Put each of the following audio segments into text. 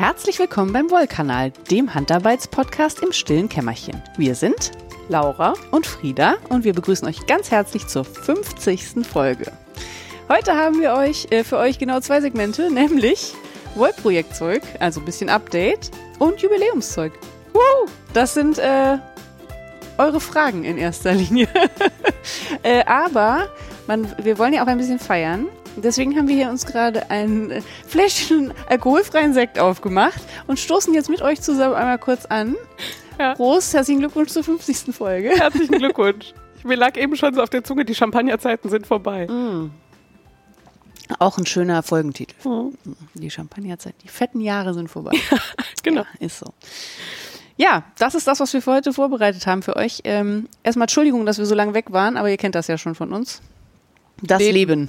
Herzlich willkommen beim Wollkanal, dem Handarbeits-Podcast im stillen Kämmerchen. Wir sind Laura und Frieda und wir begrüßen euch ganz herzlich zur 50. Folge. Heute haben wir für euch genau 2 Segmente, nämlich Wollprojektzeug, also ein bisschen Update, und Jubiläumszeug. Das sind eure Fragen in erster Linie. Aber wir wollen ja auch ein bisschen feiern. Deswegen haben wir hier uns gerade ein Fläschchen alkoholfreien Sekt aufgemacht und stoßen jetzt mit euch zusammen einmal kurz an. Ja. Prost, herzlichen Glückwunsch zur 50. Folge. Herzlichen Glückwunsch. Mir lag eben schon so auf der Zunge, die Champagnerzeiten sind vorbei. Auch ein schöner Folgentitel. Die Champagnerzeit, die fetten Jahre sind vorbei. Ja, genau. Ja, ist so. Ja, das ist das, was wir für heute vorbereitet haben für euch. Erstmal Entschuldigung, dass wir so lange weg waren, aber ihr kennt das ja schon von uns. Das Leben.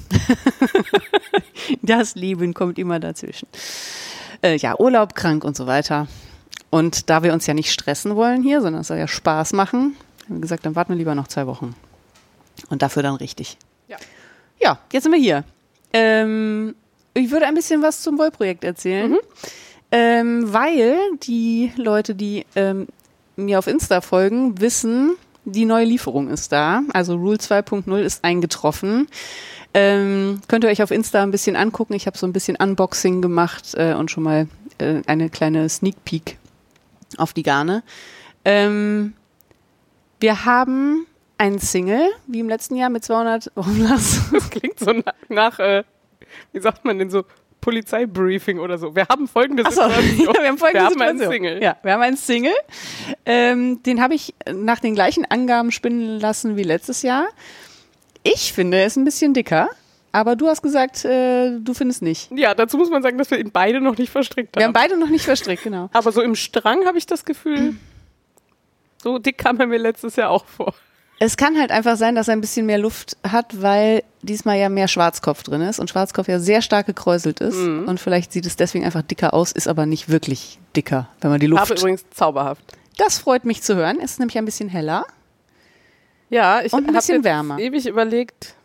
Das Leben kommt immer dazwischen. Urlaub, krank und so weiter. Und da wir uns ja nicht stressen wollen hier, sondern es soll ja Spaß machen, haben wir gesagt, dann warten wir lieber noch 2 Wochen. Und dafür dann richtig. Ja, jetzt sind wir hier. Ich würde ein bisschen was zum Wollprojekt erzählen, weil die Leute, die mir auf Insta folgen, wissen, die neue Lieferung ist da. Also Rule 2.0 ist eingetroffen. Könnt ihr euch auf Insta ein bisschen angucken. Ich habe so ein bisschen Unboxing gemacht und schon mal eine kleine Sneak Peek auf die Garne. Wir haben einen Single, wie im letzten Jahr mit 200... Das klingt so nach wie sagt man denn so, Polizeibriefing oder so. Wir haben folgende Situation. Wir haben folgende Situation. Einen Single. Ja, wir haben einen Single. Den habe ich nach den gleichen Angaben spinnen lassen wie letztes Jahr. Ich finde, er ist ein bisschen dicker, aber du hast gesagt, du findest nicht. Ja, dazu muss man sagen, dass wir ihn beide noch nicht verstrickt haben. Wir haben beide noch nicht verstrickt, genau. Aber so im Strang habe ich das Gefühl, so dick kam er mir letztes Jahr auch vor. Es kann halt einfach sein, dass er ein bisschen mehr Luft hat, weil diesmal ja mehr Schwarzkopf drin ist und Schwarzkopf ja sehr stark gekräuselt ist und vielleicht sieht es deswegen einfach dicker aus, ist aber nicht wirklich dicker, wenn man die Luft... Aber übrigens zauberhaft. Das freut mich zu hören. Es ist nämlich ein bisschen heller. Ja, ich und ein bisschen wärmer. Ewig überlegt.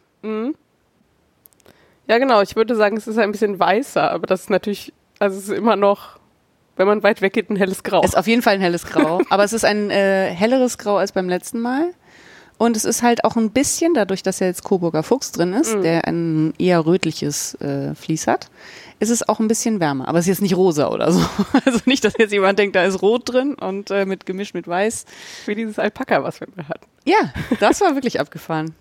Ja, genau. Ich würde sagen, es ist ein bisschen weißer, aber das ist natürlich, also es ist immer noch, wenn man weit weg geht, ein helles Grau. Es ist auf jeden Fall ein helles Grau, aber es ist ein helleres Grau als beim letzten Mal. Und es ist halt auch ein bisschen, dadurch, dass ja jetzt Coburger Fuchs drin ist, der ein eher rötliches Vlies hat, ist es auch ein bisschen wärmer. Aber es ist jetzt nicht rosa oder so. Also nicht, dass jetzt jemand denkt, da ist rot drin und gemischt mit weiß. Wie dieses Alpaka, was wir hatten. Ja, das war wirklich abgefahren.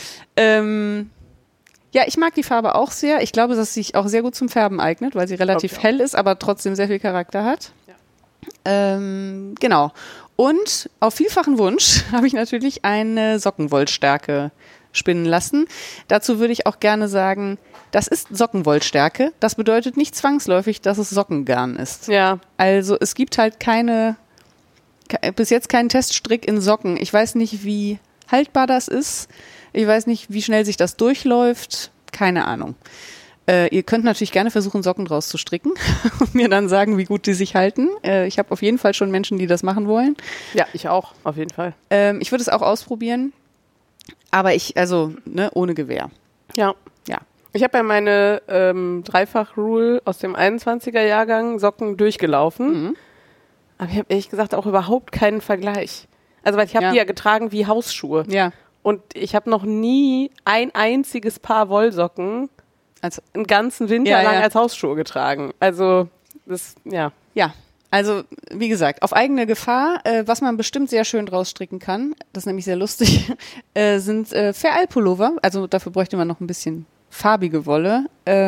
Ich mag die Farbe auch sehr. Ich glaube, dass sie sich auch sehr gut zum Färben eignet, weil sie relativ hell ist, aber trotzdem sehr viel Charakter hat. Ja. Genau. Und auf vielfachen Wunsch habe ich natürlich eine Sockenwollstärke spinnen lassen. Dazu würde ich auch gerne sagen, das ist Sockenwollstärke. Das bedeutet nicht zwangsläufig, dass es Sockengarn ist. Ja. Also es gibt halt bis jetzt keinen Teststrick in Socken. Ich weiß nicht, wie haltbar das ist. Ich weiß nicht, wie schnell sich das durchläuft. Keine Ahnung. Ihr könnt natürlich gerne versuchen, Socken draus zu stricken und mir dann sagen, wie gut die sich halten. Ich habe auf jeden Fall schon Menschen, die das machen wollen. Ja, ich auch, auf jeden Fall. Ich würde es auch ausprobieren, aber ohne Gewehr. Ja. Ich habe ja meine Dreifach-Rule aus dem 21er Jahrgang Socken durchgelaufen. Aber ich habe ehrlich gesagt auch überhaupt keinen Vergleich. Also, weil ich habe die ja getragen wie Hausschuhe. Ja. Und ich habe noch nie ein einziges Paar Wollsocken einen ganzen Winter lang als Hausschuhe getragen. Also, Ja, also wie gesagt, auf eigene Gefahr, was man bestimmt sehr schön draus stricken kann, das ist nämlich sehr lustig, sind Fair-Al-Pullover. Also dafür bräuchte man noch ein bisschen farbige Wolle.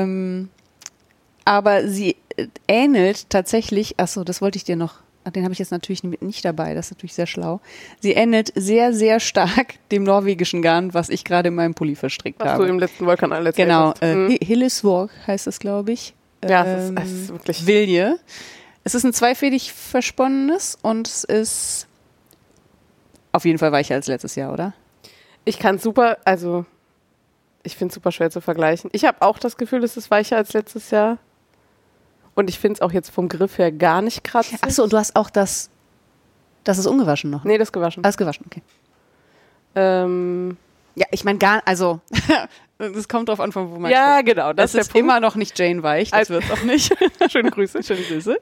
Aber sie ähnelt tatsächlich, das wollte ich dir noch, den habe ich jetzt natürlich nicht dabei, das ist natürlich sehr schlau. Sie ähnelt sehr, sehr stark dem norwegischen Garn, was ich gerade in meinem Pulli verstrickt habe. Was du im letzten Wollkanal erzählt hast. Genau, Hillesvåg heißt es, glaube ich. Ja, es ist wirklich... Vilje. Es ist ein zweifädig versponnenes und es ist auf jeden Fall weicher als letztes Jahr, oder? Ich kann ich finde es super schwer zu vergleichen. Ich habe auch das Gefühl, es ist weicher als letztes Jahr. Und ich finde es auch jetzt vom Griff her gar nicht kratzig. Achso, und du hast auch das ist ungewaschen noch? Nee, das ist gewaschen. Ah, ist gewaschen, okay. Ja, ich meine also das kommt drauf an, von wo man Ja, spricht. genau. Das ist immer noch nicht Jane Weich, das wird's auch nicht. Schöne Grüße. Schöne Grüße.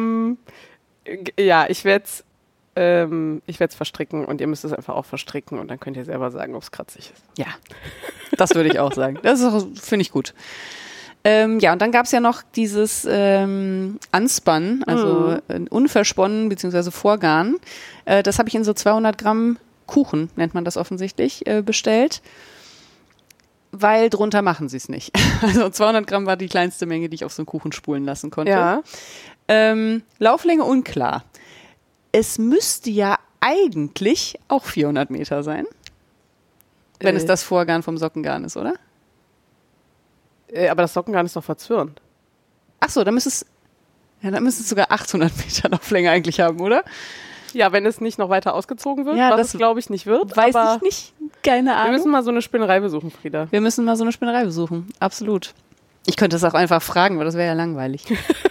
Ja, ich werde es verstricken und ihr müsst es einfach auch verstricken und dann könnt ihr selber sagen, ob es kratzig ist. Ja, das würde ich auch sagen. Das finde ich gut. Ja, und dann gab es ja noch dieses Unspun, also unversponnen bzw. Vorgarn. Das habe ich in so 200 Gramm Kuchen, nennt man das offensichtlich, bestellt. Weil drunter machen sie es nicht. Also 200 Gramm war die kleinste Menge, die ich auf so einen Kuchen spulen lassen konnte. Ja. Lauflänge unklar. Es müsste ja eigentlich auch 400 Meter sein, wenn es das Vorgarn vom Sockengarn ist, oder? Aber das Sockengarn ist doch verzwirnt. Ach so, dann müsste es sogar 800 Meter Lauflänge eigentlich haben, oder? Ja, wenn es nicht noch weiter ausgezogen wird, Ja, was das es, glaube ich, nicht wird. Weiß aber ich nicht. Keine Ahnung. wir müssen mal so eine Spinnerei besuchen, Frieda. Wir müssen mal so eine Spinnerei besuchen. Absolut. Ich könnte das auch einfach fragen, weil das wäre ja langweilig.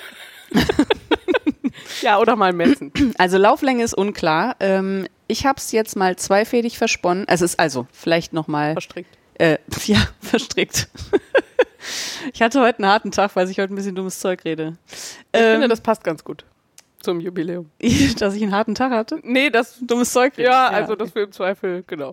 Ja, oder mal messen. Also Lauflänge ist unklar. Ich habe es jetzt mal zweifädig versponnen. Es ist also vielleicht nochmal... Verstrickt. Ja, verstrickt. Ich hatte heute einen harten Tag, weil ich heute ein bisschen dummes Zeug rede. Ich finde, das passt ganz gut zum Jubiläum. Dass ich einen harten Tag hatte? Nee, das Dummes Zeug rede. Ja, also das wir im Zweifel, genau.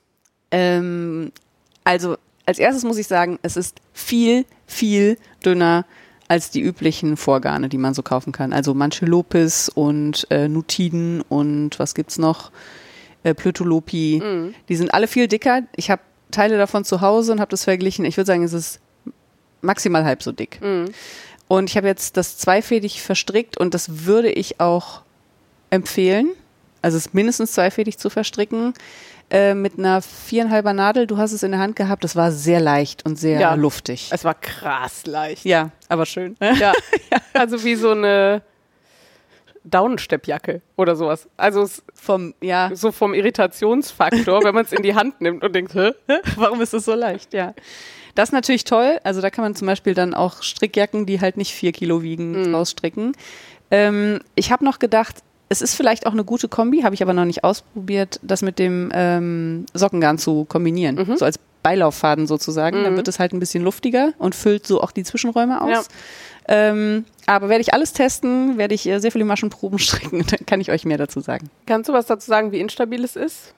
Also als erstes muss ich sagen, es ist viel, viel dünner als die üblichen Vorgarne, die man so kaufen kann. Also Manche-Lopis und Nutiden und was gibt's noch? Plötulopi. Die sind alle viel dicker. Ich habe Teile davon zu Hause und habe das verglichen. Ich würde sagen, es ist maximal halb so dick. Und ich habe jetzt das zweifädig verstrickt und das würde ich auch empfehlen. Also es mindestens zweifädig zu verstricken. Mit einer 4,5er Nadel. Du hast es in der Hand gehabt. Das war sehr leicht und sehr luftig. Es war krass leicht. Ja, aber schön. Ja, also wie so eine Daunensteppjacke oder sowas. Also so vom Irritationsfaktor, wenn man es in die Hand nimmt und denkt, warum ist das so leicht? Ja. Das ist natürlich toll. Also da kann man zum Beispiel dann auch Strickjacken, die halt nicht 4 Kilo wiegen, rausstricken. Ich habe noch gedacht, es ist vielleicht auch eine gute Kombi, habe ich aber noch nicht ausprobiert, das mit dem Sockengarn zu kombinieren. So als Beilauffaden sozusagen. Dann wird es halt ein bisschen luftiger und füllt so auch die Zwischenräume aus. Ja. Aber werde ich alles testen, werde ich sehr viele Maschenproben stricken und dann kann ich euch mehr dazu sagen. Kannst du was dazu sagen, wie instabil es ist?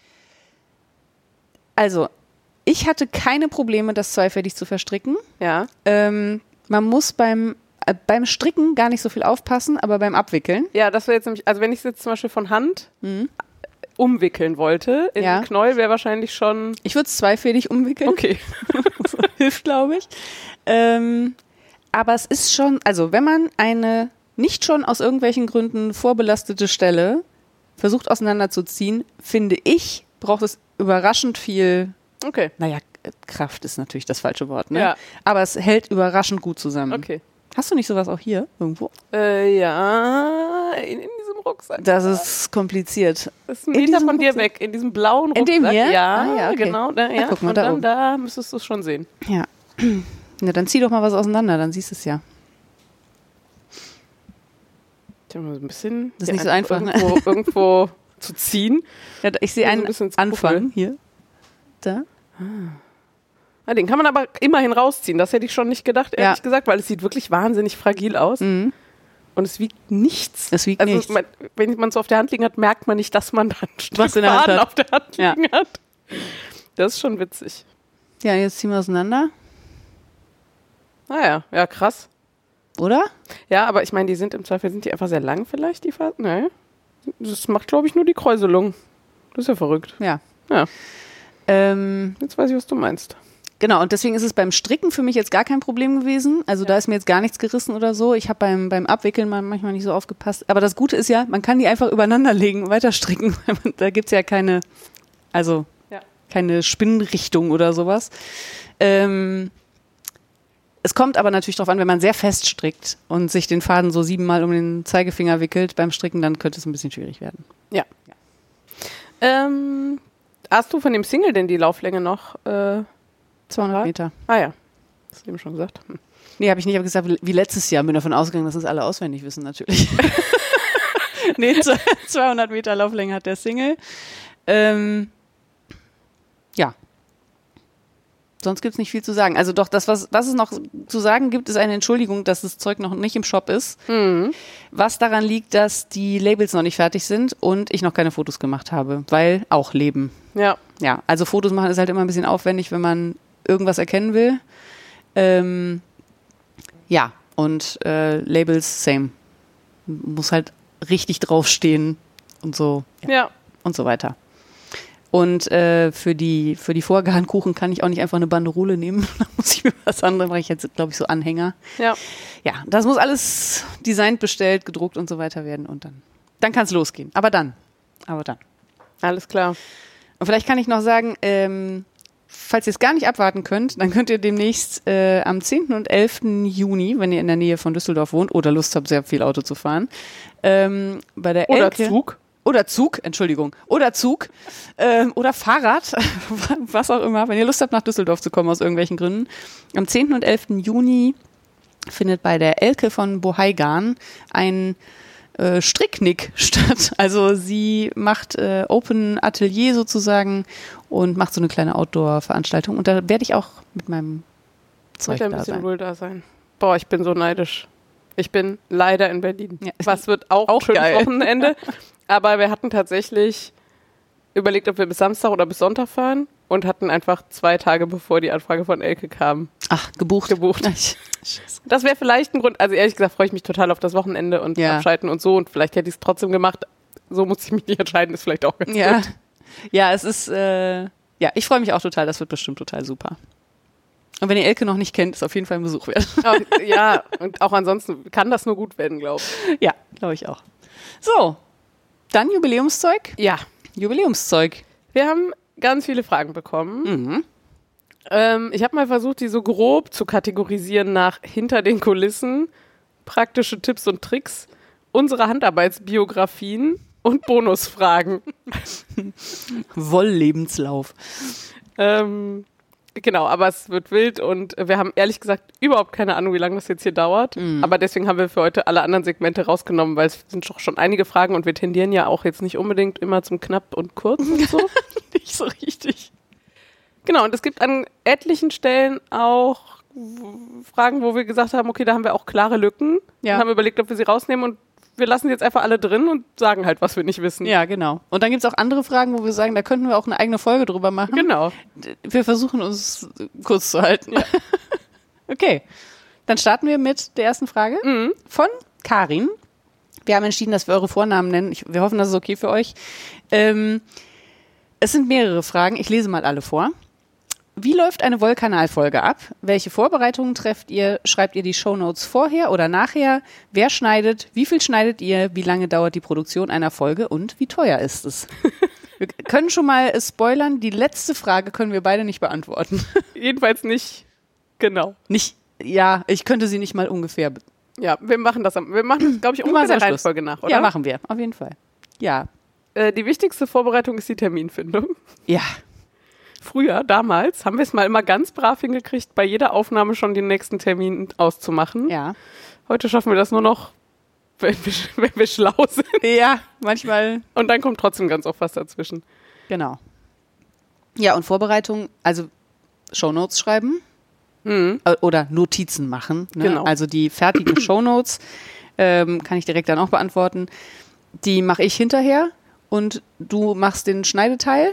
Also, ich hatte keine Probleme, das zweifädig zu verstricken. Ja. Man muss beim Stricken gar nicht so viel aufpassen, aber beim Abwickeln. Ja, das wäre jetzt nämlich, also wenn ich es jetzt zum Beispiel von Hand umwickeln wollte, in den Knäuel wäre wahrscheinlich schon... Ich würde es zweifädig umwickeln. Okay. Das hilft, glaube ich. Aber es ist schon, also wenn man eine nicht schon aus irgendwelchen Gründen vorbelastete Stelle versucht auseinanderzuziehen, finde ich, braucht es überraschend viel... Okay. Naja, Kraft ist natürlich das falsche Wort, ne? Ja. Aber es hält überraschend gut zusammen. Okay. Hast du nicht sowas auch hier irgendwo? Ja, in diesem Rucksack. Das ist kompliziert. Das ist ein Meter von dir weg, in diesem blauen Rucksack. In dem hier? Ja, okay. Genau. Da, ja. Guck mal, und da dann oben. da müsstest du es schon sehen. Ja. Na, dann zieh doch mal was auseinander, dann siehst du es ja. Ich habe mal so ein bisschen... Das ist nicht so einfach, irgendwo zu ziehen. Ja, ich sehe einen so ein Anfang hier. Da. Ja, den kann man aber immerhin rausziehen. Das hätte ich schon nicht gedacht, ehrlich gesagt, weil es sieht wirklich wahnsinnig fragil aus. Und es wiegt nichts. Es wiegt nichts. Wenn man es so auf der Hand liegen hat, merkt man nicht, dass man da ein Stück Was in der Hand Faden hat. auf der Hand liegen hat. Das ist schon witzig. Ja, jetzt ziehen wir auseinander. Naja, ja, krass. Oder? Ja, aber ich meine, sind die einfach sehr lang vielleicht, die Faden? Nee. Das macht, glaube ich, nur die Kräuselung. Das ist ja verrückt. Ja. Jetzt weiß ich, was du meinst. Genau, und deswegen ist es beim Stricken für mich jetzt gar kein Problem gewesen. Also da ist mir jetzt gar nichts gerissen oder so. Ich habe beim Abwickeln manchmal nicht so aufgepasst. Aber das Gute ist ja, man kann die einfach übereinander legen und weiter stricken. Da gibt's ja keine Spinnrichtung oder sowas. Es kommt aber natürlich darauf an, wenn man sehr fest strickt und sich den Faden so 7-mal um den Zeigefinger wickelt beim Stricken, dann könnte es ein bisschen schwierig werden. Ja. Hast du von dem Single denn die Lauflänge noch? 200 Meter. Ah ja, hast du eben schon gesagt. Nee, habe ich nicht. Ich habe gesagt, wie letztes Jahr. Bin davon ausgegangen, dass das alle auswendig wissen natürlich. Nee, 200 Meter Lauflänge hat der Single. Ja, sonst gibt es nicht viel zu sagen. Also doch, das, was es noch zu sagen gibt, ist eine Entschuldigung, dass das Zeug noch nicht im Shop ist. Was daran liegt, dass die Labels noch nicht fertig sind und ich noch keine Fotos gemacht habe, weil auch Leben. Ja. Ja, also Fotos machen ist halt immer ein bisschen aufwendig, wenn man irgendwas erkennen will. Ja, und Labels, same. Muss halt richtig draufstehen und so. Ja. Und so weiter. Und für die Vorgarnkuchen kann ich auch nicht einfach eine Banderole nehmen. Da muss ich mir was anderes, mache ich jetzt, glaube ich, so Anhänger. Ja. Ja, das muss alles designt, bestellt, gedruckt und so weiter werden. Und dann kann es losgehen. Aber dann. Alles klar. Und vielleicht kann ich noch sagen, falls ihr es gar nicht abwarten könnt, dann könnt ihr demnächst am 10. und 11. Juni, wenn ihr in der Nähe von Düsseldorf wohnt oder Lust habt, sehr viel Auto zu fahren, bei der Elke... Oder Zug, oder Fahrrad, was auch immer, wenn ihr Lust habt, nach Düsseldorf zu kommen aus irgendwelchen Gründen. Am 10. und 11. Juni findet bei der Elke von Bohai-Garn ein Stricknick statt. Also sie macht Open Atelier sozusagen und macht so eine kleine Outdoor-Veranstaltung. Und da werde ich auch mit meinem Zeug ein da bisschen sein. wohl da sein. Boah, ich bin so neidisch. Ich bin leider in Berlin. Ja. Was wird auch ein schönes Wochenende. Aber wir hatten tatsächlich überlegt, ob wir bis Samstag oder bis Sonntag fahren und hatten einfach 2 Tage, bevor die Anfrage von Elke kam. Ach, gebucht. Das wäre vielleicht ein Grund, also ehrlich gesagt freue ich mich total auf das Wochenende und Abschalten und so und vielleicht hätte ich es trotzdem gemacht. So muss ich mich nicht entscheiden, ist vielleicht auch ganz gut. Ja, es ist, ich freue mich auch total, das wird bestimmt total super. Und wenn ihr Elke noch nicht kennt, ist auf jeden Fall ein Besuch wert. Ja, und auch ansonsten kann das nur gut werden, glaube ich. Ja, glaube ich auch. So, dann Jubiläumszeug? Ja. Jubiläumszeug. Wir haben ganz viele Fragen bekommen. Ich habe mal versucht, die so grob zu kategorisieren nach hinter den Kulissen, praktische Tipps und Tricks, unsere Handarbeitsbiografien und Bonusfragen. Wolllebenslauf. Genau, aber es wird wild und wir haben ehrlich gesagt überhaupt keine Ahnung, wie lange das jetzt hier dauert. Aber deswegen haben wir für heute alle anderen Segmente rausgenommen, weil es sind doch schon einige Fragen und wir tendieren ja auch jetzt nicht unbedingt immer zum knapp und kurz und so. Nicht so richtig. Genau, und es gibt an etlichen Stellen auch Fragen, wo wir gesagt haben, okay, da haben wir auch klare Lücken. Ja. Und haben überlegt, ob wir sie rausnehmen und wir lassen sie jetzt einfach alle drin und sagen halt, was wir nicht wissen. Ja, genau. Und dann gibt es auch andere Fragen, wo wir sagen, da könnten wir auch eine eigene Folge drüber machen. Genau. Wir versuchen uns kurz zu halten. Ja. Okay, dann starten wir mit der ersten Frage von Karin. Wir haben entschieden, dass wir eure Vornamen nennen. Wir hoffen, das ist okay für euch. Es sind mehrere Fragen. Ich lese mal alle vor. Wie läuft eine Wollkanal-Folge ab? Welche Vorbereitungen trefft ihr? Schreibt ihr die Shownotes vorher oder nachher? Wer schneidet? Wie viel schneidet ihr? Wie lange dauert die Produktion einer Folge? Und wie teuer ist es? Wir können schon mal spoilern, die letzte Frage können wir beide nicht beantworten. Jedenfalls nicht genau. Ja, ich könnte sie nicht mal ungefähr. Ja, wir machen das, glaube ich, ungefähr der Reihenfolge nach, oder? Ja, machen wir, auf jeden Fall. Ja. Die wichtigste Vorbereitung ist die Terminfindung. Ja. Früher, damals, haben wir es mal immer ganz brav hingekriegt, bei jeder Aufnahme schon den nächsten Termin auszumachen. Ja. Heute schaffen wir das nur noch, wenn wir schlau sind. Ja, manchmal. Und dann kommt trotzdem ganz oft was dazwischen. Genau. Ja, und Vorbereitung, also Shownotes schreiben oder Notizen machen. Ne? Genau. Also die fertigen Shownotes kann ich direkt dann auch beantworten. Die mache ich hinterher und du machst den Schneideteil.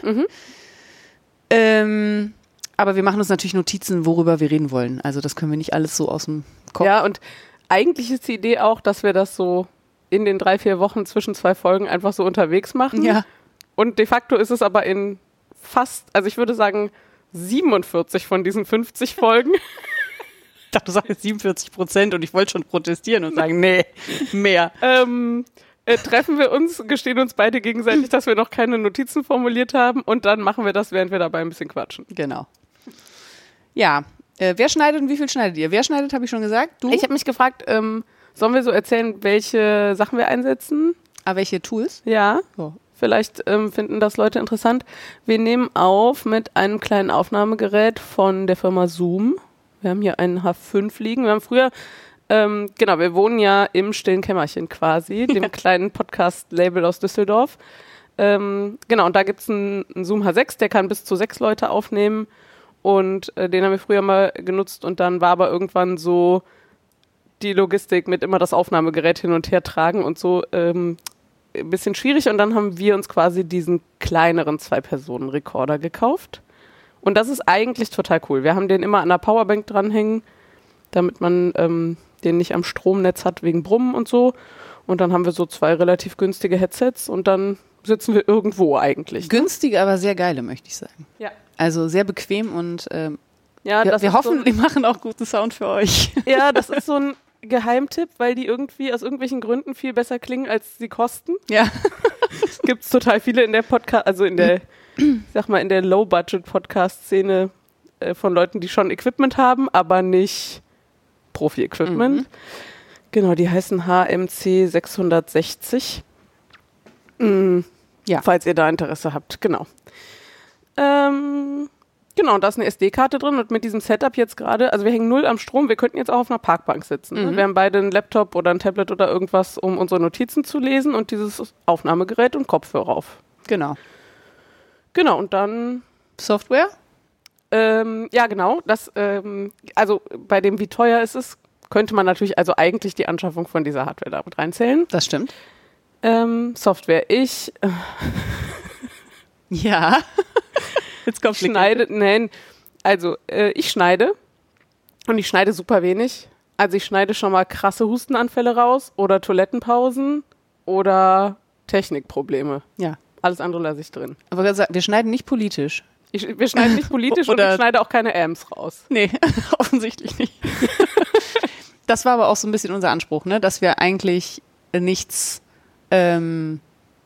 Aber wir machen uns natürlich Notizen, worüber wir reden wollen. Also das können wir nicht alles so aus dem Kopf. Ja, und eigentlich ist die Idee auch, dass wir das so in den 3-4 Wochen zwischen 2 Folgen einfach so unterwegs machen. Ja. Und de facto ist es aber in fast, also ich würde sagen 47 von diesen 50 Folgen. Ich dachte, du sagst 47% und ich wollte schon protestieren und sagen, nee, mehr. Treffen wir uns, gestehen uns beide gegenseitig, dass wir noch keine Notizen formuliert haben und dann machen wir das, während wir dabei ein bisschen quatschen. Genau. Ja, wer schneidet und wie viel schneidet ihr? Wer schneidet, habe ich schon gesagt. Du? Ich habe mich gefragt, sollen wir so erzählen, welche Sachen wir einsetzen? Welche Tools? Ja, vielleicht finden das Leute interessant. Wir nehmen auf mit einem kleinen Aufnahmegerät von der Firma Zoom. Wir haben hier einen H5 liegen. Wir haben früher wir wohnen ja im stillen Kämmerchen quasi, dem kleinen Podcast-Label aus Düsseldorf. Und da gibt es einen Zoom H6, der kann bis zu 6 Leute aufnehmen. Und den haben wir früher mal genutzt und dann war aber irgendwann so die Logistik mit immer das Aufnahmegerät hin und her tragen und so ein bisschen schwierig. Und dann haben wir uns quasi diesen kleineren 2-Personen-Rekorder gekauft. Und das ist eigentlich total cool. Wir haben den immer an der Powerbank dranhängen, damit man den nicht am Stromnetz hat wegen Brummen und so. Und dann haben wir so 2 relativ günstige Headsets und dann sitzen wir irgendwo eigentlich. Günstige, aber sehr geile, möchte ich sagen. Ja. Also sehr bequem und Ja, wir hoffen, die machen auch guten Sound für euch. Ja, das ist so ein Geheimtipp, weil die irgendwie aus irgendwelchen Gründen viel besser klingen, als sie kosten. Ja. Gibt es total viele in der Podcast, also in der, ich sag mal, in der Low-Budget-Podcast-Szene von Leuten, die schon Equipment haben, aber nicht Profi-Equipment. Genau, die heißen HMC 660. Ja. Falls ihr da Interesse habt, genau. Genau, da ist eine SD-Karte drin und mit diesem Setup jetzt gerade, also wir hängen 0 am Strom, wir könnten jetzt auch auf einer Parkbank sitzen. Ne? Wir haben beide einen Laptop oder ein Tablet oder irgendwas, um unsere Notizen zu lesen und dieses Aufnahmegerät und Kopfhörer auf. Genau. Genau, und dann Software? ja, genau. Das, also bei dem, wie teuer es ist, könnte man natürlich also eigentlich die Anschaffung von dieser Hardware damit reinzählen. Das stimmt. Software. Ja. Jetzt kommt ich schneide und ich schneide super wenig. Also ich schneide schon mal krasse Hustenanfälle raus oder Toilettenpausen oder Technikprobleme. Ja. Alles andere lasse ich drin. Aber wir schneiden nicht politisch. Wir schneiden nicht politisch und ich schneide auch keine Amps raus. Nee, offensichtlich nicht. Das war aber auch so ein bisschen unser Anspruch, ne? Dass wir eigentlich nichts, keine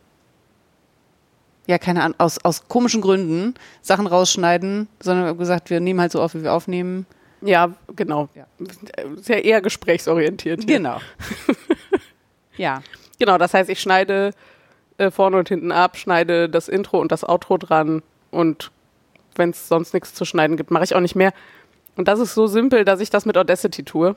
Ahnung, aus komischen Gründen Sachen rausschneiden, sondern wir haben gesagt, wir nehmen halt so auf, wie wir aufnehmen. Ja, genau. Ja. Sehr eher gesprächsorientiert. Hier. Genau. Ja. Genau, das heißt, ich schneide vorne und hinten ab, schneide das Intro und das Outro dran und wenn es sonst nichts zu schneiden gibt, mache ich auch nicht mehr. Und das ist so simpel, dass ich das mit Audacity tue.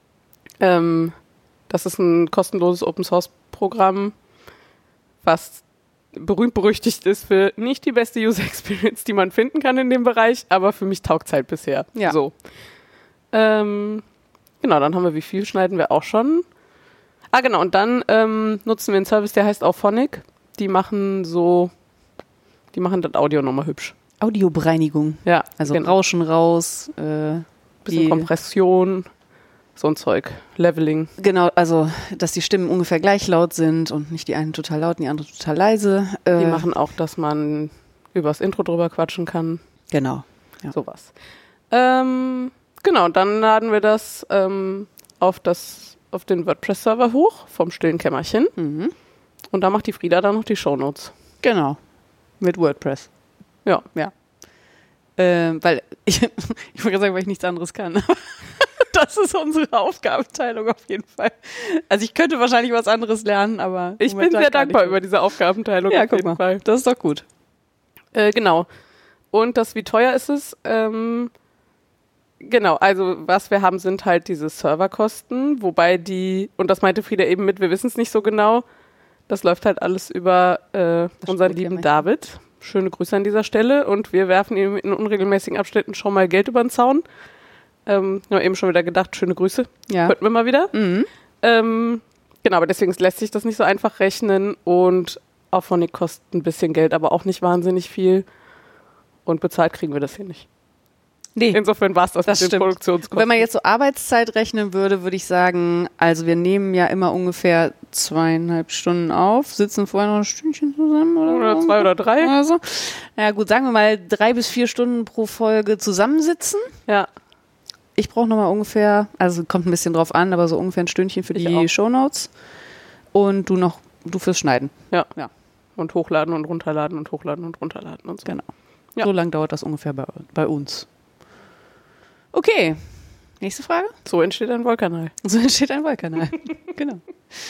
Das ist ein kostenloses Open-Source-Programm, was berühmt-berüchtigt ist für nicht die beste User-Experience, die man finden kann in dem Bereich, aber für mich taugt es halt bisher. Ja. So. Genau, dann haben wir, wie viel schneiden wir auch schon? Ah, genau, und dann nutzen wir einen Service, der heißt Auphonic. Die machen das Audio nochmal hübsch. Audiobereinigung. Ja. Also genau. Rauschen raus. Bisschen Kompression, so ein Zeug. Leveling. Genau, also dass die Stimmen ungefähr gleich laut sind und nicht die einen total laut und die andere total leise. Die machen auch, dass man übers Intro drüber quatschen kann. Genau. Ja. Sowas. Genau, dann laden wir das auf den WordPress-Server hoch, vom stillen Kämmerchen. Mhm. Und da macht die Frieda dann noch die Shownotes. Genau. Mit WordPress. Ja. Ja. Weil ich wollte sagen, weil ich nichts anderes kann. Das ist unsere Aufgabenteilung auf jeden Fall. Also ich könnte wahrscheinlich was anderes lernen, aber ich bin sehr dankbar über diese Aufgabenteilung auf jeden Fall. Das ist doch gut. Genau. Und das, wie teuer ist es? Genau, also was wir haben, sind halt diese Serverkosten, wobei und das meinte Frieda eben mit, wir wissen es nicht so genau, das läuft halt alles über unseren lieben David. Schöne Grüße an dieser Stelle und wir werfen ihm in unregelmäßigen Abständen schon mal Geld über den Zaun. Haben eben schon wieder gedacht, schöne Grüße. Ja. Hörten wir mal wieder. Mhm. Genau, aber deswegen lässt sich das nicht so einfach rechnen und Auphonic kostet ein bisschen Geld, aber auch nicht wahnsinnig viel und bezahlt kriegen wir das hier nicht. Nee. Insofern war es das mit den Produktionskosten. Wenn man jetzt so Arbeitszeit rechnen würde, würde ich sagen, also wir nehmen ja immer ungefähr 2,5 Stunden auf, sitzen vorher noch ein Stündchen zusammen oder 2 oder 3. Oder so. Ja gut, sagen wir mal 3 bis 4 Stunden pro Folge zusammensitzen. Ja. Ich brauche nochmal ungefähr, also kommt ein bisschen drauf an, aber so ungefähr ein Stündchen für die Shownotes und du fürs Schneiden. Ja. Und hochladen und runterladen und hochladen und runterladen und so. Genau. Ja. So lang dauert das ungefähr bei uns. Okay, nächste Frage. So entsteht ein Wollkanal. Genau.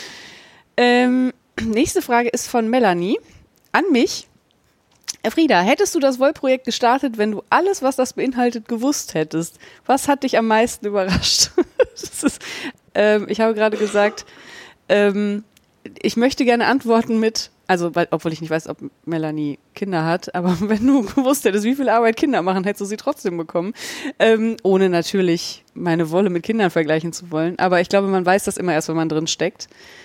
Nächste Frage ist von Melanie an mich. Frieda, hättest du das Wollprojekt gestartet, wenn du alles, was das beinhaltet, gewusst hättest? Was hat dich am meisten überrascht? Ich habe gerade gesagt, ich möchte gerne antworten mit Also, obwohl ich nicht weiß, ob Melanie Kinder hat, aber wenn du gewusst hättest, wie viel Arbeit Kinder machen, hättest du sie trotzdem bekommen. Ohne natürlich meine Wolle mit Kindern vergleichen zu wollen. Aber ich glaube, man weiß das immer erst, wenn man drin steckt.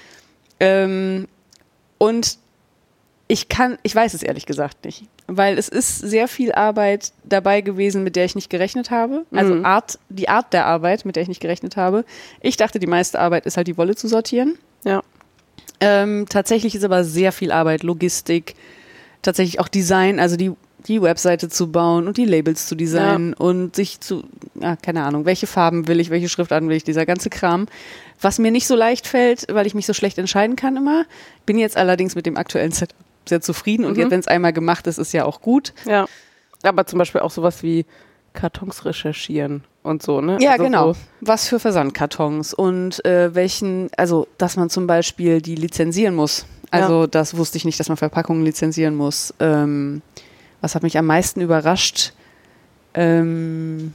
Und ich weiß es ehrlich gesagt nicht. Weil es ist sehr viel Arbeit dabei gewesen, mit der ich nicht gerechnet habe. Also die Art der Arbeit, mit der ich nicht gerechnet habe. Ich dachte, die meiste Arbeit ist halt die Wolle zu sortieren. Ja. Tatsächlich ist aber sehr viel Arbeit, Logistik, tatsächlich auch Design, also die Webseite zu bauen und die Labels zu designen und sich keine Ahnung, welche Farben will ich, welche Schriftarten will ich, dieser ganze Kram. Was mir nicht so leicht fällt, weil ich mich so schlecht entscheiden kann immer. Bin jetzt allerdings mit dem aktuellen Setup sehr zufrieden und jetzt, wenn es einmal gemacht ist, ist ja auch gut. Ja, aber zum Beispiel auch sowas wie Kartons recherchieren und so, ne? Ja, also genau. So. Was für Versandkartons und dass man zum Beispiel die lizenzieren muss. Also das wusste ich nicht, dass man Verpackungen lizenzieren muss. Was hat mich am meisten überrascht? Ist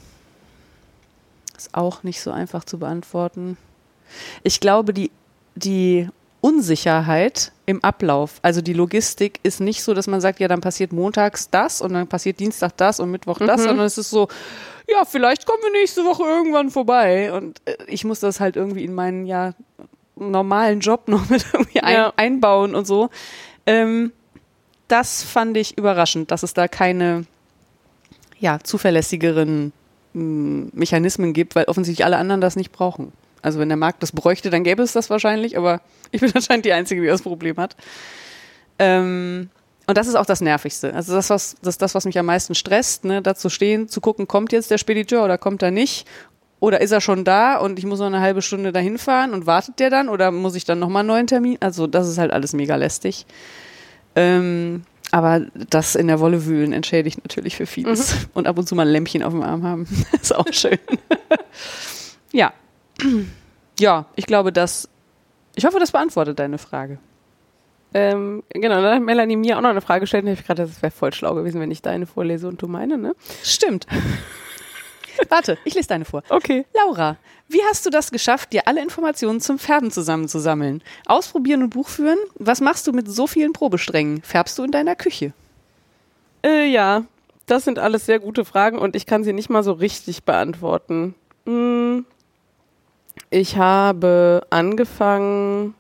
auch nicht so einfach zu beantworten. Ich glaube, die Unsicherheit im Ablauf, also die Logistik ist nicht so, dass man sagt, ja, dann passiert montags das und dann passiert Dienstag das und Mittwoch das, sondern es ist so, ja, vielleicht kommen wir nächste Woche irgendwann vorbei und ich muss das halt irgendwie in meinen normalen Job noch mit irgendwie einbauen und so. Das fand ich überraschend, dass es da keine zuverlässigeren Mechanismen gibt, weil offensichtlich alle anderen das nicht brauchen. Also wenn der Markt das bräuchte, dann gäbe es das wahrscheinlich, aber ich bin anscheinend die Einzige, die das Problem hat. Und das ist auch das Nervigste. Also das ist das, was mich am meisten stresst, ne? Da zu stehen, zu gucken, kommt jetzt der Spediteur oder kommt er nicht? Oder ist er schon da und ich muss noch eine halbe Stunde dahin fahren und wartet der dann? Oder muss ich dann nochmal einen neuen Termin? Also das ist halt alles mega lästig. Aber das in der Wolle wühlen entschädigt natürlich für vieles. Und ab und zu mal ein Lämpchen auf dem Arm haben. Ist auch schön. Ja. Ja, ich hoffe, das beantwortet deine Frage. Genau, dann hat Melanie mir auch noch eine Frage gestellt und ich habe gerade, das wäre voll schlau gewesen, wenn ich deine vorlese und du meine, ne? Stimmt. Warte, ich lese deine vor. Okay. Laura, wie hast du das geschafft, dir alle Informationen zum Färben zusammenzusammeln? Ausprobieren und Buch führen? Was machst du mit so vielen Probesträngen? Färbst du in deiner Küche? Ja, das sind alles sehr gute Fragen und ich kann sie nicht mal so richtig beantworten. Ich habe angefangen,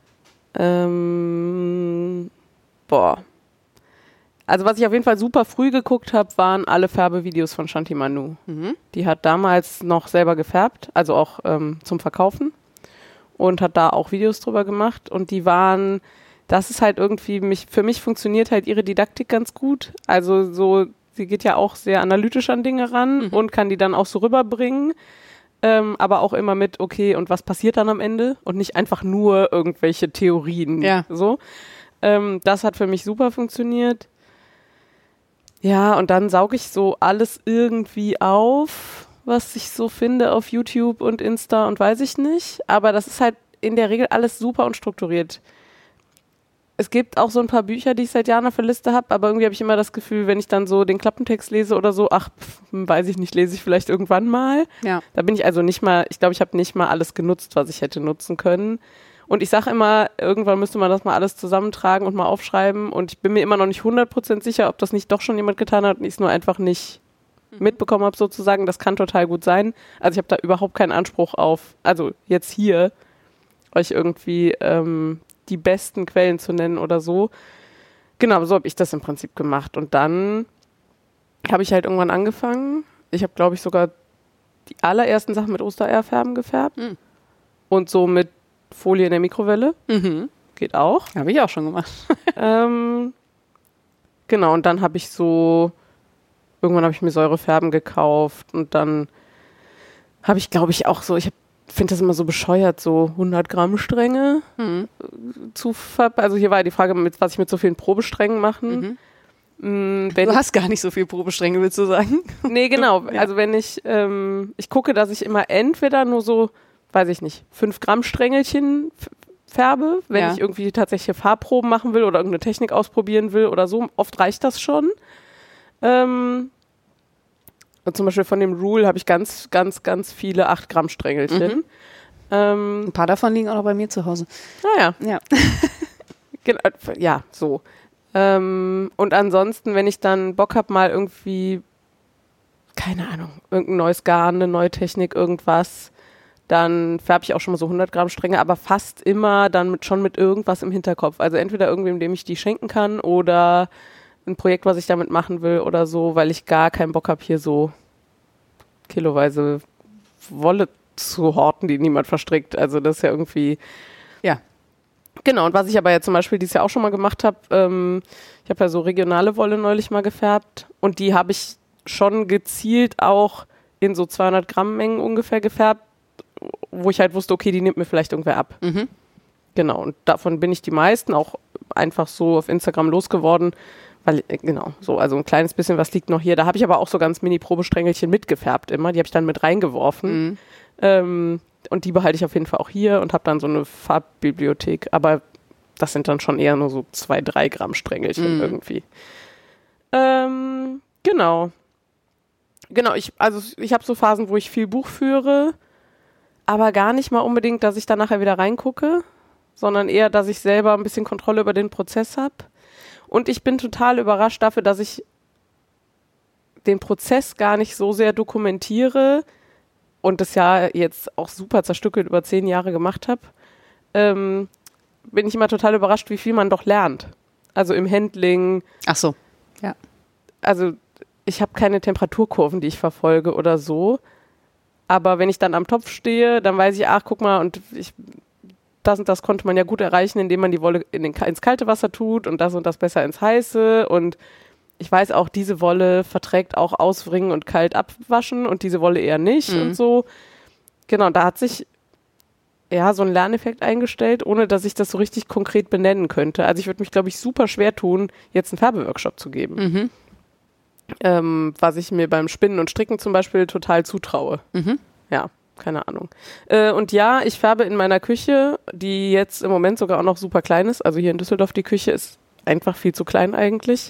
also was ich auf jeden Fall super früh geguckt habe, waren alle Färbevideos von Shanti Manu. Die hat damals noch selber gefärbt, also auch zum Verkaufen und hat da auch Videos drüber gemacht und das ist halt irgendwie, für mich funktioniert halt ihre Didaktik ganz gut, also so, sie geht ja auch sehr analytisch an Dinge ran und kann die dann auch so rüberbringen. Aber auch immer mit, okay, und was passiert dann am Ende? Und nicht einfach nur irgendwelche Theorien. Ja. So. Das hat für mich super funktioniert. Ja, und dann sauge ich so alles irgendwie auf, was ich so finde auf YouTube und Insta und weiß ich nicht. Aber das ist halt in der Regel alles super unstrukturiert. Es gibt auch so ein paar Bücher, die ich seit Jahren auf der Liste habe, aber irgendwie habe ich immer das Gefühl, wenn ich dann so den Klappentext lese oder so, weiß ich nicht, lese ich vielleicht irgendwann mal. Ja. Da bin ich also nicht mal, ich glaube, ich habe nicht mal alles genutzt, was ich hätte nutzen können. Und ich sage immer, irgendwann müsste man das mal alles zusammentragen und mal aufschreiben und ich bin mir immer noch nicht 100% sicher, ob das nicht doch schon jemand getan hat und ich es nur einfach nicht mitbekommen habe sozusagen. Das kann total gut sein. Also ich habe da überhaupt keinen Anspruch auf, also jetzt hier, euch irgendwie die besten Quellen zu nennen oder so. Genau, so habe ich das im Prinzip gemacht. Und dann habe ich halt irgendwann angefangen. Ich habe, glaube ich, sogar die allerersten Sachen mit Ostereierfärben gefärbt. Und so mit Folie in der Mikrowelle. Geht auch. Habe ich auch schon gemacht. Genau, und dann habe ich irgendwann habe ich mir Säurefärben gekauft und dann habe ich, glaube ich, auch so, ich finde das immer so bescheuert, so 100 Gramm Stränge also hier war ja die Frage, was ich mit so vielen Probesträngen machen. Du hast gar nicht so viele Probestränge, willst du sagen? Nee, genau. Ja. Also wenn ich gucke, dass ich immer entweder nur so, weiß ich nicht, 5 Gramm Strängelchen färbe, wenn ich irgendwie tatsächlich Farbproben machen will oder irgendeine Technik ausprobieren will oder so. Oft reicht das schon. Und zum Beispiel von dem Rule habe ich ganz, ganz, ganz viele 8 Gramm Strängelchen. Ein paar davon liegen auch noch bei mir zu Hause. Naja. Ja. Ja, so. Und ansonsten, wenn ich dann Bock habe, mal irgendwie, keine Ahnung, irgendein neues Garn, eine neue Technik, irgendwas, dann färbe ich auch schon mal so 100 Gramm Stränge, aber fast immer dann schon mit irgendwas im Hinterkopf. Also entweder irgendwem, dem ich die schenken kann oder ein Projekt, was ich damit machen will oder so, weil ich gar keinen Bock habe, hier so kiloweise Wolle zu horten, die niemand verstrickt. Also das ist ja irgendwie... Ja. Genau, und was ich aber ja zum Beispiel dieses Jahr auch schon mal gemacht habe, ich habe ja so regionale Wolle neulich mal gefärbt und die habe ich schon gezielt auch in so 200 Gramm Mengen ungefähr gefärbt, wo ich halt wusste, okay, die nimmt mir vielleicht irgendwer ab. Mhm. Genau, und davon bin ich die meisten auch einfach so auf Instagram losgeworden, weil, genau, so, also ein kleines bisschen was liegt noch hier. Da habe ich aber auch so ganz Mini-Probesträngelchen mitgefärbt immer, die habe ich dann mit reingeworfen. Und die behalte ich auf jeden Fall auch hier und habe dann so eine Farbbibliothek, aber das sind dann schon eher nur so 2-3 Gramm Strängelchen irgendwie. Genau. Genau, ich habe so Phasen, wo ich viel Buch führe, aber gar nicht mal unbedingt, dass ich dann nachher wieder reingucke, sondern eher, dass ich selber ein bisschen Kontrolle über den Prozess habe. Und ich bin total überrascht dafür, dass ich den Prozess gar nicht so sehr dokumentiere und das ja jetzt auch super zerstückelt über 10 Jahre gemacht habe, bin ich immer total überrascht, wie viel man doch lernt. Also im Handling. Ach so, ja. Also ich habe keine Temperaturkurven, die ich verfolge oder so. Aber wenn ich dann am Topf stehe, dann weiß ich, ach, guck mal, und das und das konnte man ja gut erreichen, indem man die Wolle ins kalte Wasser tut und das besser ins heiße. Und ich weiß auch, diese Wolle verträgt auch auswringen und kalt abwaschen und diese Wolle eher nicht und so. Genau, da hat sich ja so ein Lerneffekt eingestellt, ohne dass ich das so richtig konkret benennen könnte. Also ich würde mich, glaube ich, super schwer tun, jetzt einen Färbeworkshop zu geben. Was ich mir beim Spinnen und Stricken zum Beispiel total zutraue. Ja, keine Ahnung. Und ja, ich färbe in meiner Küche, die jetzt im Moment sogar auch noch super klein ist. Also hier in Düsseldorf, die Küche ist einfach viel zu klein eigentlich.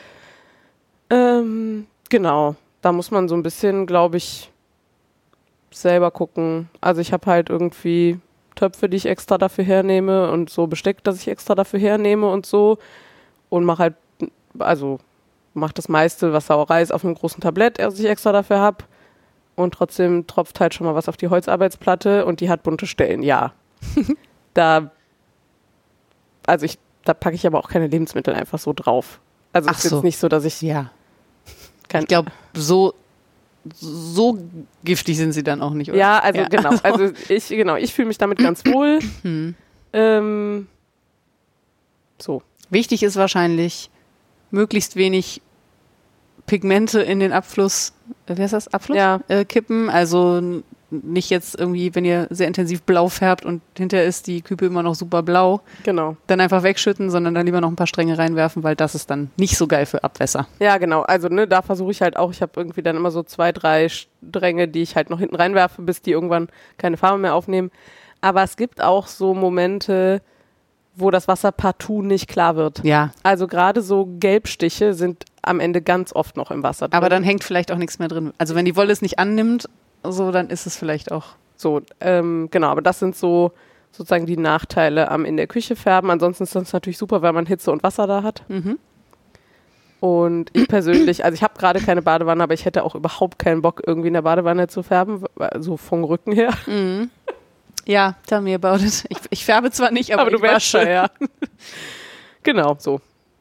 Genau, da muss man so ein bisschen, glaube ich, selber gucken. Also ich habe halt irgendwie Töpfe, die ich extra dafür hernehme und so Besteck, das ich extra dafür hernehme und so. Und mache halt, also mache das meiste, was Sauerei ist, auf einem großen Tablett, das ich extra dafür habe. Und trotzdem tropft halt schon mal was auf die Holzarbeitsplatte und die hat bunte Stellen, ja. Da packe ich aber auch keine Lebensmittel einfach so drauf. Also es ist jetzt nicht so, dass ich... Ja. Ich glaube, so giftig sind sie dann auch nicht, oder? Ja, also genau. Also ich fühle mich damit ganz wohl. So. Wichtig ist wahrscheinlich, möglichst wenig Pigmente in den Abfluss, wie heißt das, Abfluss? Ja. Kippen. Also nicht jetzt irgendwie, wenn ihr sehr intensiv blau färbt und hinterher ist die Küpe immer noch super blau, genau, dann einfach wegschütten, sondern dann lieber noch ein paar Stränge reinwerfen, weil das ist dann nicht so geil für Abwässer. Ja, genau. Also da versuche ich halt auch, ich habe irgendwie dann immer so 2-3 Stränge, die ich halt noch hinten reinwerfe, bis die irgendwann keine Farbe mehr aufnehmen. Aber es gibt auch so Momente, wo das Wasser partout nicht klar wird. Ja. Also gerade so Gelbstiche sind am Ende ganz oft noch im Wasser drin. Aber dann hängt vielleicht auch nichts mehr drin. Also wenn die Wolle es nicht annimmt, so, dann ist es vielleicht auch so. Genau, aber das sind so sozusagen die Nachteile am in der Küche färben. Ansonsten ist das natürlich super, weil man Hitze und Wasser da hat. Und ich persönlich, also ich habe gerade keine Badewanne, aber ich hätte auch überhaupt keinen Bock, irgendwie in der Badewanne zu färben, so vom Rücken her. Ja, tell me about it. Ich färbe zwar nicht, aber du wasche. Ja. Genau, so.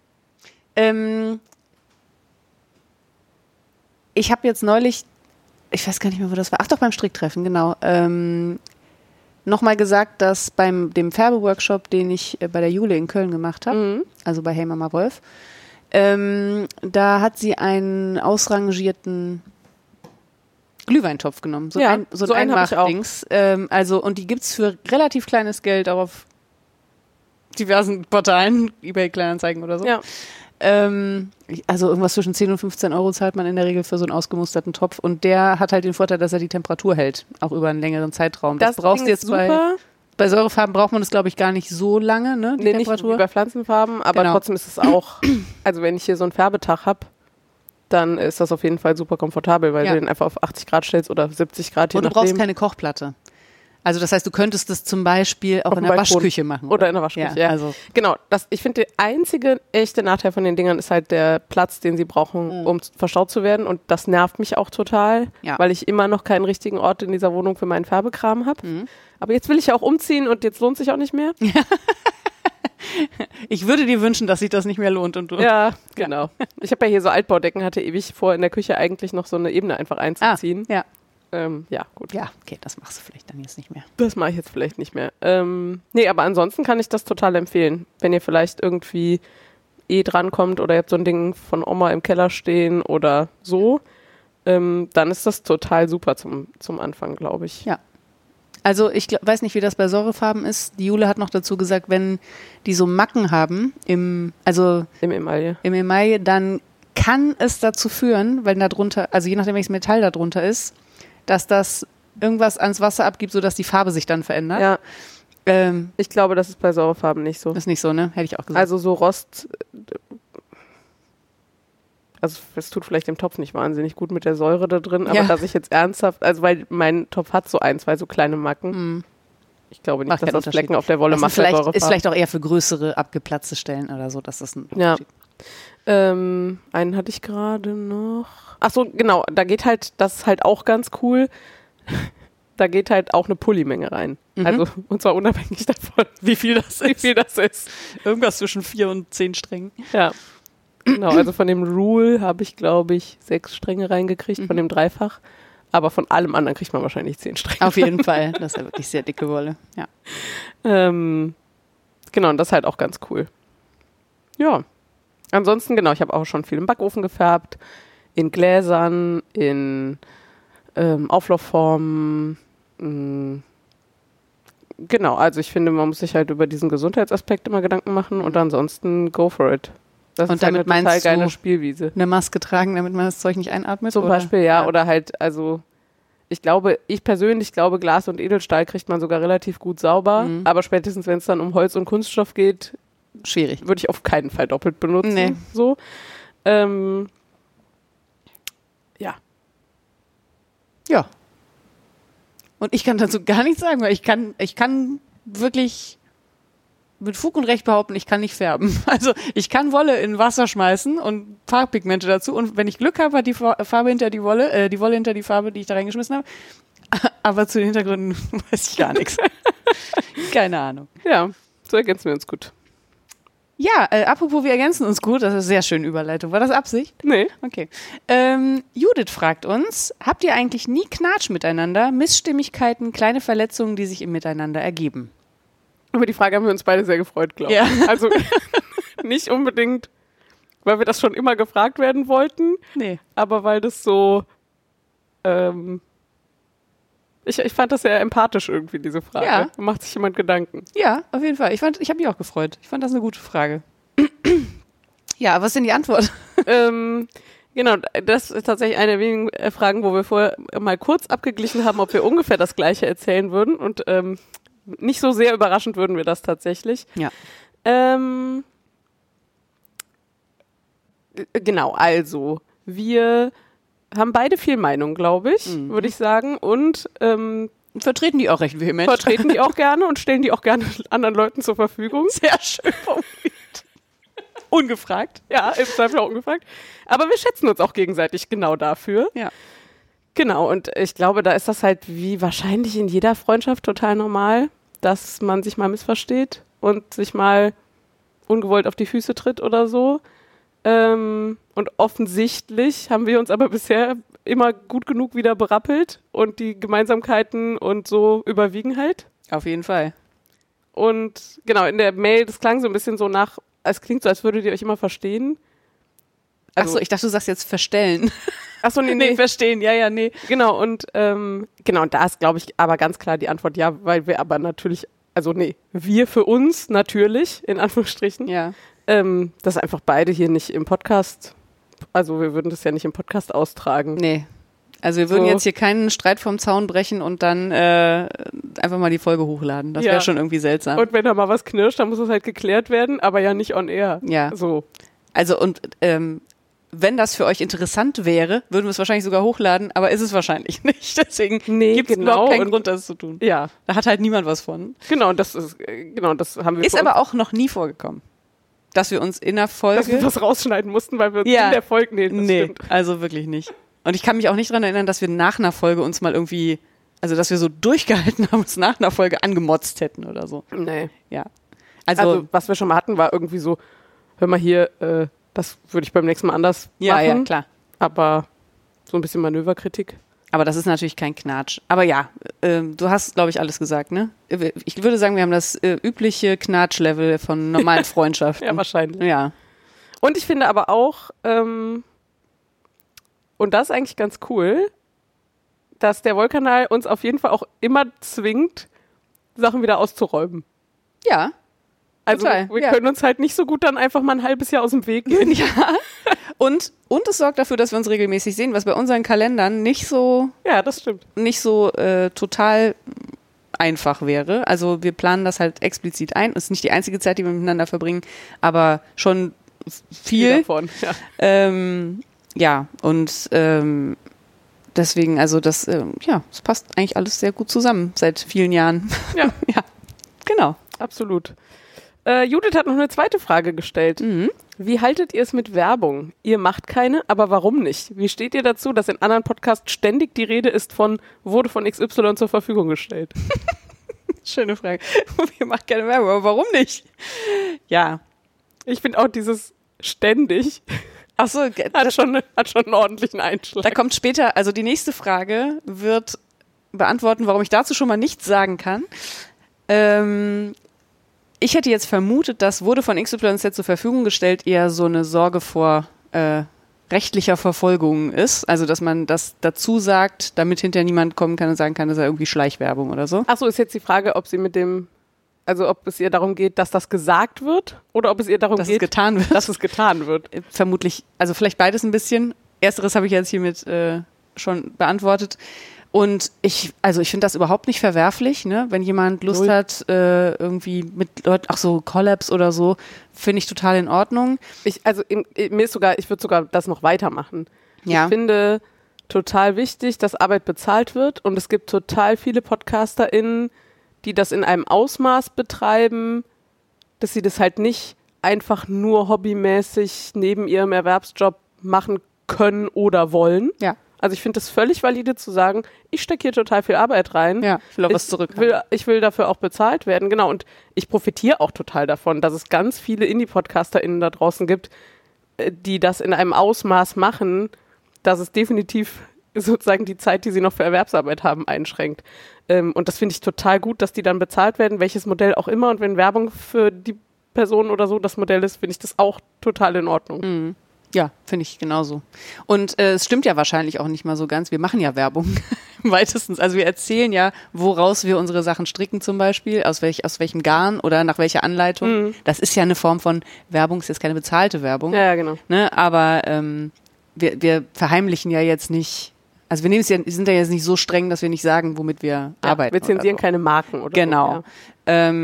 Ich habe jetzt neulich, ich weiß gar nicht mehr, wo das war, ach doch, beim Stricktreffen, genau, nochmal gesagt, dass beim dem Färbeworkshop, den ich bei der Jule in Köln gemacht habe, also bei Hey Mama Wolf, da hat sie einen ausrangierten Glühweintopf genommen, so ein Einmachdings. Und die gibt's für relativ kleines Geld auch auf diversen Portalen, eBay Kleinanzeigen oder so. Ja. Also irgendwas zwischen 10 und 15 Euro zahlt man in der Regel für so einen ausgemusterten Topf und der hat halt den Vorteil, dass er die Temperatur hält, auch über einen längeren Zeitraum. Das brauchst du jetzt super. Bei Säurefarben braucht man das, glaube ich, gar nicht so lange, ne? Die Temperatur. Nicht wie bei Pflanzenfarben, aber trotzdem ist es auch, also wenn ich hier so einen Färbetag habe, dann ist das auf jeden Fall super komfortabel, weil du den einfach auf 80 Grad stellst oder 70 Grad, je nachdem. Und du brauchst keine Kochplatte. Also das heißt, du könntest das zum Beispiel auch in der Waschküche machen. Oder in der Waschküche, ja. Also. Genau, ich finde, der einzige echte Nachteil von den Dingern ist halt der Platz, den sie brauchen, um verstaut zu werden. Und das nervt mich auch total, weil ich immer noch keinen richtigen Ort in dieser Wohnung für meinen Färbekram habe. Aber jetzt will ich ja auch umziehen und jetzt lohnt sich auch nicht mehr. Ich würde dir wünschen, dass sich das nicht mehr lohnt. Und du. Ja, genau. Ich habe ja hier so Altbaudecken, hatte ewig vor, in der Küche eigentlich noch so eine Ebene einfach einzuziehen. Ja. Ja, gut. Ja, okay, das machst du vielleicht dann jetzt nicht mehr. Das mache ich jetzt vielleicht nicht mehr. Nee, aber ansonsten kann ich das total empfehlen. Wenn ihr vielleicht irgendwie drankommt oder ihr habt so ein Ding von Oma im Keller stehen oder so, dann ist das total super zum Anfang, glaube ich. Ja. Also ich weiß nicht, wie das bei Säurefarben ist. Die Jule hat noch dazu gesagt, wenn die so Macken haben im Emaille, dann kann es dazu führen, weil da drunter, also je nachdem welches Metall da drunter ist, dass das irgendwas ans Wasser abgibt, sodass die Farbe sich dann verändert. Ja. Ich glaube, das ist bei Säurefarben nicht so. Das ist nicht so, ne? Hätte ich auch gesagt. Also so Rost, also es tut vielleicht dem Topf nicht wahnsinnig gut mit der Säure da drin, aber dass ich jetzt ernsthaft, also weil mein Topf hat so 2 so kleine Macken. Ich glaube nicht, dass das Flecken auf der Wolle macht. Ist vielleicht auch eher für größere abgeplatzte Stellen oder so, dass das ein Unterschied. Einen hatte ich gerade noch. Ach so, genau, da geht halt, das ist halt auch ganz cool, da geht halt auch eine Pullimenge rein. Also, und zwar unabhängig davon, wie viel das ist. Irgendwas zwischen 4 und 10 Strängen. Ja, genau, also von dem Rule habe ich, glaube ich, 6 Stränge reingekriegt, von dem Dreifach. Aber von allem anderen kriegt man wahrscheinlich 10 Stränge. Auf jeden Fall, das ist ja wirklich sehr dicke Wolle. Ja. Genau, und das ist halt auch ganz cool. Ja. Ansonsten, genau, ich habe auch schon viel im Backofen gefärbt, in Gläsern, in Auflaufformen. Genau, also ich finde, man muss sich halt über diesen Gesundheitsaspekt immer Gedanken machen und ansonsten go for it. Das und ist halt damit eine total meinst geile du Spielwiese. Eine Maske tragen, damit man das Zeug nicht einatmet? Zum Beispiel, ja, oder halt, also ich persönlich glaube, Glas und Edelstahl kriegt man sogar relativ gut sauber, aber spätestens, wenn es dann um Holz und Kunststoff geht, schwierig. Würde ich auf keinen Fall doppelt benutzen. Nee. So. Ja. Ja. Und ich kann dazu gar nichts sagen, weil ich kann wirklich mit Fug und Recht behaupten, ich kann nicht färben. Also ich kann Wolle in Wasser schmeißen und Farbpigmente dazu und wenn ich Glück habe, hat die Farbe hinter die Wolle hinter die Farbe, die ich da reingeschmissen habe. Aber zu den Hintergründen weiß ich gar nichts. Keine Ahnung. Ja, so ergänzen wir uns gut. Ja, apropos, wir ergänzen uns gut, das ist eine sehr schöne Überleitung. War das Absicht? Nee. Okay. Judith fragt uns, habt ihr eigentlich nie Knatsch miteinander, Missstimmigkeiten, kleine Verletzungen, die sich im Miteinander ergeben? Über die Frage haben wir uns beide sehr gefreut, glaube ich. Ja. Also nicht unbedingt, weil wir das schon immer gefragt werden wollten, aber weil das so, ich fand das sehr empathisch irgendwie, diese Frage. Ja. Da macht sich jemand Gedanken. Ja, auf jeden Fall. Ich habe mich auch gefreut. Ich fand das eine gute Frage. Ja, was ist denn die Antwort? Genau, das ist tatsächlich eine der wenigen Fragen, wo wir vorher mal kurz abgeglichen haben, ob wir ungefähr das Gleiche erzählen würden. Und nicht so sehr überraschend würden wir das tatsächlich. Ja. Genau, also wir haben beide viel Meinung, glaube ich, würde ich sagen. Und vertreten die auch recht vehement. Vertreten die auch gerne und stellen die auch gerne anderen Leuten zur Verfügung. Sehr schön formuliert. Ungefragt. Ja, im Zweifel auch ungefragt. Aber wir schätzen uns auch gegenseitig genau dafür. Ja. Genau, und ich glaube, da ist das halt wie wahrscheinlich in jeder Freundschaft total normal, dass man sich mal missversteht und sich mal ungewollt auf die Füße tritt oder so. Und offensichtlich haben wir uns aber bisher immer gut genug wieder berappelt und die Gemeinsamkeiten und so überwiegen halt. Auf jeden Fall. Und genau, in der Mail, das klang so ein bisschen so nach, es klingt so, als würdet ihr euch immer verstehen. Also, achso, ich dachte, du sagst jetzt verstellen. Achso, nee, verstehen, ja, nee. Genau, und genau, da ist, glaube ich, aber ganz klar die Antwort ja, weil wir aber natürlich, also nee, wir für uns natürlich, in Anführungsstrichen, ja. Das einfach beide hier nicht im Podcast, also wir würden das ja nicht im Podcast austragen. Nee, also wir würden jetzt hier keinen Streit vom Zaun brechen und dann einfach mal die Folge hochladen. Das wäre schon irgendwie seltsam. Und wenn da mal was knirscht, dann muss es halt geklärt werden, aber ja nicht on air. Ja. So. Also und wenn das für euch interessant wäre, würden wir es wahrscheinlich sogar hochladen, aber ist es wahrscheinlich nicht. Deswegen gibt es überhaupt keinen Grund, das zu tun. Ja. Da hat halt niemand was von. Genau, das haben wir. Ist aber auch noch nie vorgekommen, dass wir uns in der Folge... Dass wir das rausschneiden mussten, weil wir in der Folge... Nee, also wirklich nicht. Und ich kann mich auch nicht daran erinnern, dass wir nach einer Folge uns mal irgendwie... Also, dass wir so durchgehalten haben, uns nach einer Folge angemotzt hätten oder so. Nee. Ja. Also was wir schon mal hatten, war irgendwie so, hör mal hier, das würde ich beim nächsten Mal anders machen. Ja, klar. Aber so ein bisschen Manöverkritik. Aber das ist natürlich kein Knatsch. Aber ja, du hast, glaube ich, alles gesagt, ne? Ich würde sagen, wir haben das übliche Knatsch-Level von normalen Freundschaften. Ja, wahrscheinlich. Ja. Und ich finde aber auch, und das ist eigentlich ganz cool, dass der Wollkanal uns auf jeden Fall auch immer zwingt, Sachen wieder auszuräumen. Ja. Also total, wir können uns halt nicht so gut dann einfach mal ein halbes Jahr aus dem Weg gehen. Ja. Und es sorgt dafür, dass wir uns regelmäßig sehen, was bei unseren Kalendern nicht so total einfach wäre. Also wir planen das halt explizit ein. Es ist nicht die einzige Zeit, die wir miteinander verbringen, aber schon viel davon. Ja, deswegen, also das passt eigentlich alles sehr gut zusammen seit vielen Jahren. Ja, ja, genau. Absolut. Judith hat noch eine zweite Frage gestellt. Mhm. Wie haltet ihr es mit Werbung? Ihr macht keine, aber warum nicht? Wie steht ihr dazu, dass in anderen Podcasts ständig die Rede ist von, wurde von XY zur Verfügung gestellt? Schöne Frage. Wir machen keine Werbung, aber warum nicht? Ja. Ich finde auch dieses ständig Ach so, hat schon einen ordentlichen Einschlag. Da kommt später, also die nächste Frage wird beantworten, warum ich dazu schon mal nichts sagen kann. Ich hätte jetzt vermutet, dass wurde von XYZ zur Verfügung gestellt eher so eine Sorge vor rechtlicher Verfolgung ist. Also, dass man das dazu sagt, damit hinterher niemand kommen kann und sagen kann, das ist ja irgendwie Schleichwerbung oder so. Ach so, ist jetzt die Frage, ob es ihr darum geht, dass das gesagt wird oder ob es ihr darum geht, es getan wird. Dass es getan wird. Vermutlich, also vielleicht beides ein bisschen. Ersteres habe ich jetzt hiermit schon beantwortet. Und ich finde das überhaupt nicht verwerflich, ne? Wenn jemand Lust hat, irgendwie mit Leuten, Collabs oder so, finde ich total in Ordnung. Ich würde sogar das noch weitermachen. Ja. Ich finde total wichtig, dass Arbeit bezahlt wird und es gibt total viele PodcasterInnen, die das in einem Ausmaß betreiben, dass sie das halt nicht einfach nur hobbymäßig neben ihrem Erwerbsjob machen können oder wollen. Ja. Also ich finde es völlig valide zu sagen, ich stecke hier total viel Arbeit rein. Ja, ich will auch was zurück. Ich will dafür auch bezahlt werden, genau. Und ich profitiere auch total davon, dass es ganz viele Indie-PodcasterInnen da draußen gibt, die das in einem Ausmaß machen, dass es definitiv sozusagen die Zeit, die sie noch für Erwerbsarbeit haben, einschränkt. Und das finde ich total gut, dass die dann bezahlt werden, welches Modell auch immer. Und wenn Werbung für die Person oder so das Modell ist, finde ich das auch total in Ordnung. Mhm. Ja, finde ich genauso. Und es stimmt ja wahrscheinlich auch nicht mal so ganz. Wir machen ja Werbung weitestens. Also wir erzählen ja, woraus wir unsere Sachen stricken zum Beispiel, aus welchem Garn oder nach welcher Anleitung. Mhm. Das ist ja eine Form von Werbung, ist jetzt keine bezahlte Werbung. Ja, genau. Ne? Aber wir verheimlichen ja jetzt nicht, also wir sind ja jetzt nicht so streng, dass wir nicht sagen, womit wir arbeiten. Wir zensieren keine Marken oder genau. So. Ja.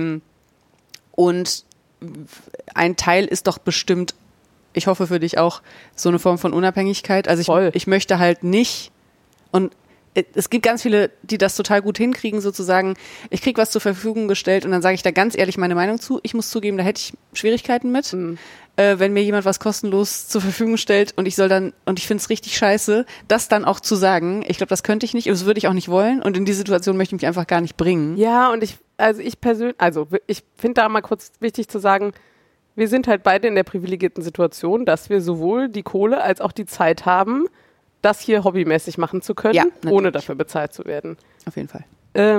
Und ein Teil ist doch bestimmt, ich hoffe für dich auch, so eine Form von Unabhängigkeit. Also ich möchte halt nicht, und es gibt ganz viele, die das total gut hinkriegen, sozusagen, ich kriege was zur Verfügung gestellt und dann sage ich da ganz ehrlich meine Meinung zu. Ich muss zugeben, da hätte ich Schwierigkeiten mit, wenn mir jemand was kostenlos zur Verfügung stellt und ich finde es richtig scheiße, das dann auch zu sagen. Ich glaube, das könnte ich nicht, das würde ich auch nicht wollen und in die Situation möchte ich mich einfach gar nicht bringen. Ja, und ich finde da mal kurz wichtig zu sagen, wir sind halt beide in der privilegierten Situation, dass wir sowohl die Kohle als auch die Zeit haben, das hier hobbymäßig machen zu können, ohne dafür bezahlt zu werden. Auf jeden Fall.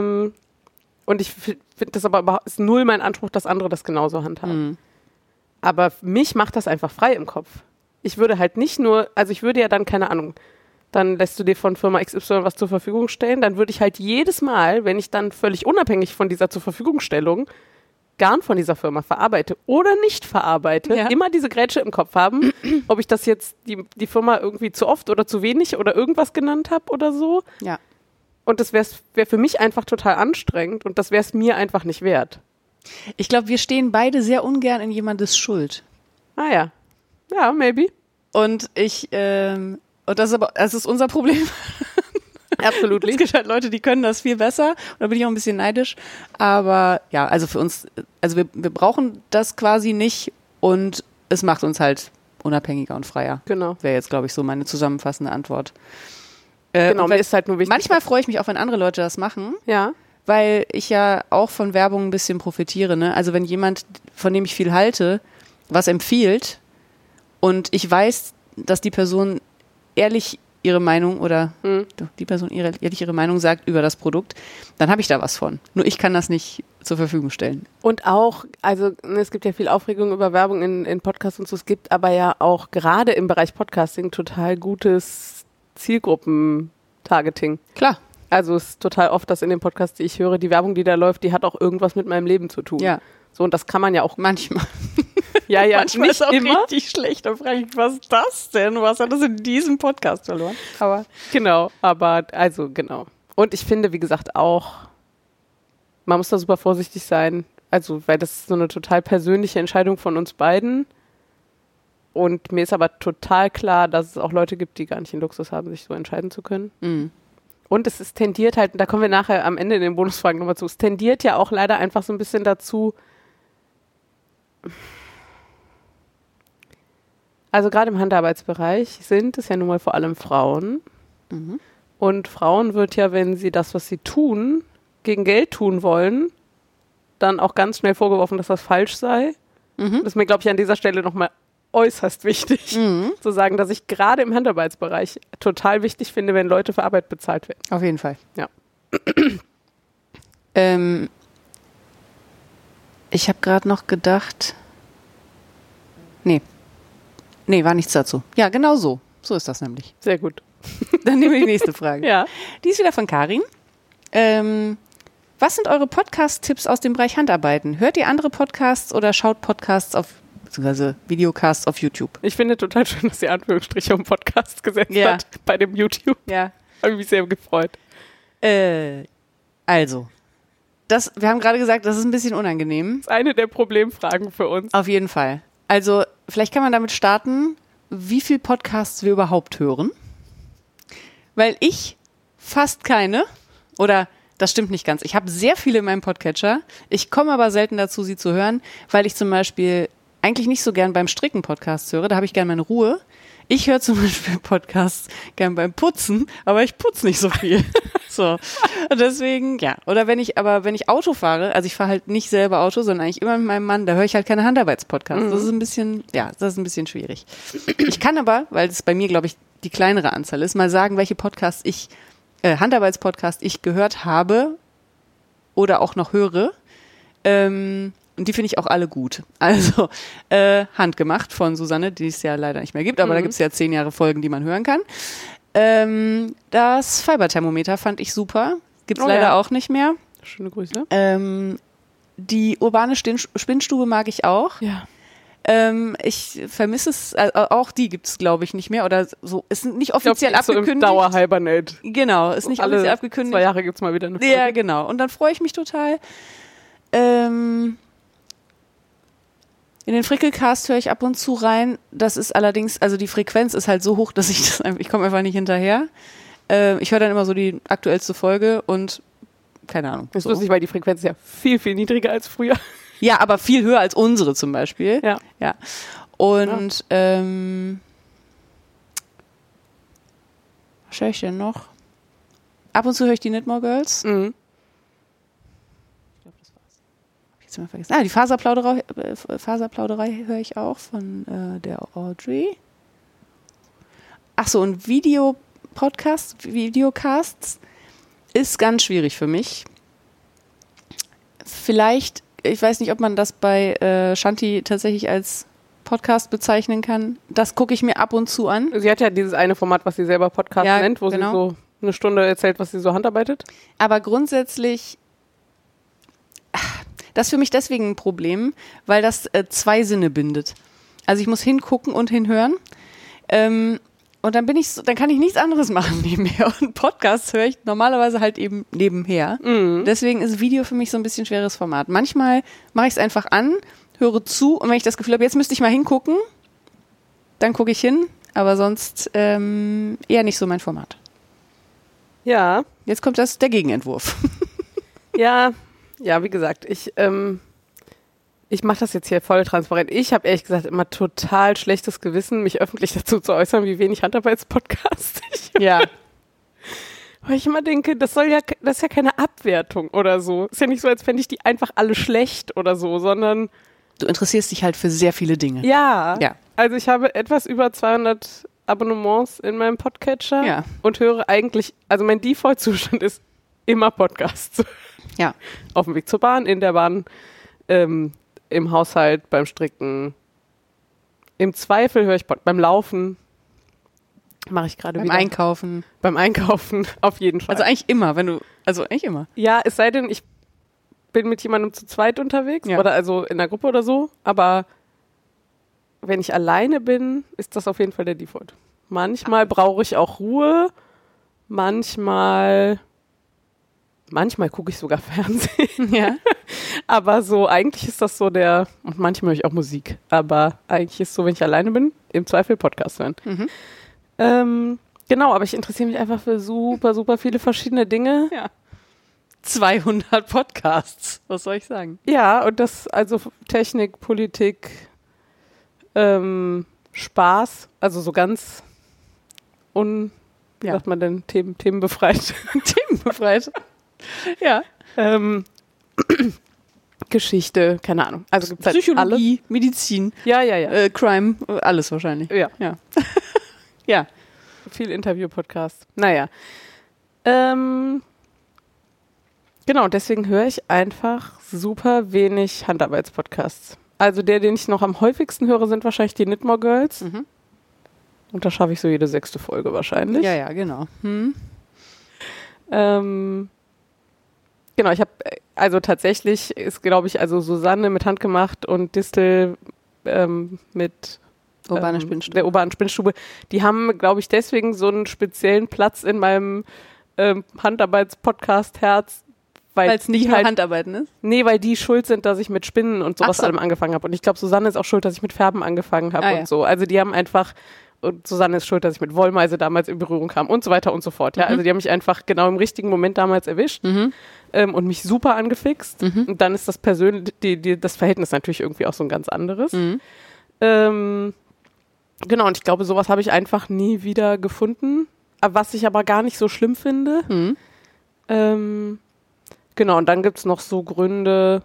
Und ich finde das aber ist null mein Anspruch, dass andere das genauso handhaben. Mhm. Aber mich macht das einfach frei im Kopf. Ich würde halt nicht nur, also ich würde ja dann, keine Ahnung, dann lässt du dir von Firma XY was zur Verfügung stellen, dann würde ich halt jedes Mal, wenn ich dann völlig unabhängig von dieser zur Verfügungstellung Garn von dieser Firma verarbeite oder nicht verarbeite, immer diese Grätsche im Kopf haben, ob ich das jetzt die Firma irgendwie zu oft oder zu wenig oder irgendwas genannt habe oder so. Ja. Und das wäre für mich einfach total anstrengend und das wäre es mir einfach nicht wert. Ich glaube, wir stehen beide sehr ungern in jemandes Schuld. Ah ja. Ja, maybe. Und das ist unser Problem. Absolut. Es gibt halt Leute, die können das viel besser. Und da bin ich auch ein bisschen neidisch. Aber ja, also für uns, also wir brauchen das quasi nicht und es macht uns halt unabhängiger und freier. Genau. Wäre jetzt, glaube ich, so meine zusammenfassende Antwort. Genau, mir ist halt nur wichtig. Manchmal freue ich mich auch, wenn andere Leute das machen. Ja. Weil ich ja auch von Werbung ein bisschen profitiere. Ne? Also wenn jemand, von dem ich viel halte, was empfiehlt und ich weiß, dass die Person ehrlich ihre Meinung oder die Person ehrlich ihre Meinung sagt über das Produkt, dann habe ich da was von. Nur ich kann das nicht zur Verfügung stellen. Und auch, also es gibt ja viel Aufregung über Werbung in Podcasts und so, es gibt aber ja auch gerade im Bereich Podcasting total gutes Zielgruppen-Targeting. Klar. Also es ist total oft, dass in den Podcasts, die ich höre, die Werbung, die da läuft, die hat auch irgendwas mit meinem Leben zu tun. Ja. So, und das kann man ja auch manchmal. Ja, manchmal nicht ist auch immer. richtig schlecht. Da frage ich, was ist das denn? Was hat das in diesem Podcast verloren? Aber genau, genau. Und ich finde, wie gesagt, auch, man muss da super vorsichtig sein. Also, weil das ist so eine total persönliche Entscheidung von uns beiden. Und mir ist aber total klar, dass es auch Leute gibt, die gar nicht den Luxus haben, sich so entscheiden zu können. Mhm. Und es tendiert halt, da kommen wir nachher am Ende in den Bonusfragen nochmal zu, es tendiert ja auch leider einfach so ein bisschen dazu, also gerade im Handarbeitsbereich sind es ja nun mal vor allem Frauen. Mhm. Und Frauen wird ja, wenn sie das, was sie tun, gegen Geld tun wollen, dann auch ganz schnell vorgeworfen, dass das falsch sei. Das ist mir, glaube ich, an dieser Stelle nochmal äußerst wichtig, zu sagen, dass ich gerade im Handarbeitsbereich total wichtig finde, wenn Leute für Arbeit bezahlt werden. Auf jeden Fall. Ja. Ich habe gerade noch gedacht, nee, war nichts dazu. Ja, genau so. So ist das nämlich. Sehr gut. Dann nehmen wir die nächste Frage. Ja. Die ist wieder von Karin. Was sind eure Podcast-Tipps aus dem Bereich Handarbeiten? Hört ihr andere Podcasts oder schaut Podcasts beziehungsweise Videocasts auf YouTube? Ich finde total schön, dass ihr Anführungsstriche um Podcast gesetzt hat bei dem YouTube. Ja. Habe mich sehr gefreut. Also, wir haben gerade gesagt, das ist ein bisschen unangenehm. Das ist eine der Problemfragen für uns. Auf jeden Fall. Also, vielleicht kann man damit starten, wie viel Podcasts wir überhaupt hören. Weil ich fast keine, oder das stimmt nicht ganz. Ich habe sehr viele in meinem Podcatcher. Ich komme aber selten dazu, sie zu hören, weil ich zum Beispiel eigentlich nicht so gern beim Stricken Podcasts höre. Da habe ich gern meine Ruhe. Ich höre zum Beispiel Podcasts gern beim Putzen, aber ich putze nicht so viel. So. Und deswegen, ja. Oder wenn ich Auto fahre, also ich fahre halt nicht selber Auto, sondern eigentlich immer mit meinem Mann, da höre ich halt keine Handarbeitspodcasts. Das ist ein bisschen schwierig. Ich kann aber, weil es bei mir, glaube ich, die kleinere Anzahl ist, mal sagen, welche Podcasts Handarbeitspodcasts ich gehört habe oder auch noch höre. Und die finde ich auch alle gut. Also Handgemacht von Susanne, die es ja leider nicht mehr gibt, aber da gibt es ja 10 Jahre Folgen, die man hören kann. Das Fiberthermometer fand ich super. Gibt es leider auch nicht mehr. Schöne Grüße. Die urbane Spinnstube mag ich auch. Ja. Ich vermisse es, auch die gibt es, glaube ich, nicht mehr. Oder so, ist nicht offiziell abgekündigt. So im Dauer-Hibernate. Genau, ist nicht offiziell abgekündigt. 2 Jahre gibt es mal wieder eine Folge. Ja, genau. Und dann freue ich mich total. In den Frickelcast höre ich ab und zu rein. Das ist allerdings, also die Frequenz ist halt so hoch, dass ich komme einfach nicht hinterher. Ich höre dann immer so die aktuellste Folge und keine Ahnung. Das ist lustig, weil die Frequenz ist ja viel, viel niedriger als früher. Ja, aber viel höher als unsere zum Beispiel. Ja. Und was höre ich denn noch? Ab und zu höre ich die Knitmore Girls. Mhm. Ich glaube, das war's. Hab ich jetzt mal vergessen. Die Faserplauderei höre ich auch von der Audrey. Ach so, und Videocasts ist ganz schwierig für mich. Vielleicht, ich weiß nicht, ob man das bei Shanti tatsächlich als Podcast bezeichnen kann. Das gucke ich mir ab und zu an. Sie hat ja dieses eine Format, was sie selber Podcast nennt, wo sie so eine Stunde erzählt, was sie so handarbeitet. Aber grundsätzlich, das ist für mich deswegen ein Problem, weil das 2 Sinne bindet. Also ich muss hingucken und hinhören. Und dann kann ich nichts anderes machen nebenher. Und Podcasts höre ich normalerweise halt eben nebenher. Mhm. Deswegen ist Video für mich so ein bisschen schweres Format. Manchmal mache ich es einfach an, höre zu und wenn ich das Gefühl habe, jetzt müsste ich mal hingucken, dann gucke ich hin. aber sonst eher nicht so mein Format. Ja. Jetzt kommt der Gegenentwurf. Ja, wie gesagt, ich mache das jetzt hier voll transparent. Ich habe ehrlich gesagt immer total schlechtes Gewissen, mich öffentlich dazu zu äußern, wie wenig Handarbeitspodcast ich höre. Ja. Weil ich immer denke, das ist ja keine Abwertung oder so. Ist ja nicht so, als fände ich die einfach alle schlecht oder so, sondern... Du interessierst dich halt für sehr viele Dinge. Ja. Also ich habe etwas über 200 Abonnements in meinem Podcatcher und höre eigentlich, also mein Default-Zustand ist immer Podcasts. Ja. Auf dem Weg zur Bahn, in der Bahn, im Haushalt, beim Stricken. Im Zweifel höre ich beim Laufen. Mache ich gerade wieder. Beim Einkaufen, auf jeden Fall. Also eigentlich immer, eigentlich immer. Ja, es sei denn, ich bin mit jemandem zu zweit unterwegs oder also in einer Gruppe oder so, aber wenn ich alleine bin, ist das auf jeden Fall der Default. Manchmal brauche ich auch Ruhe, manchmal gucke ich sogar Fernsehen. Ja. Aber so, eigentlich ist das so und manchmal höre ich auch Musik, aber eigentlich ist es so, wenn ich alleine bin, im Zweifel Podcast hören. Genau, aber ich interessiere mich einfach für super, super viele verschiedene Dinge. Ja. 200 Podcasts, was soll ich sagen? Ja, und das, also Technik, Politik, Spaß, also so ganz wie sagt man denn, themenbefreit. Themenbefreit. Ja. Geschichte, keine Ahnung. Also gibt's Psychologie, alles. Medizin, Ja. Crime, alles wahrscheinlich. Ja. Ja. Viel Interview-Podcast. Naja. Genau, deswegen höre ich einfach super wenig Handarbeitspodcasts. Also den ich noch am häufigsten höre, sind wahrscheinlich die Knitmore Girls. Und da schaffe ich so jede 6. Folge wahrscheinlich. Ja, genau. Genau, ich habe, also tatsächlich ist, glaube ich, also Susanne mit Handgemacht und Distel mit Urbane Spinnstube. Der urbanen Spinnstube. Die haben, glaube ich, deswegen so einen speziellen Platz in meinem Handarbeitspodcast-Herz. Weil es nicht nur Handarbeiten ist? Nee, weil die schuld sind, dass ich mit Spinnen und sowas allem angefangen habe. Und ich glaube, Susanne ist auch schuld, dass ich mit Färben angefangen habe und so. Also die haben einfach, und Susanne ist schuld, dass ich mit Wollmeise damals in Berührung kam und so weiter und so fort. Ja? Also die haben mich einfach genau im richtigen Moment damals erwischt und mich super angefixt. Und dann ist das das Verhältnis natürlich irgendwie auch so ein ganz anderes. Genau, und ich glaube, sowas habe ich einfach nie wieder gefunden, was ich aber gar nicht so schlimm finde. Genau, und dann gibt es noch so Gründe.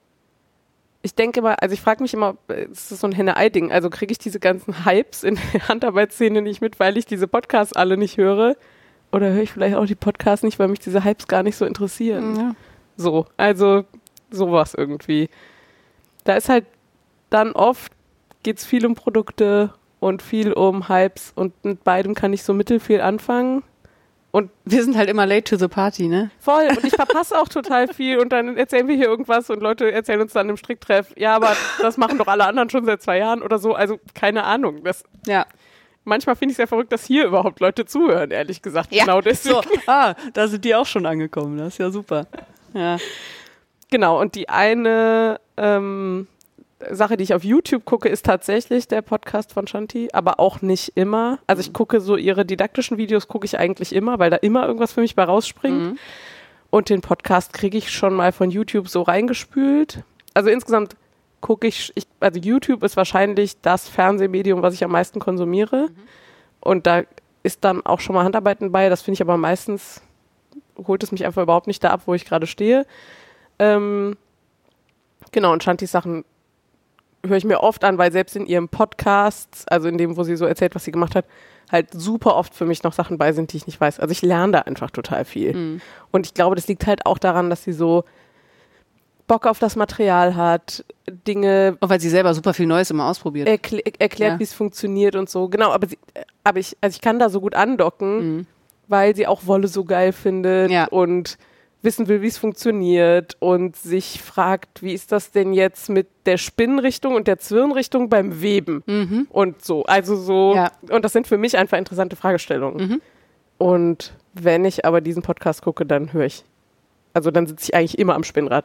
Ich denke immer, also ich frage mich immer, ist das so ein Henne-Ei-Ding? Also kriege ich diese ganzen Hypes in der Handarbeitsszene nicht mit, weil ich diese Podcasts alle nicht höre? Oder höre ich vielleicht auch die Podcasts nicht, weil mich diese Hypes gar nicht so interessieren? Ja. So, also sowas irgendwie. Da ist halt dann oft, geht es viel um Produkte und viel um Hypes und mit beidem kann ich so mittelfiel anfangen. Und wir sind halt immer late to the party, ne? Voll. Und ich verpasse auch total viel und dann erzählen wir hier irgendwas und Leute erzählen uns dann im Stricktreff, ja, aber das machen doch alle anderen schon seit 2 Jahren oder so. Also keine Ahnung. Manchmal finde ich es ja verrückt, dass hier überhaupt Leute zuhören, ehrlich gesagt. Ja, genau deswegen. So, da sind die auch schon angekommen. Das ist ja super. Ja. Genau. Und die eine Sache, die ich auf YouTube gucke, ist tatsächlich der Podcast von Shanti, aber auch nicht immer. Also ich gucke so ihre didaktischen Videos, gucke ich eigentlich immer, weil da immer irgendwas für mich bei rausspringt. Und den Podcast kriege ich schon mal von YouTube so reingespült. Also insgesamt gucke also YouTube ist wahrscheinlich das Fernsehmedium, was ich am meisten konsumiere. Und da ist dann auch schon mal Handarbeiten bei. Das finde ich aber meistens, holt es mich einfach überhaupt nicht da ab, wo ich gerade stehe. Genau, und Shantis Sachen höre ich mir oft an, weil selbst in ihrem Podcast, also in dem, wo sie so erzählt, was sie gemacht hat, halt super oft für mich noch Sachen bei sind, die ich nicht weiß. Also ich lerne da einfach total viel. Und ich glaube, das liegt halt auch daran, dass sie so Bock auf das Material hat, Dinge... Auch weil sie selber super viel Neues immer ausprobiert. Erklärt, wie es funktioniert und so. Genau, aber ich kann da so gut andocken, weil sie auch Wolle so geil findet und wissen will, wie es funktioniert und sich fragt, wie ist das denn jetzt mit der Spinnenrichtung und der Zwirnrichtung beim Weben und so. Also so, und das sind für mich einfach interessante Fragestellungen. Und wenn ich aber diesen Podcast gucke, dann dann sitze ich eigentlich immer am Spinnrad.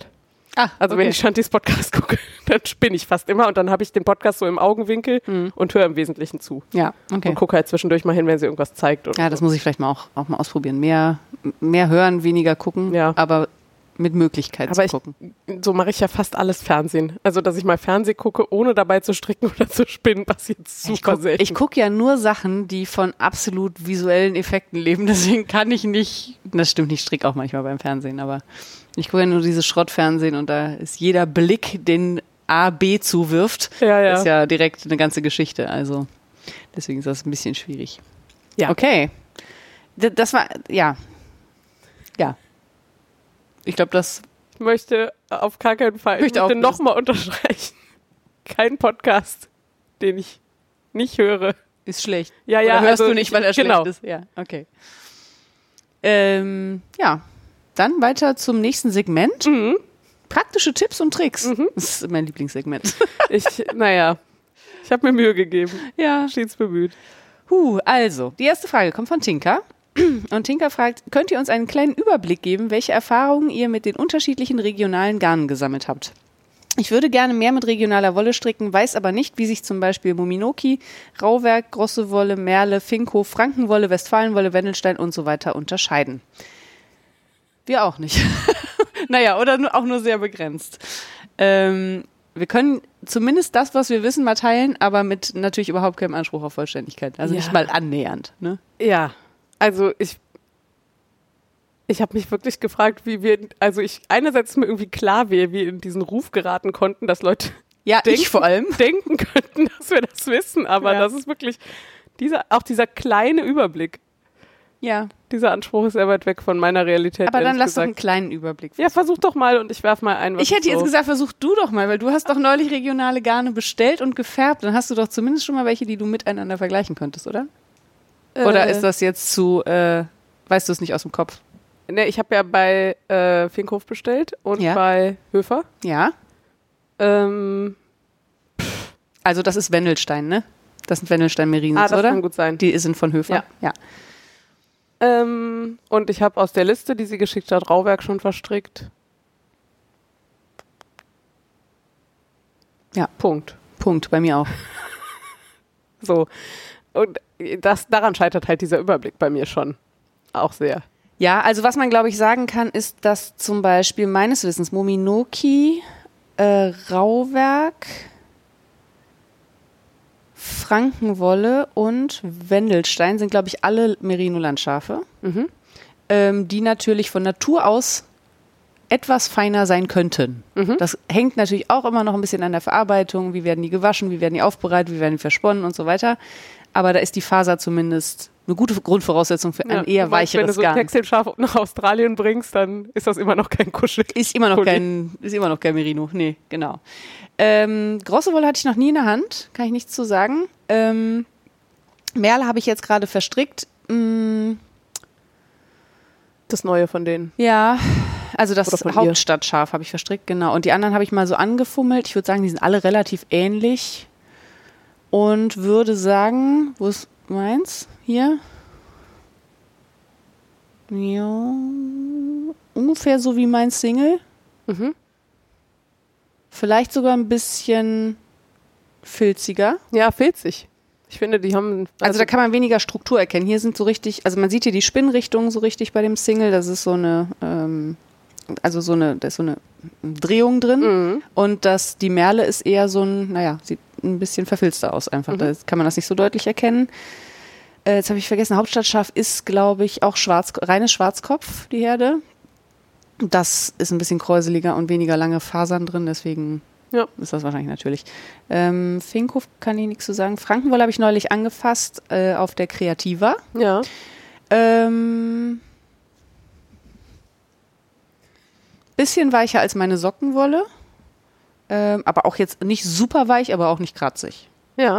Ah, Also wenn ich Shantys Podcast gucke, dann spinne ich fast immer und dann habe ich den Podcast so im Augenwinkel und höre im Wesentlichen zu. Ja, okay. Und gucke halt zwischendurch mal hin, wenn sie irgendwas zeigt. Oder Ja, das muss ich vielleicht mal auch mal ausprobieren. Mehr hören, weniger gucken, aber mit Möglichkeit zu gucken. So mache ich ja fast alles Fernsehen. Also, dass ich mal Fernsehen gucke, ohne dabei zu stricken oder zu spinnen, passiert super selten. Ich gucke ja nur Sachen, die von absolut visuellen Effekten leben. Deswegen kann ich nicht, das stimmt, ich stricke auch manchmal beim Fernsehen, aber ich gucke ja nur dieses Schrottfernsehen und da ist jeder Blick, den A, B zuwirft, ist ja direkt eine ganze Geschichte. Also, deswegen ist das ein bisschen schwierig. Ja. Okay. Das war, ja. Ich glaube, das Ich möchte auf gar keinen Fall, ich möchte nochmal unterstreichen, kein Podcast, den ich nicht höre. Ist schlecht. Ja, Oder hörst also du nicht, weil er schlecht ist? Ja, okay. Ja, dann weiter zum nächsten Segment. Praktische Tipps und Tricks. Das ist mein Lieblingssegment. Ich habe mir Mühe gegeben. Ja. Stets bemüht. Also, die erste Frage kommt von Tinka. Und Tinka fragt, könnt ihr uns einen kleinen Überblick geben, welche Erfahrungen ihr mit den unterschiedlichen regionalen Garnen gesammelt habt? Ich würde gerne mehr mit regionaler Wolle stricken, weiß aber nicht, wie sich zum Beispiel Mominoki, Rauwerk, Grosse Wolle, Merle, Finkhof, Frankenwolle, Westfalenwolle, Wendelstein und so weiter unterscheiden. Wir auch nicht. Naja, oder auch nur sehr begrenzt. Wir können zumindest das, was wir wissen, mal teilen, aber mit natürlich überhaupt keinem Anspruch auf Vollständigkeit. Also nicht mal annähernd. Ne? Ja, also ich habe mich wirklich gefragt, einerseits ist mir irgendwie klar, wie wir in diesen Ruf geraten konnten, dass Leute vor allem denken könnten, dass wir das wissen, aber das ist wirklich dieser kleine Überblick. Ja. Dieser Anspruch ist sehr weit weg von meiner Realität. Aber dann lass doch einen kleinen Überblick. Ja, versuch doch mal und ich werf mal ein. Ich hätte jetzt gesagt, versuch du doch mal, weil du hast doch neulich regionale Garne bestellt und gefärbt. Dann hast du doch zumindest schon mal welche, die du miteinander vergleichen könntest, oder? Oder ist das jetzt weißt du es nicht aus dem Kopf? Ne, ich habe ja bei Finkhof bestellt und bei Höfer. Ja. Also das ist Wendelstein, ne? Das sind Wendelstein-Merinos, oder? Das kann gut sein. Die sind von Höfer. Ja. Und ich habe aus der Liste, die sie geschickt hat, Rauwerk schon verstrickt. Ja. Punkt, bei mir auch. So. Und daran scheitert halt dieser Überblick bei mir schon auch sehr. Ja, also was man, glaube ich, sagen kann, ist, dass zum Beispiel meines Wissens Mominoki, Rauwerk, Frankenwolle und Wendelstein sind, glaube ich, alle Merino-Landschafe, die natürlich von Natur aus etwas feiner sein könnten. Das hängt natürlich auch immer noch ein bisschen an der Verarbeitung, wie werden die gewaschen, wie werden die aufbereitet, wie werden die versponnen und so weiter. Aber da ist die Faser zumindest eine gute Grundvoraussetzung für ein eher weicheres Garn. Wenn du so ein Textilschaf nach Australien bringst, dann ist das immer noch kein Kuschel. Ist immer noch kein Merino. Nee, genau. Grosse Wolle hatte ich noch nie in der Hand, kann ich nichts zu sagen. Merle habe ich jetzt gerade verstrickt. Das Neue von denen. Ja, also das Hauptstadtschaf habe ich verstrickt, genau. Und die anderen habe ich mal so angefummelt. Ich würde sagen, die sind alle relativ ähnlich. Und würde sagen, wo ist meins? Hier. Ja, ungefähr so wie mein Single. Vielleicht sogar ein bisschen filziger. Ja, filzig. Ich finde, die haben... Also da kann man weniger Struktur erkennen. Hier sind so richtig, also man sieht hier die Spinnrichtung so richtig bei dem Single. Das ist so eine, da ist so eine Drehung drin. Und die Merle ist eher so sieht ein bisschen verfilzter aus einfach. Da kann man das nicht so deutlich erkennen. Jetzt habe ich vergessen, Hauptstadtschaf ist, glaube ich, auch reines Schwarzkopf, die Herde. Das ist ein bisschen kräuseliger und weniger lange Fasern drin, deswegen ist das wahrscheinlich natürlich. Finkhof kann ich nichts zu sagen. Frankenwolle habe ich neulich angefasst auf der Creativa. Ja. Bisschen weicher als meine Sockenwolle. Aber auch jetzt nicht super weich, aber auch nicht kratzig. Ja.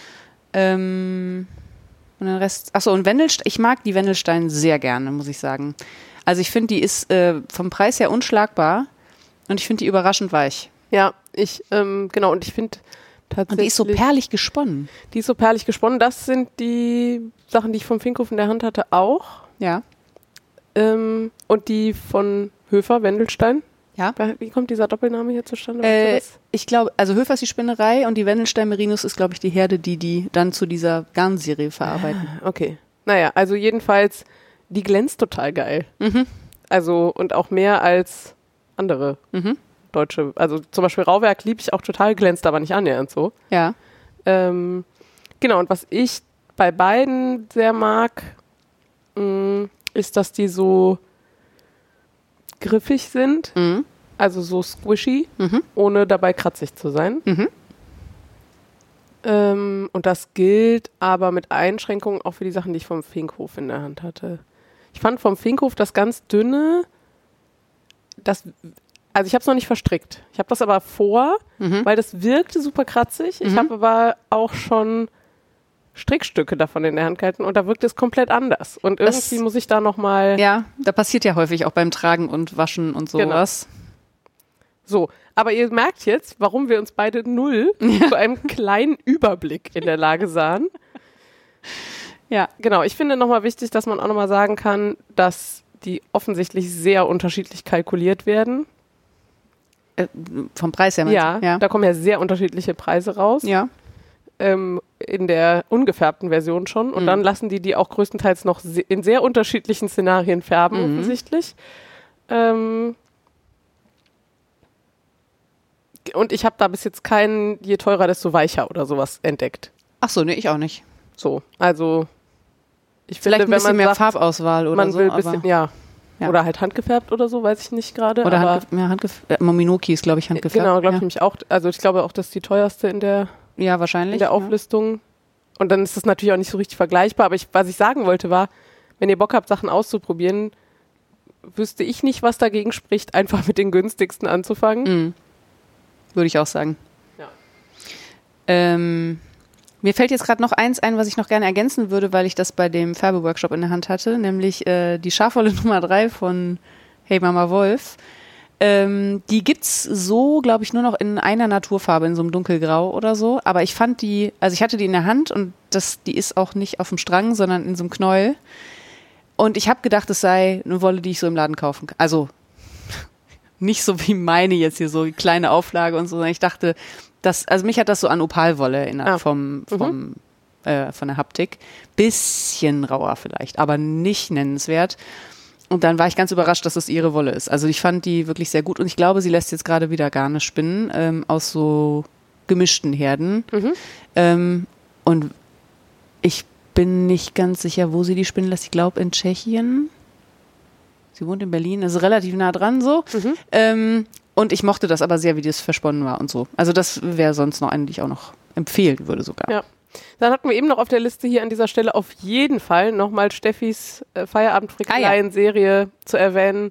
Und den Rest, und Wendelstein, ich mag die Wendelstein sehr gerne, muss ich sagen. Also ich finde, die ist vom Preis her unschlagbar und ich finde die überraschend weich. Ja, genau, und ich finde tatsächlich... Und die ist so perlig gesponnen. Das sind die Sachen, die ich vom Finkhof in der Hand hatte, auch. Ja. Und die von Höfer, Wendelstein, Ja. Wie kommt dieser Doppelname hier zustande? Ich glaube, also Höfer ist die Spinnerei und die Wendelstein Merinos ist, glaube ich, die Herde, die dann zu dieser Garnserie verarbeiten. Okay. Naja, also jedenfalls, die glänzt total geil. Mhm. Also, und auch mehr als andere deutsche. Also zum Beispiel Rauwerk liebe ich auch total, glänzt aber nicht annähernd so. Ja. Genau, und was ich bei beiden sehr mag, ist, dass die so griffig sind, also so squishy, ohne dabei kratzig zu sein. Und das gilt aber mit Einschränkungen auch für die Sachen, die ich vom Finkhof in der Hand hatte. Ich fand vom Finkhof das ganz dünne, also ich habe es noch nicht verstrickt. Ich habe das aber vor, weil das wirkte super kratzig. Ich habe aber auch schon Strickstücke davon in der Hand gehalten und da wirkt es komplett anders. Und irgendwie muss ich da nochmal... Ja, da passiert ja häufig auch beim Tragen und Waschen und sowas. Genau. So, aber ihr merkt jetzt, warum wir uns beide null zu einem kleinen Überblick in der Lage sahen. Ja. Genau, ich finde nochmal wichtig, dass man auch nochmal sagen kann, dass die offensichtlich sehr unterschiedlich kalkuliert werden. Vom Preis her meinst du? Ja, da kommen ja sehr unterschiedliche Preise raus. Ja. In der ungefärbten Version schon. Und dann lassen die auch größtenteils noch in sehr unterschiedlichen Szenarien färben, offensichtlich. Und ich habe da bis jetzt keinen, je teurer, desto weicher oder sowas entdeckt. Ach so, nee, ich auch nicht. So, also ich Vielleicht finde, ein bisschen mehr Farbauswahl oder man so. will ein bisschen, ja. Oder halt handgefärbt oder so, weiß ich nicht gerade. Oder Mominoki ist, glaube ich, handgefärbt. Genau, glaube ich nämlich auch. Also ich glaube auch, das ist die teuerste in der, wahrscheinlich, in der Auflistung. Und dann ist das natürlich auch nicht so richtig vergleichbar. Aber was ich sagen wollte war, wenn ihr Bock habt, Sachen auszuprobieren, wüsste ich nicht, was dagegen spricht, einfach mit den günstigsten anzufangen. Würde ich auch sagen. Ja. Mir fällt jetzt gerade noch eins ein, was ich noch gerne ergänzen würde, weil ich das bei dem Färbeworkshop in der Hand hatte, nämlich die Schafwolle Nummer 3 von Hey Mama Wolf. Die gibt's so, glaube ich, nur noch in einer Naturfarbe, in so einem dunkelgrau oder so. Aber ich fand die, also ich hatte die in der Hand und die ist auch nicht auf dem Strang, sondern in so einem Knäuel. Und ich habe gedacht, es sei eine Wolle, die ich so im Laden kaufen kann. Also nicht so wie meine jetzt hier, so eine kleine Auflage und so, sondern ich dachte, also mich hat das so an Opalwolle erinnert von der Haptik. Bisschen rauer vielleicht, aber nicht nennenswert. Und dann war ich ganz überrascht, dass es ihre Wolle ist. Also ich fand die wirklich sehr gut und ich glaube, sie lässt jetzt gerade wieder Garne spinnen aus so gemischten Herden. Und ich bin nicht ganz sicher, wo sie die spinnen lässt. Ich glaube in Tschechien. Sie wohnt in Berlin, also relativ nah dran so. Und ich mochte das aber sehr, wie das versponnen war und so. Also das wäre sonst noch eine, die ich auch noch empfehlen würde sogar. Ja. Dann hatten wir eben noch auf der Liste hier an dieser Stelle auf jeden Fall nochmal Steffis Feierabend-Frickeleien-Serie zu erwähnen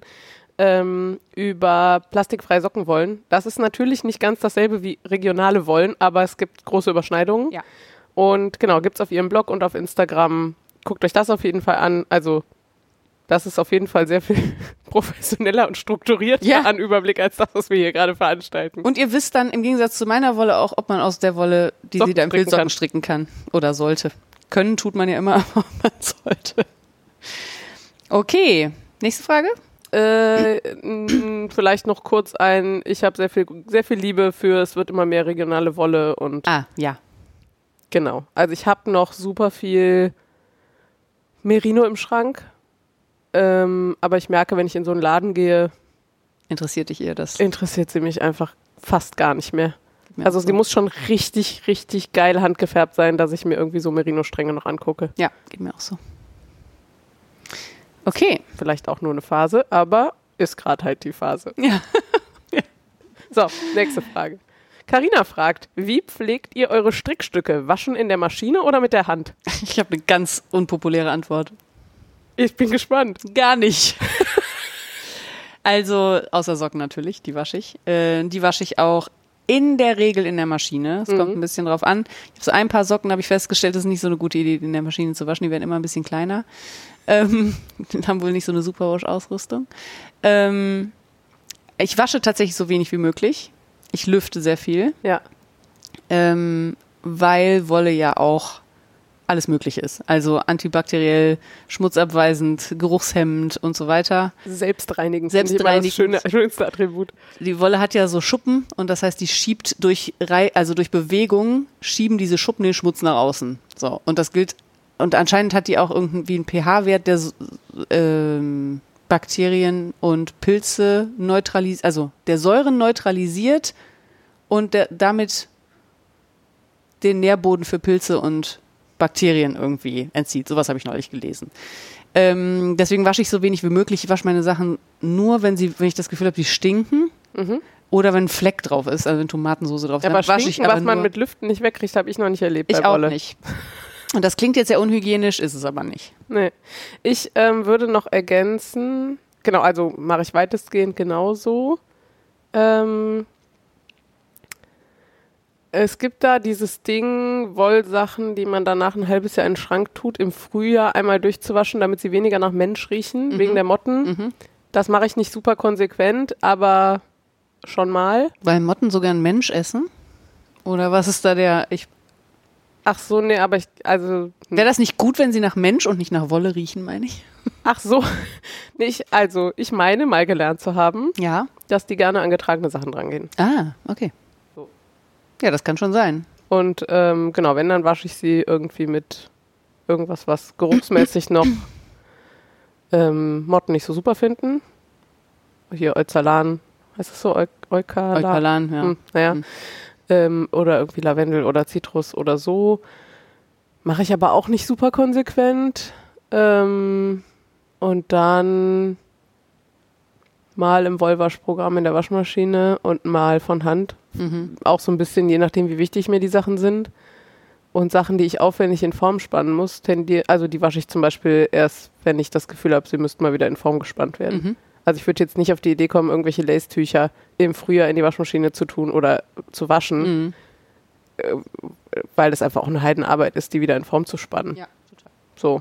über plastikfreie Sockenwollen. Das ist natürlich nicht ganz dasselbe wie regionale Wollen, aber es gibt große Überschneidungen. Ja. Und genau, gibt es auf ihrem Blog und auf Instagram. Guckt euch das auf jeden Fall an. Also das ist auf jeden Fall sehr viel professioneller und strukturierter an Überblick als das, was wir hier gerade veranstalten. Und ihr wisst dann im Gegensatz zu meiner Wolle auch, ob man aus der Wolle, die sie da im Bild Socken stricken kann oder sollte. Können tut man ja immer, aber man sollte. Okay, nächste Frage. Vielleicht noch kurz ich habe sehr viel Liebe für, es wird immer mehr regionale Wolle und. Ja. Genau. Also ich habe noch super viel Merino im Schrank. Aber ich merke, wenn ich in so einen Laden gehe, interessiert dich eher das? Interessiert sie mich einfach fast gar nicht mehr. Also sie muss schon richtig, richtig geil handgefärbt sein, dass ich mir irgendwie so Merino-Stränge noch angucke. Ja, geht mir auch so. Okay. Vielleicht auch nur eine Phase, aber ist gerade halt die Phase. Ja. So, nächste Frage. Carina fragt, wie pflegt ihr eure Strickstücke? Waschen in der Maschine oder mit der Hand? Ich habe eine ganz unpopuläre Antwort. Ich bin gespannt. Gar nicht. Also, außer Socken natürlich, die wasche ich. Die wasche ich auch in der Regel in der Maschine. Es kommt ein bisschen drauf an. Ich habe so ein paar Socken, habe ich festgestellt, das ist nicht so eine gute Idee, die in der Maschine zu waschen. Die werden immer ein bisschen kleiner. Haben wohl nicht so eine Superwash-Ausrüstung. Ich wasche tatsächlich so wenig wie möglich. Ich lüfte sehr viel. Ja. Weil Wolle ja auch alles Mögliche ist. Also antibakteriell, schmutzabweisend, geruchshemmend und so weiter. Selbstreinigend. Selbstreinigend. Das schönste Attribut. Die Wolle hat ja so Schuppen und das heißt, die schiebt durch Bewegung, schieben diese Schuppen den Schmutz nach außen. So. Und das gilt, und anscheinend hat die auch irgendwie einen pH-Wert, der Bakterien und Pilze neutralisiert, also der Säuren neutralisiert und damit den Nährboden für Pilze und Bakterien irgendwie entzieht. Sowas habe ich neulich gelesen. Deswegen wasche ich so wenig wie möglich. Ich wasche meine Sachen nur, wenn ich das Gefühl habe, die stinken. Oder wenn ein Fleck drauf ist, also wenn Tomatensoße drauf ist. Aber stinken, was man mit Lüften nicht wegkriegt, habe ich noch nicht erlebt. Ich auch nicht. Und das klingt jetzt sehr unhygienisch, ist es aber nicht. Nee. Ich würde noch ergänzen, genau, also mache ich weitestgehend genauso. Es gibt da dieses Ding, Wollsachen, die man danach ein halbes Jahr in den Schrank tut, im Frühjahr einmal durchzuwaschen, damit sie weniger nach Mensch riechen, wegen der Motten. Das mache ich nicht super konsequent, aber schon mal. Weil Motten sogar einen Mensch essen? Oder was ist da Ach so, nee, aber wäre das nicht gut, wenn sie nach Mensch und nicht nach Wolle riechen, meine ich? Ach so, nee, ich meine mal gelernt zu haben, dass die gerne an getragene Sachen drangehen. Ah, okay. So. Ja, das kann schon sein. Und genau, wenn, dann wasche ich sie irgendwie mit irgendwas, was geruchsmäßig noch Motten nicht so super finden. Hier Eucalan, heißt es so? Eucalan, ja. Naja. Oder irgendwie Lavendel oder Zitrus oder so. Mache ich aber auch nicht super konsequent. Und dann mal im Wollwaschprogramm in der Waschmaschine und mal von Hand. Auch so ein bisschen, je nachdem, wie wichtig mir die Sachen sind. Und Sachen, die ich aufwendig in Form spannen muss, also die wasche ich zum Beispiel erst, wenn ich das Gefühl habe, sie müssten mal wieder in Form gespannt werden. Also ich würde jetzt nicht auf die Idee kommen, irgendwelche Lace-Tücher im Frühjahr in die Waschmaschine zu tun oder zu waschen, weil das einfach auch eine Heidenarbeit ist, die wieder in Form zu spannen. Ja, total. So.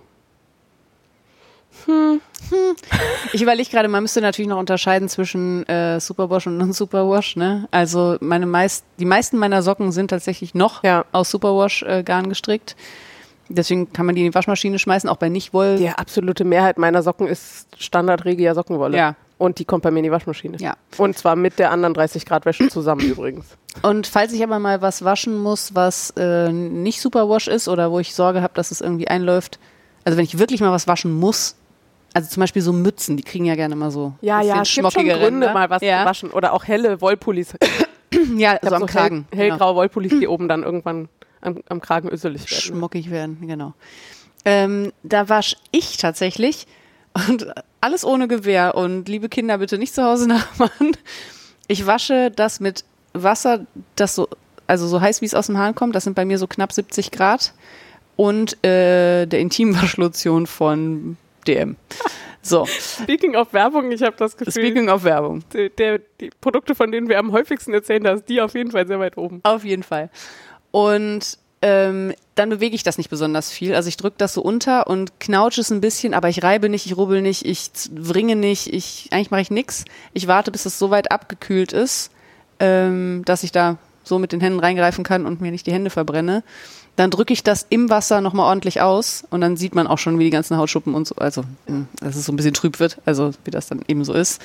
Ich überlege gerade, man müsste natürlich noch unterscheiden zwischen Superwash und Non-Superwash. Ne? Also die meisten meiner Socken sind tatsächlich noch aus Superwash-Garn gestrickt. Deswegen kann man die in die Waschmaschine schmeißen, auch bei Nicht-Woll. Die absolute Mehrheit meiner Socken ist Standard-Regia Sockenwolle. Ja. Und die kommt bei mir in die Waschmaschine. Ja. Und zwar mit der anderen 30-Grad-Wäsche zusammen übrigens. Und falls ich aber mal was waschen muss, was nicht Superwash ist oder wo ich Sorge habe, dass es irgendwie einläuft, also wenn ich wirklich mal was waschen muss, also zum Beispiel so Mützen, die kriegen ja gerne mal so es gibt schon Gründe, mal was zu waschen. Oder auch helle Wollpullis. Ja, so am Kragen. Hellgraue Wollpullis, die oben dann irgendwann am Kragen öselig werden. Schmuckig werden, genau. Da wasche ich tatsächlich und alles ohne Gewehr und liebe Kinder, bitte nicht zu Hause nachmachen. Ich wasche das mit Wasser, das so heiß, wie es aus dem Hahn kommt. Das sind bei mir so knapp 70 Grad. Und der Intimwaschlotion von DM. So. Speaking of Werbung, ich habe das Gefühl. Speaking of Werbung. Die Produkte, von denen wir am häufigsten erzählen, da ist die auf jeden Fall sehr weit oben. Auf jeden Fall. Und dann bewege ich das nicht besonders viel. Also ich drücke das so unter und knautsche es ein bisschen, aber ich reibe nicht, ich rubbel nicht, ich wringe nicht, eigentlich mache ich nichts. Ich warte, bis es so weit abgekühlt ist, dass ich da so mit den Händen reingreifen kann und mir nicht die Hände verbrenne. Dann drücke ich das im Wasser nochmal ordentlich aus und dann sieht man auch schon, wie die ganzen Hautschuppen und so, also dass es so ein bisschen trüb wird, also wie das dann eben so ist.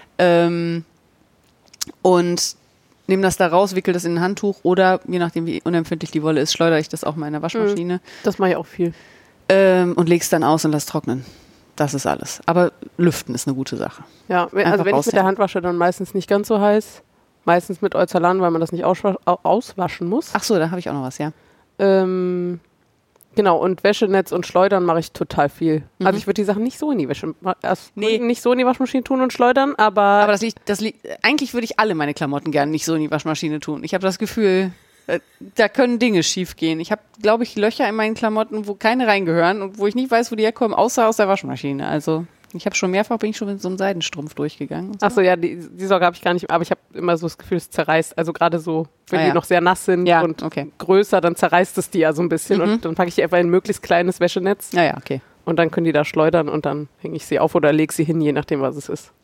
Und nehme das da raus, wickel das in ein Handtuch oder je nachdem, wie unempfindlich die Wolle ist, schleudere ich das auch mal in der Waschmaschine. Das mache ich auch viel. Und lege es dann aus und lasse trocknen. Das ist alles. Aber lüften ist eine gute Sache. Ja, also wenn ich mit der Hand wasche, dann meistens nicht ganz so heiß. Meistens mit Eucalan, weil man das nicht auswaschen muss. Ach so, da habe ich auch noch was, ja. Genau, und Wäschenetz und Schleudern mache ich total viel. Also ich würde die Sachen nicht so in die nicht so in die Waschmaschine tun und schleudern, aber das liegt, eigentlich würde ich alle meine Klamotten gerne nicht so in die Waschmaschine tun. Ich habe das Gefühl, da können Dinge schief gehen. Ich habe, glaube ich, Löcher in meinen Klamotten, wo keine reingehören und wo ich nicht weiß, wo die herkommen, außer aus der Waschmaschine. Also ich habe schon mehrfach, bin ich schon mit so einem Seidenstrumpf durchgegangen. So. Ach so, ja, die Sorge habe ich gar nicht, aber ich habe immer so das Gefühl, es zerreißt. Also gerade so, wenn die noch sehr nass sind und größer, dann zerreißt es die ja so ein bisschen und dann packe ich die einfach in ein möglichst kleines Wäschenetz. Ja, okay. Und dann können die da schleudern und dann hänge ich sie auf oder lege sie hin, je nachdem, was es ist.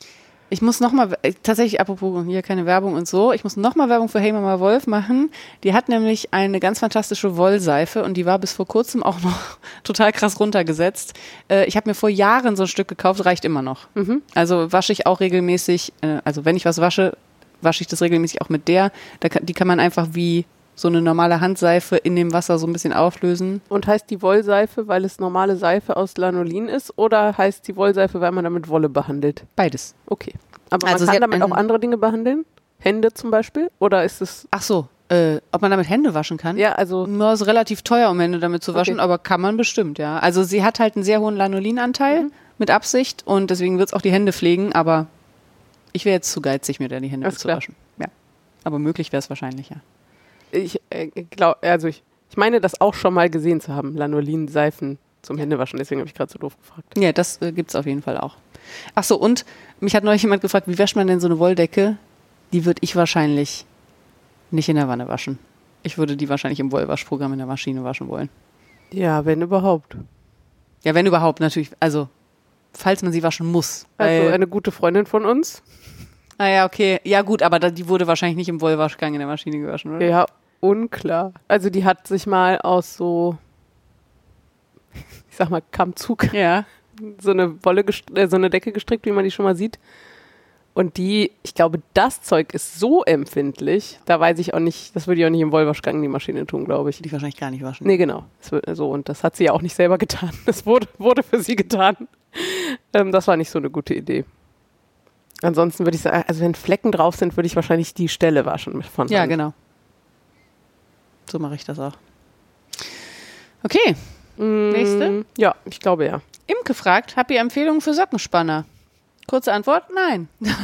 Ich muss nochmal, tatsächlich apropos hier keine Werbung und so, ich muss nochmal Werbung für Hey Mama Wolf machen. Die hat nämlich eine ganz fantastische Wollseife und die war bis vor kurzem auch noch total krass runtergesetzt. Ich habe mir vor Jahren so ein Stück gekauft, reicht immer noch. Also wasche ich auch regelmäßig, also wenn ich was wasche, wasche ich das regelmäßig auch mit der. Die kann man einfach wie so eine normale Handseife in dem Wasser so ein bisschen auflösen. Und heißt die Wollseife, weil es normale Seife aus Lanolin ist, oder heißt die Wollseife, weil man damit Wolle behandelt? Beides. Okay. Aber Also man kann damit auch andere Dinge behandeln? Hände zum Beispiel? Oder ist es... Ach so, ob man damit Hände waschen kann? Ja, also... Nur ist relativ teuer, um Hände damit zu waschen, aber kann man bestimmt, ja. Also sie hat halt einen sehr hohen Lanolinanteil mit Absicht und deswegen wird es auch die Hände pflegen, aber ich wäre jetzt zu geizig, mir da die Hände zu waschen. Ja. Aber möglich wäre es wahrscheinlich, ja. Ich glaube, also ich meine, das auch schon mal gesehen zu haben, Lanolin-Seifen zum Händewaschen, deswegen habe ich gerade so doof gefragt. Ja, das gibt's auf jeden Fall auch. Ach so, und mich hat neulich jemand gefragt, wie wäscht man denn so eine Wolldecke? Die würde ich wahrscheinlich nicht in der Wanne waschen. Ich würde die wahrscheinlich im Wollwaschprogramm in der Maschine waschen wollen. Ja, wenn überhaupt. Ja, wenn überhaupt, natürlich. Also, falls man sie waschen muss. Also eine gute Freundin von uns. Naja, okay. Ja gut, aber die wurde wahrscheinlich nicht im Wollwaschgang in der Maschine gewaschen, oder? Ja, unklar. Also die hat sich mal aus so, ich sag mal, Kammzug so eine so eine Decke gestrickt, wie man die schon mal sieht. Und ich glaube, das Zeug ist so empfindlich, da weiß ich auch nicht, das würde ich auch nicht im Wollwaschgang in die Maschine tun, glaube ich. Die wahrscheinlich gar nicht waschen. Nee, genau. Und das hat sie ja auch nicht selber getan. Das wurde für sie getan. Das war nicht so eine gute Idee. Ansonsten würde ich sagen, also wenn Flecken drauf sind, würde ich wahrscheinlich die Stelle waschen von Hand. Ja, genau. So mache ich das auch. Okay, nächste. Ja, ich glaube ja. Imke fragt, habt ihr Empfehlungen für Sockenspanner? Kurze Antwort, nein.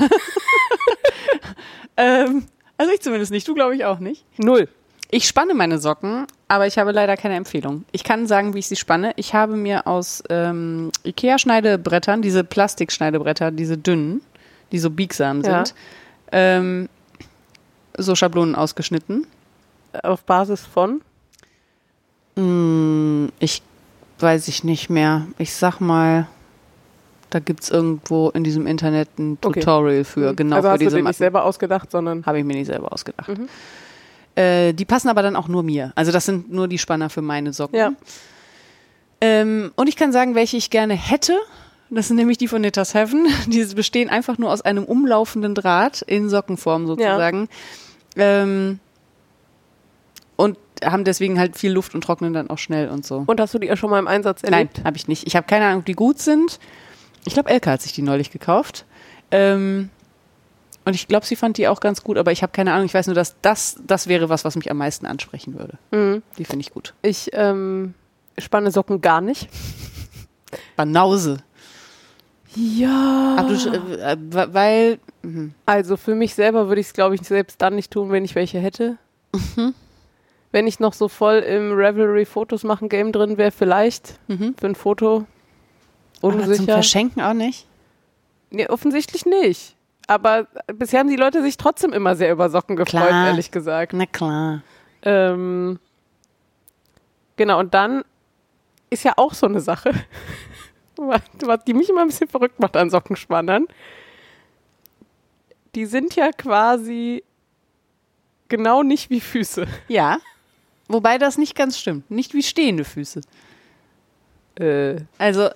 Also ich zumindest nicht, du glaube ich auch nicht. 0. Ich spanne meine Socken, aber ich habe leider keine Empfehlung. Ich kann sagen, wie ich sie spanne. Ich habe mir aus Ikea-Schneidebrettern, diese Plastikschneidebretter, diese dünnen, die so biegsam sind, so Schablonen ausgeschnitten. Auf Basis von? Ich weiß ich nicht mehr. Ich sag mal, da gibt es irgendwo in diesem Internet ein Tutorial für. Genau, also für hast diese du dir nicht selber ausgedacht, sondern... Habe ich mir nicht selber ausgedacht. Die passen aber dann auch nur mir. Also das sind nur die Spanner für meine Socken. Ja. Und ich kann sagen, welche ich gerne hätte. Das sind nämlich die von Knitter's Heaven. Die bestehen einfach nur aus einem umlaufenden Draht in Sockenform sozusagen. Ja. Und haben deswegen halt viel Luft und trocknen dann auch schnell und so. Und hast du die ja schon mal im Einsatz erlebt? Nein, habe ich nicht. Ich habe keine Ahnung, ob die gut sind. Ich glaube, Elke hat sich die neulich gekauft. Und ich glaube, sie fand die auch ganz gut, aber ich habe keine Ahnung. Ich weiß nur, dass das wäre was mich am meisten ansprechen würde. Die finde ich gut. Ich spanne Socken gar nicht. Banause. Ja. Ach, weil... Also für mich selber würde ich es, glaube ich, selbst dann nicht tun, wenn ich welche hätte. Wenn ich noch so voll im Ravelry-Fotos machen Game drin wäre, vielleicht für ein Foto. Unsicher. Aber zum Verschenken auch nicht? Nee, offensichtlich nicht. Aber bisher haben die Leute sich trotzdem immer sehr über Socken gefreut, ehrlich gesagt. Na klar. Genau, und dann ist ja auch so eine Sache, was die mich immer ein bisschen verrückt macht an Sockenspannern. Die sind ja quasi genau nicht wie Füße. Ja, wobei das nicht ganz stimmt. Nicht wie stehende Füße. Also...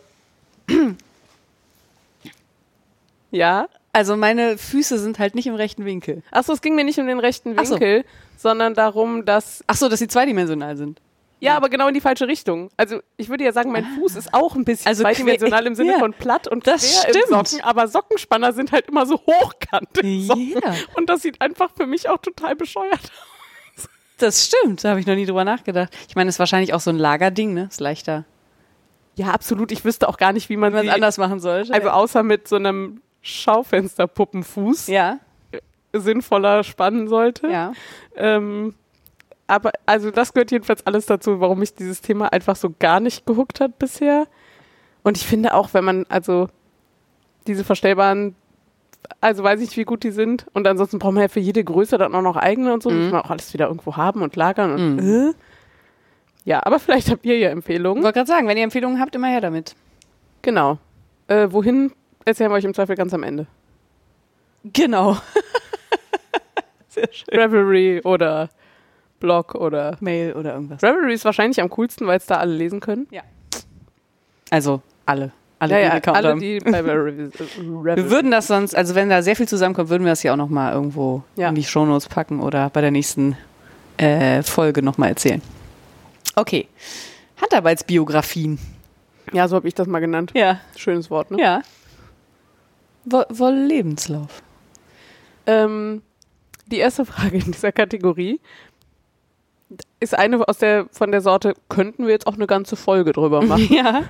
Ja? Also meine Füße sind halt nicht im rechten Winkel. Achso, es ging mir nicht um den rechten Winkel, sondern darum, dass... Achso, dass sie zweidimensional sind. Ja, aber genau in die falsche Richtung. Also ich würde ja sagen, mein Fuß ist auch ein bisschen zweidimensional im Sinne von platt und das quer im Socken, aber Sockenspanner sind halt immer so hochkantig. Ja. Und das sieht einfach für mich auch total bescheuert aus. Das stimmt, da habe ich noch nie drüber nachgedacht. Ich meine, das ist wahrscheinlich auch so ein Lagerding, ne? Ist leichter. Ja, absolut. Ich wüsste auch gar nicht, wie man es anders machen sollte. Also außer mit so einem Schaufensterpuppenfuß sinnvoller spannen sollte. Ja. Aber also das gehört jedenfalls alles dazu, warum mich dieses Thema einfach so gar nicht gehuckt hat bisher. Und ich finde auch, wenn man also diese verstellbaren, also weiß ich nicht, wie gut die sind. Und ansonsten braucht man ja für jede Größe dann auch noch eigene und so. Muss man auch alles wieder irgendwo haben und lagern. Und ja, aber vielleicht habt ihr ja Empfehlungen. Ich wollte gerade sagen, wenn ihr Empfehlungen habt, immer her damit. Genau. Wohin erzählen wir euch im Zweifel ganz am Ende. Genau. Sehr schön. Revelry oder Blog oder Mail oder irgendwas. Revelry ist wahrscheinlich am coolsten, weil es da alle lesen können. Ja. Also alle. Alle, alle, die bei Revelry. Wir würden das sonst, also wenn da sehr viel zusammenkommt, würden wir das ja auch nochmal irgendwo in die Shownotes packen oder bei der nächsten Folge nochmal erzählen. Okay. Handarbeitsbiografien. Ja, so habe ich das mal genannt. Ja. Schönes Wort, ne? Ja. Lebenslauf. Die erste Frage in dieser Kategorie ist eine von der Sorte, könnten wir jetzt auch eine ganze Folge drüber machen. Ja.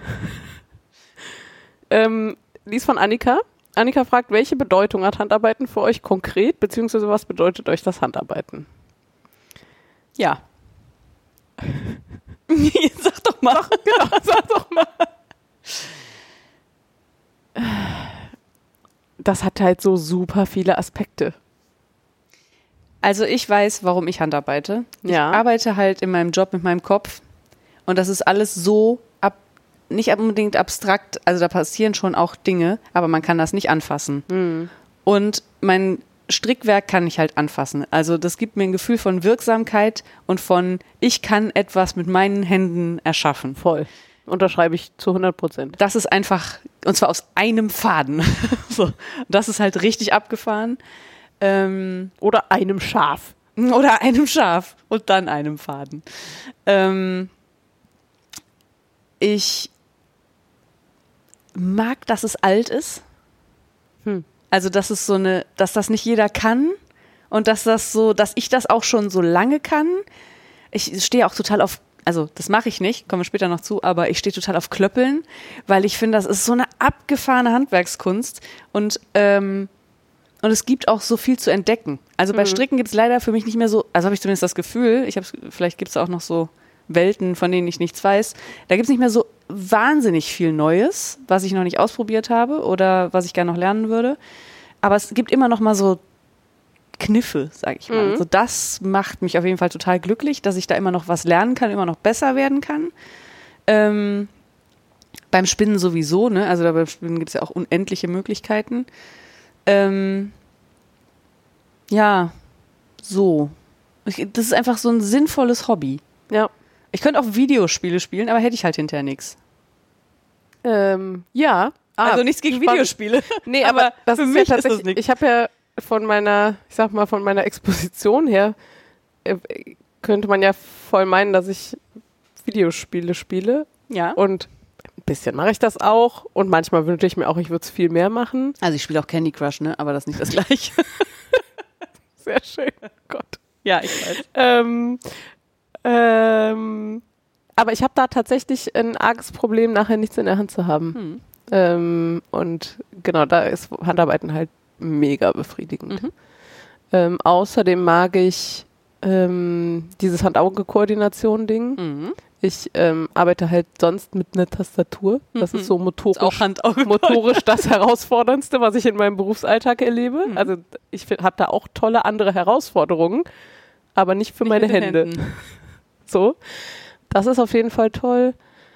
Die ist von Annika. Annika fragt, welche Bedeutung hat Handarbeiten für euch konkret, beziehungsweise was bedeutet euch das Handarbeiten? Ja. Sag doch mal. Sag doch mal. Das hat halt so super viele Aspekte. Also ich weiß, warum ich handarbeite. Ja. Ich arbeite halt in meinem Job mit meinem Kopf und das ist alles so nicht unbedingt abstrakt, also da passieren schon auch Dinge, aber man kann das nicht anfassen. Mhm. Und mein Strickwerk kann ich halt anfassen. Also das gibt mir ein Gefühl von Wirksamkeit und von, ich kann etwas mit meinen Händen erschaffen. Voll. Unterschreibe ich zu 100%. Das ist einfach, und zwar aus einem Faden. So, das ist halt richtig abgefahren. Oder einem Schaf. Oder einem Schaf und dann einem Faden. Ich mag, dass es alt ist. Also, dass es dass das nicht jeder kann und dass ich das auch schon so lange kann. Ich stehe auch total auf, also das mache ich nicht, kommen wir später noch zu, aber ich stehe total auf Klöppeln, weil ich finde, das ist so eine abgefahrene Handwerkskunst und es gibt auch so viel zu entdecken. Also bei Stricken gibt es leider für mich nicht mehr so, also habe ich zumindest das Gefühl, vielleicht gibt es auch noch so Welten, von denen ich nichts weiß. Da gibt es nicht mehr so wahnsinnig viel Neues, was ich noch nicht ausprobiert habe oder was ich gerne noch lernen würde. Aber es gibt immer noch mal so Kniffe, sage ich mal. Also das macht mich auf jeden Fall total glücklich, dass ich da immer noch was lernen kann, immer noch besser werden kann. Beim Spinnen sowieso, ne? Also beim Spinnen gibt es ja auch unendliche Möglichkeiten. Ja, so. Das ist einfach so ein sinnvolles Hobby. Ja. Ich könnte auch Videospiele spielen, aber hätte ich halt hinterher nichts. Ja. Also nichts gegen spannend. Videospiele. Nee, aber das für ist mich ja tatsächlich, ist das nichts. ich habe ja von meiner Exposition her, könnte man ja voll meinen, dass ich Videospiele spiele. Ja. Und ein bisschen mache ich das auch. Und manchmal wünsche ich mir auch, ich würde es viel mehr machen. Also ich spiele auch Candy Crush, ne? Aber das ist nicht das Gleiche. Sehr schön. Oh Gott. Ja, ich weiß. Aber ich habe da tatsächlich ein arges Problem, nachher nichts in der Hand zu haben. Und genau, da ist Handarbeiten halt mega befriedigend. Außerdem mag ich dieses Hand-Auge-Koordination-Ding. Ich arbeite halt sonst mit einer Tastatur. Das ist so motorisch das Herausforderndste, was ich in meinem Berufsalltag erlebe. Also ich habe da auch tolle andere Herausforderungen, aber nicht für meine Hände. So, das ist auf jeden Fall toll.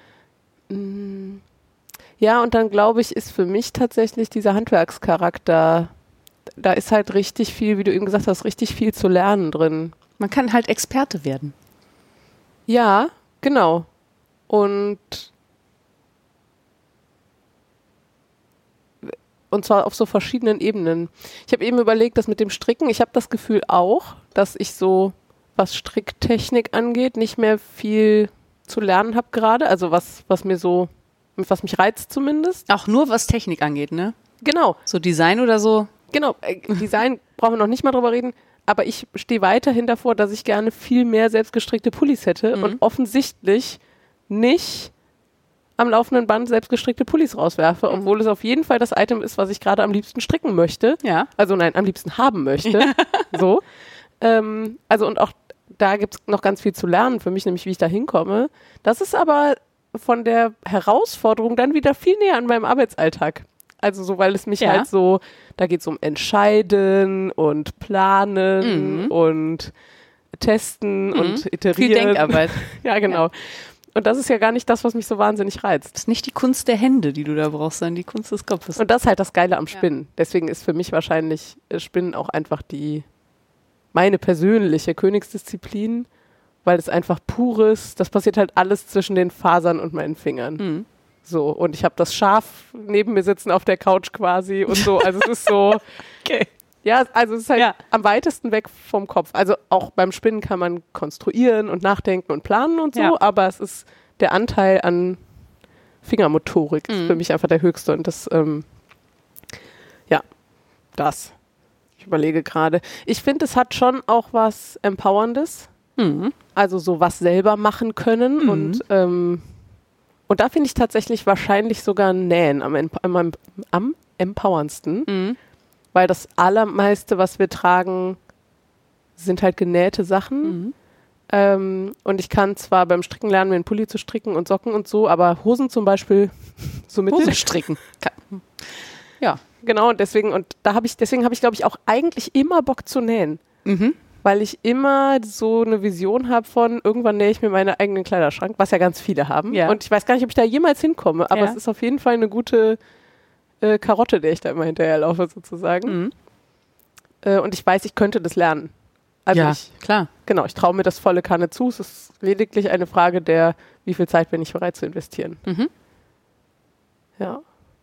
Ja, und dann glaube ich, ist für mich tatsächlich dieser Handwerkscharakter, da ist halt richtig viel, wie du eben gesagt hast, richtig viel zu lernen drin. Man kann halt Experte werden. Ja, genau. Und zwar auf so verschiedenen Ebenen. Ich habe eben überlegt, dass mit dem Stricken, ich habe das Gefühl auch, dass ich so, was Stricktechnik angeht, nicht mehr viel zu lernen habe gerade. Also was mich reizt zumindest. Auch nur was Technik angeht, ne? Genau. So Design oder so? Genau. Design brauchen wir noch nicht mal drüber reden. Aber ich stehe weiterhin davor, dass ich gerne viel mehr selbstgestrickte Pullis hätte und offensichtlich nicht am laufenden Band selbstgestrickte Pullis rauswerfe, obwohl es auf jeden Fall das Item ist, was ich gerade am liebsten stricken möchte. Ja. Also nein, am liebsten haben möchte. So. Also und auch da gibt es noch ganz viel zu lernen für mich, nämlich wie ich da hinkomme. Das ist aber von der Herausforderung dann wieder viel näher an meinem Arbeitsalltag. Also so, weil es mich halt so, da geht es um Entscheiden und Planen und Testen und Iterieren. Viel Denkarbeit. Ja, genau. Und das ist ja gar nicht das, was mich so wahnsinnig reizt. Das ist nicht die Kunst der Hände, die du da brauchst, sondern die Kunst des Kopfes. Und das ist halt das Geile am Spinnen. Deswegen ist für mich wahrscheinlich Spinnen auch einfach meine persönliche Königsdisziplin, weil es einfach pures, das passiert halt alles zwischen den Fasern und meinen Fingern. Mhm. So, und ich habe das Schaf neben mir sitzen auf der Couch quasi und so. Also es ist so, Okay. ja, also es ist halt am weitesten weg vom Kopf. Also auch beim Spinnen kann man konstruieren und nachdenken und planen und so, aber es ist der Anteil an Fingermotorik ist für mich einfach der höchste. Und das, das. Ich überlege gerade. Ich finde, es hat schon auch was Empowerndes. Also so was selber machen können und da finde ich tatsächlich wahrscheinlich sogar Nähen am empowerndsten, weil das Allermeiste, was wir tragen, sind halt genähte Sachen. Und ich kann zwar beim Stricken lernen, mir einen Pulli zu stricken und Socken und so, aber Hosen zum Beispiel so mit Hosen stricken. Ja. Genau, und deswegen habe ich, glaube ich, auch eigentlich immer Bock zu nähen. Weil ich immer so eine Vision habe von, irgendwann nähe ich mir meinen eigenen Kleiderschrank, was ja ganz viele haben. Ja. Und ich weiß gar nicht, ob ich da jemals hinkomme, aber es ist auf jeden Fall eine gute Karotte, der ich da immer hinterherlaufe sozusagen. Und ich weiß, ich könnte das lernen. Also klar. Genau, ich traue mir das volle Kanne zu. Es ist lediglich eine Frage der, wie viel Zeit bin ich bereit zu investieren. Ja.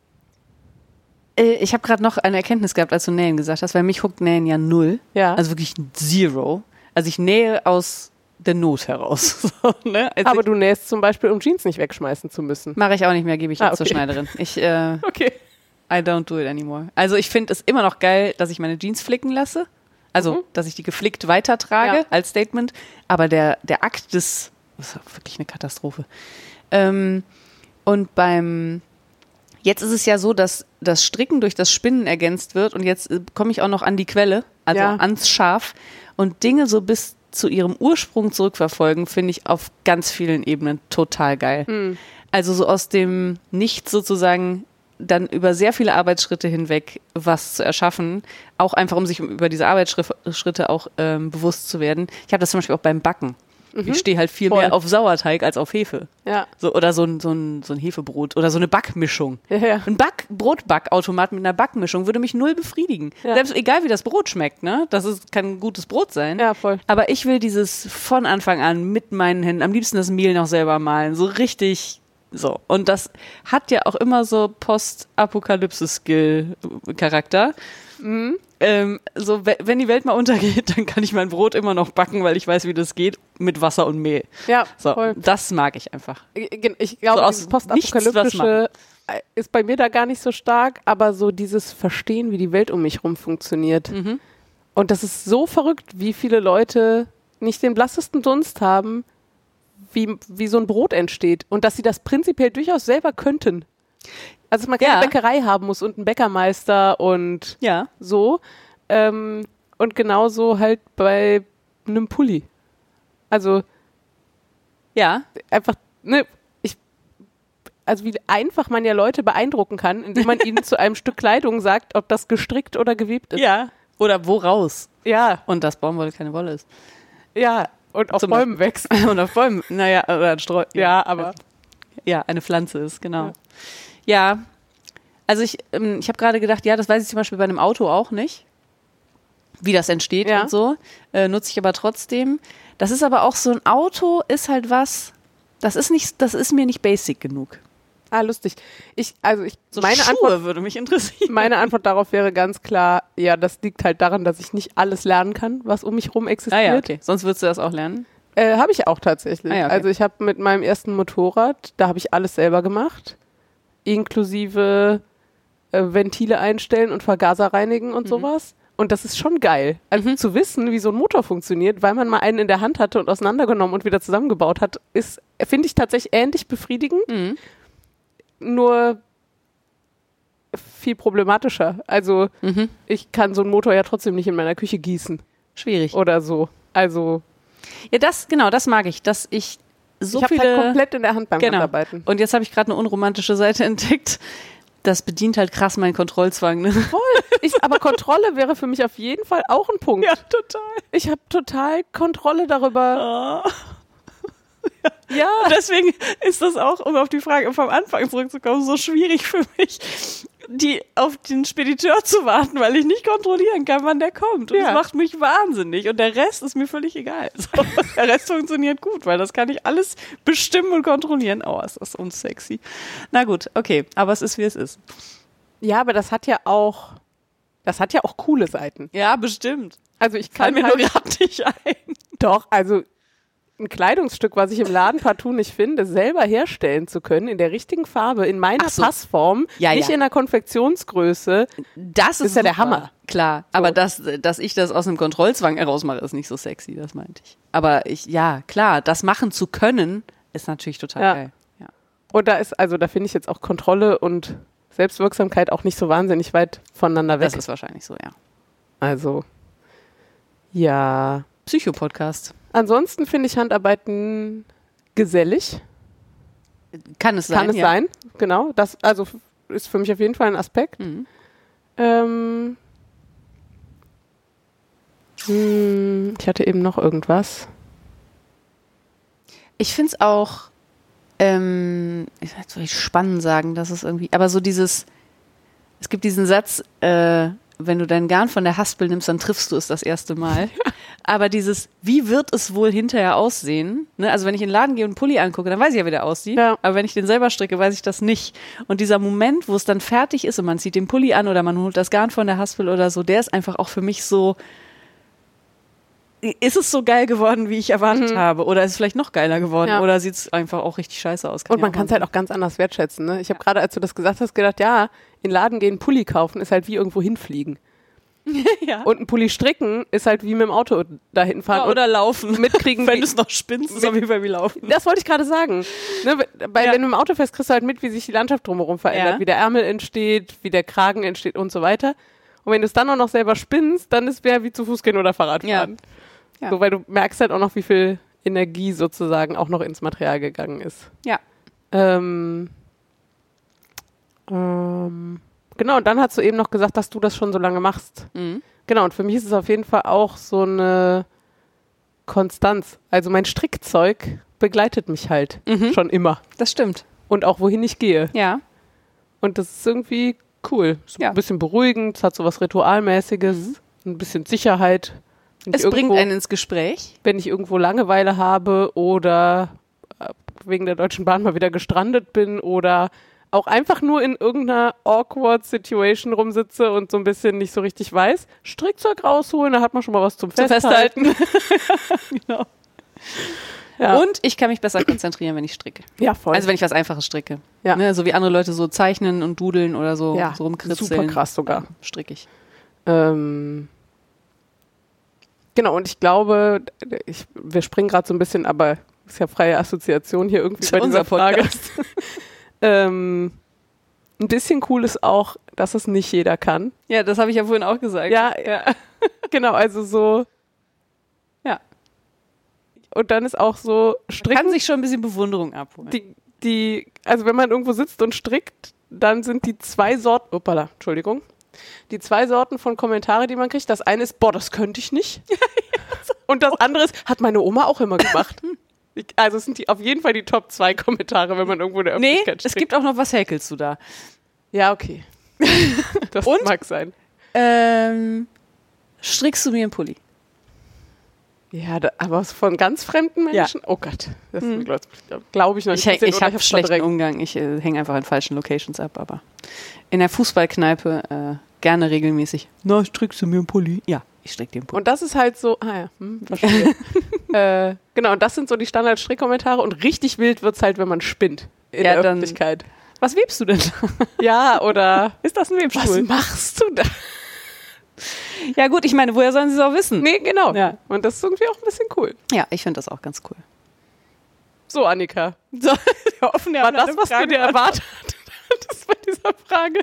Ich habe gerade noch eine Erkenntnis gehabt, als du Nähen gesagt hast, weil mich huckt Nähen ja 0. Ja. Also wirklich 0. Also ich nähe aus der Not heraus. So, ne? Aber du nähst zum Beispiel, um Jeans nicht wegschmeißen zu müssen. Mache ich auch nicht mehr, gebe ich jetzt zur Schneiderin. Okay. I don't do it anymore. Also ich finde es immer noch geil, dass ich meine Jeans flicken lasse. Also, dass ich die geflickt weitertrage als Statement. Aber der Akt das ist wirklich eine Katastrophe. Und jetzt ist es ja so, dass das Stricken durch das Spinnen ergänzt wird und jetzt komme ich auch noch an die Quelle, also ans Schaf und Dinge so bis zu ihrem Ursprung zurückverfolgen, finde ich auf ganz vielen Ebenen total geil. Also so aus dem Nichts sozusagen dann über sehr viele Arbeitsschritte hinweg was zu erschaffen, auch einfach um sich über diese Arbeitsschritte auch bewusst zu werden. Ich habe das zum Beispiel auch beim Backen. Ich stehe halt viel mehr auf Sauerteig als auf Hefe. Ja. So, oder so ein Hefebrot oder so eine Backmischung. Ja. Ein Brotbackautomat mit einer Backmischung würde mich 0 befriedigen. Ja. Selbst egal, wie das Brot schmeckt, ne? Kann ein gutes Brot sein. Ja, voll. Aber ich will dieses von Anfang an mit meinen Händen, am liebsten das Mehl noch selber mahlen, so richtig so. Und das hat ja auch immer so Post-Apokalypse-Skill-Charakter. So, wenn die Welt mal untergeht, dann kann ich mein Brot immer noch backen, weil ich weiß, wie das geht, mit Wasser und Mehl. Ja, so, voll. Das mag ich einfach. Ich glaube, so dieses Postapokalyptische ist bei mir da gar nicht so stark, aber so dieses Verstehen, wie die Welt um mich rum funktioniert. Und das ist so verrückt, wie viele Leute nicht den blassesten Dunst haben, wie so ein Brot entsteht und dass sie das prinzipiell durchaus selber könnten. Also dass man keine Bäckerei haben muss und einen Bäckermeister und so. Und genauso halt bei einem Pulli. Also einfach, ne, also wie einfach man ja Leute beeindrucken kann, indem man ihnen zu einem Stück Kleidung sagt, ob das gestrickt oder gewebt ist. Ja. Oder woraus. Ja. Und dass Baumwolle keine Wolle ist. Ja. Und auf Bäumen wächst. Und auf Bäumen, naja, oder ein Streu. Ja, aber. Ja, eine Pflanze ist, genau. Ja, also ich habe gerade gedacht, das weiß ich zum Beispiel bei einem Auto auch nicht, wie das entsteht und so. Nutze ich aber trotzdem. Das ist aber auch so ein Auto, ist halt was, das ist mir nicht basic genug. Ah, lustig. Meine Schuhe Antwort würde mich interessieren. Meine Antwort darauf wäre ganz klar, das liegt halt daran, dass ich nicht alles lernen kann, was um mich rum existiert. Ah ja, okay. Sonst würdest du das auch lernen? Habe ich auch tatsächlich. Ah, ja, okay. Also ich habe mit meinem ersten Motorrad, da habe ich alles selber gemacht, inklusive Ventile einstellen und Vergaser reinigen und sowas. Und das ist schon geil. Also zu wissen, wie so ein Motor funktioniert, weil man mal einen in der Hand hatte und auseinandergenommen und wieder zusammengebaut hat, finde ich tatsächlich ähnlich befriedigend. Nur viel problematischer. Also ich kann so einen Motor ja trotzdem nicht in meiner Küche gießen. Schwierig. Oder so. Also ja, das mag ich, dass ich so viele... Ich habe halt komplett in der Hand beim Handarbeiten. Und jetzt habe ich gerade eine unromantische Seite entdeckt. Das bedient halt krass meinen Kontrollzwang. Ne? Voll. Aber Kontrolle wäre für mich auf jeden Fall auch ein Punkt. Ja, total. Ich habe total Kontrolle darüber. Ja. Und deswegen ist das auch, um auf die Frage vom Anfang zurückzukommen, so schwierig für mich, auf den Spediteur zu warten, weil ich nicht kontrollieren kann, wann der kommt. Und das macht mich wahnsinnig. Und der Rest ist mir völlig egal. So, der Rest funktioniert gut, weil das kann ich alles bestimmen und kontrollieren. Oh, ist das unsexy. Na gut, okay. Aber es ist, wie es ist. Ja, aber das hat ja auch coole Seiten. Ja, bestimmt. Also ich kann mir nur gerade nicht ein. Doch, also ein Kleidungsstück, was ich im Laden partout nicht finde, selber herstellen zu können, in der richtigen Farbe, in meiner Passform, nicht in der Konfektionsgröße, das ist ja der Hammer. Klar, so. Aber dass ich das aus einem Kontrollzwang herausmache, ist nicht so sexy, das meinte ich. Aber klar, das machen zu können, ist natürlich total geil. Ja. Und da finde ich jetzt auch Kontrolle und Selbstwirksamkeit auch nicht so wahnsinnig weit voneinander weg. Das ist wahrscheinlich so, ja. Also, ja. Psycho-Podcast. Ansonsten finde ich Handarbeiten gesellig. Kann es sein, sein, genau. Das ist für mich auf jeden Fall ein Aspekt. Mhm. Ich hatte eben noch irgendwas. Ich finde es auch, soll ich spannend sagen, dass es irgendwie, aber so es gibt diesen Satz, wenn du dein Garn von der Haspel nimmst, dann triffst du es das erste Mal. Aber wie wird es wohl hinterher aussehen? Ne? Also wenn ich in den Laden gehe und einen Pulli angucke, dann weiß ich ja, wie der aussieht. Ja. Aber wenn ich den selber stricke, weiß ich das nicht. Und dieser Moment, wo es dann fertig ist und man zieht den Pulli an oder man holt das Garn von der Haspel oder so, der ist einfach auch für mich so, ist es so geil geworden, wie ich erwartet habe? Oder ist es vielleicht noch geiler geworden? Oder sieht es einfach auch richtig scheiße aus? Und man kann es halt auch ganz anders wertschätzen. Ne? Ich habe gerade, als du das gesagt hast, gedacht, in den Laden gehen, Pulli kaufen, ist halt wie irgendwo hinfliegen. Ja. Und ein Pulli stricken ist halt wie mit dem Auto dahin fahren. Oder laufen. Mitkriegen. Wenn du es noch spinnst, ist es auf jeden Fall wie laufen. Das wollte ich gerade sagen. Ne? Wenn du im Auto fährst, kriegst du halt mit, wie sich die Landschaft drumherum verändert, wie der Ärmel entsteht, wie der Kragen entsteht und so weiter. Und wenn du es dann auch noch selber spinnst, dann ist es mehr wie zu Fuß gehen oder Fahrradfahren. Ja. So, weil du merkst halt auch noch, wie viel Energie sozusagen auch noch ins Material gegangen ist. Ja. Genau, und dann hast du eben noch gesagt, dass du das schon so lange machst. Mhm. Genau, und für mich ist es auf jeden Fall auch so eine Konstanz. Also mein Strickzeug begleitet mich halt schon immer. Das stimmt. Und auch wohin ich gehe. Ja. Und das ist irgendwie cool. Ist ein bisschen beruhigend, es hat so was Ritualmäßiges, ein bisschen Sicherheit. Es bringt einen ins Gespräch. Wenn ich irgendwo Langeweile habe oder wegen der Deutschen Bahn mal wieder gestrandet bin oder auch einfach nur in irgendeiner awkward Situation rumsitze und so ein bisschen nicht so richtig weiß, Strickzeug rausholen, da hat man schon mal was zum Festhalten. Genau. Ja. Und ich kann mich besser konzentrieren, wenn ich stricke. Ja, voll. Also wenn ich was Einfaches stricke. Ja. Ne, so wie andere Leute so zeichnen und dudeln oder so, so rumkritzeln. Super krass sogar. Stricke ich. Genau, und ich glaube, wir springen gerade so ein bisschen, aber ist ja freie Assoziation hier irgendwie bei dieser Frage. Ein bisschen cool ist auch, dass es nicht jeder kann. Ja, das habe ich ja vorhin auch gesagt. Ja. Genau, also so. Ja. Und dann ist auch so, Stricken. Man kann sich schon ein bisschen Bewunderung abholen. Also wenn man irgendwo sitzt und strickt, dann sind die zwei Sorten von Kommentare, die man kriegt. Das eine ist, das könnte ich nicht. Und das andere ist, hat meine Oma auch immer gemacht. Also es sind auf jeden Fall die Top 2 Kommentare, wenn man irgendwo in der Öffentlichkeit strickt. Es gibt auch noch, was häkelst du da? Ja, okay. Das mag sein. Strickst du mir einen Pulli? Ja, aber von ganz fremden Menschen? Ja. Oh Gott, das glaube ich noch nicht. Ich habe schlechten Umgang. Ich hänge einfach in falschen Locations ab, aber in der Fußballkneipe gerne regelmäßig. Na, strickst du mir einen Pulli? Ja, ich stricke den Pulli. Und das ist halt so, verstehe. Genau, und das sind so die Standard-Strickkommentare und richtig wild wird es halt, wenn man spinnt in der Öffentlichkeit. Was webst du denn? Ja, oder ist das ein Webstuhl? Was machst du da? Ja gut, ich meine, woher sollen sie es auch wissen? Nee, genau. Ja. Und das ist irgendwie auch ein bisschen cool. Ja, ich finde das auch ganz cool. So, Annika. So, war das, was du dir erwartet hattest bei dieser Frage?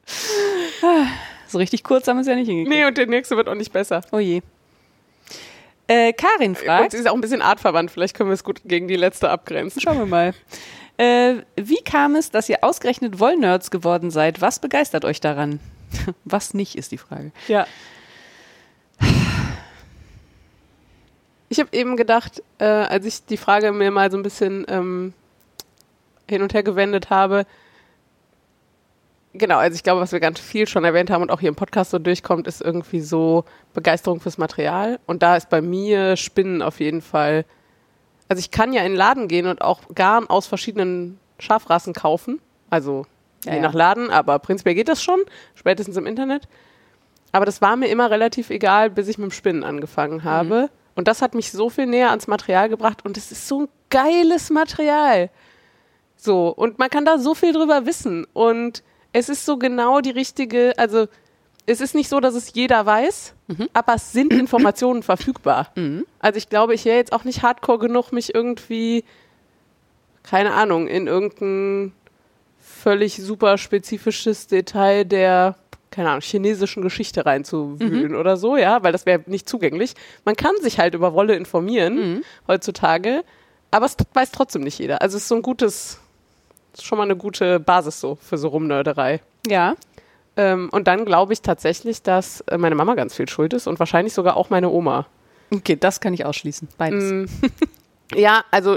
So richtig kurz haben wir es ja nicht hingekriegt. Nee, und der nächste wird auch nicht besser. Oh je. Karin fragt. Und sie ist auch ein bisschen artverwandt. Vielleicht können wir es gut gegen die letzte abgrenzen. Schauen wir mal. Wie kam es, dass ihr ausgerechnet Wollnerds geworden seid? Was begeistert euch daran? Was nicht, ist die Frage. Ja. Ich habe eben gedacht, als ich die Frage mir mal so ein bisschen hin und her gewendet habe, genau, also ich glaube, was wir ganz viel schon erwähnt haben und auch hier im Podcast so durchkommt, ist irgendwie so Begeisterung fürs Material. Und da ist bei mir Spinnen auf jeden Fall. Also ich kann ja in den Laden gehen und auch Garn aus verschiedenen Schafrassen kaufen. Also je nach Laden, aber prinzipiell geht das schon, spätestens im Internet. Aber das war mir immer relativ egal, bis ich mit dem Spinnen angefangen habe. Und das hat mich so viel näher ans Material gebracht und es ist so ein geiles Material. So, und man kann da so viel drüber wissen und es ist so genau die richtige, also es ist nicht so, dass es jeder weiß, aber es sind Informationen verfügbar. Also ich glaube, ich wäre jetzt auch nicht hardcore genug, mich irgendwie, keine Ahnung, in irgendein völlig super spezifisches Detail der, keine Ahnung, chinesischen Geschichte reinzuwühlen oder so, ja, weil das wäre nicht zugänglich. Man kann sich halt über Wolle informieren heutzutage, aber es weiß trotzdem nicht jeder. Also es ist so ein gutes, ist schon mal eine gute Basis so für so Rumnörderei. Ja. Und dann glaube ich tatsächlich, dass meine Mama ganz viel schuld ist und wahrscheinlich sogar auch meine Oma. Okay, das kann ich ausschließen. Beides. Ja, also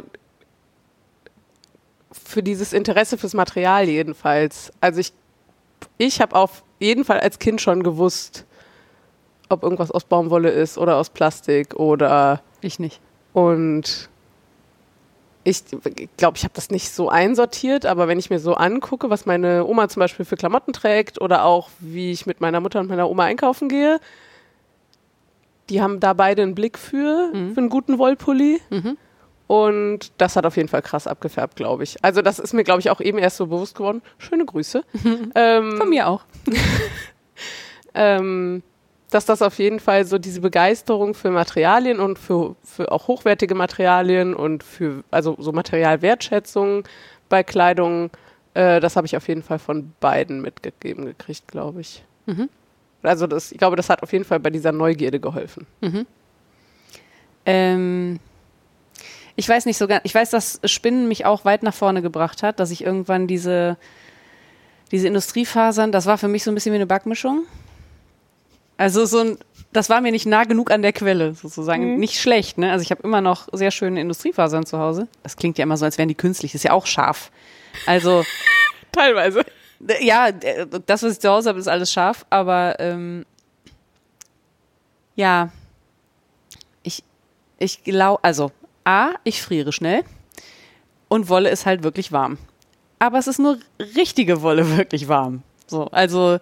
für dieses Interesse fürs Material jedenfalls. Also ich habe auf jeden Fall als Kind schon gewusst, ob irgendwas aus Baumwolle ist oder aus Plastik oder... Ich nicht. Und ich glaube, ich habe das nicht so einsortiert, aber wenn ich mir so angucke, was meine Oma zum Beispiel für Klamotten trägt oder auch wie ich mit meiner Mutter und meiner Oma einkaufen gehe, die haben da beide einen Blick für einen guten Wollpulli. Und das hat auf jeden Fall krass abgefärbt, glaube ich. Also das ist mir, glaube ich, auch eben erst so bewusst geworden. Schöne Grüße. Von mir auch. Dass das auf jeden Fall so diese Begeisterung für Materialien und für auch hochwertige Materialien und für also so Materialwertschätzung bei Kleidung, das habe ich auf jeden Fall von beiden mitgegeben gekriegt, glaube ich. Also ich glaube, das hat auf jeden Fall bei dieser Neugierde geholfen. Ich weiß nicht so ganz, ich weiß, dass Spinnen mich auch weit nach vorne gebracht hat, dass ich irgendwann diese Industriefasern, das war für mich so ein bisschen wie eine Backmischung. Also das war mir nicht nah genug an der Quelle, sozusagen. Nicht schlecht, ne? Also ich habe immer noch sehr schöne Industriefasern zu Hause. Das klingt ja immer so, als wären die künstlich. Das ist ja auch scharf. Also teilweise. Ja, das, was ich zu Hause habe, ist alles scharf. Aber ja, ich glaube, also ich friere schnell und Wolle ist halt wirklich warm. Aber es ist nur richtige Wolle wirklich warm. So, also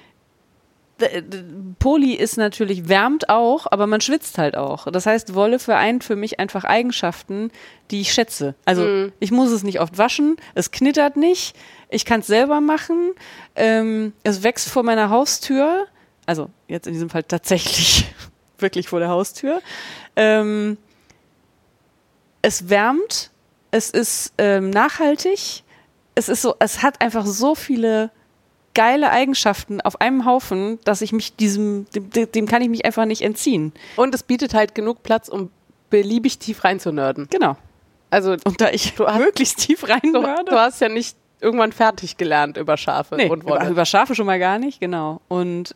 Poly ist natürlich, wärmt auch, aber man schwitzt halt auch. Das heißt, Wolle vereint für mich einfach Eigenschaften, die ich schätze. Also ich muss es nicht oft waschen, es knittert nicht, ich kann es selber machen, es wächst vor meiner Haustür, also jetzt in diesem Fall tatsächlich wirklich vor der Haustür. Es wärmt, es ist nachhaltig, es hat einfach so viele geile Eigenschaften auf einem Haufen, dass ich mich dem kann ich mich einfach nicht entziehen. Und es bietet halt genug Platz, um beliebig tief reinzunörden. Genau. Also und da ich möglichst tief reinnörde. Du hast ja nicht irgendwann fertig gelernt über Schafe und Wolle. Über Schafe schon mal gar nicht, genau. Und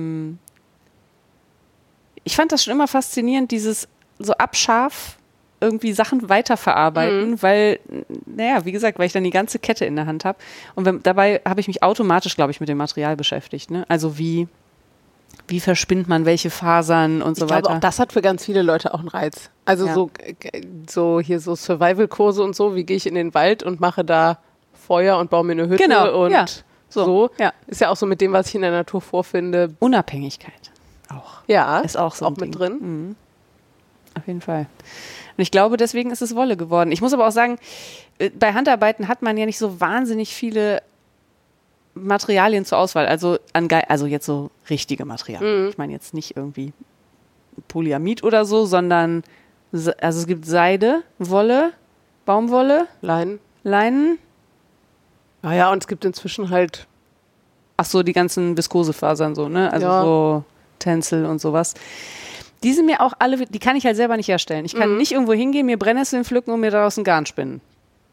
ich fand das schon immer faszinierend, dieses so abscharf irgendwie Sachen weiterverarbeiten, weil, naja, wie gesagt, weil ich dann die ganze Kette in der Hand habe. Und dabei habe ich mich automatisch, glaube ich, mit dem Material beschäftigt. Ne? Also wie verspinnt man welche Fasern und so weiter. Ich glaube, auch das hat für ganz viele Leute auch einen Reiz. Also so hier so Survival-Kurse und so, wie gehe ich in den Wald und mache da Feuer und baue mir eine Hütte und so. Ja. Ist ja auch so mit dem, was ich in der Natur vorfinde. Unabhängigkeit auch. Ja, ist auch so auch mit drin. Auf jeden Fall. Und ich glaube, deswegen ist es Wolle geworden. Ich muss aber auch sagen, bei Handarbeiten hat man ja nicht so wahnsinnig viele Materialien zur Auswahl. Also jetzt so richtige Materialien. Ich meine jetzt nicht irgendwie Polyamid oder so, sondern also es gibt Seide, Wolle, Baumwolle, Leinen. Ah ja, und es gibt inzwischen halt ach so, die ganzen Viskosefasern so, ne? Also so Tencel und sowas. Die sind mir auch alle, die kann ich halt selber nicht herstellen. Ich kann nicht irgendwo hingehen, mir Brennnesseln pflücken und mir daraus ein Garn spinnen.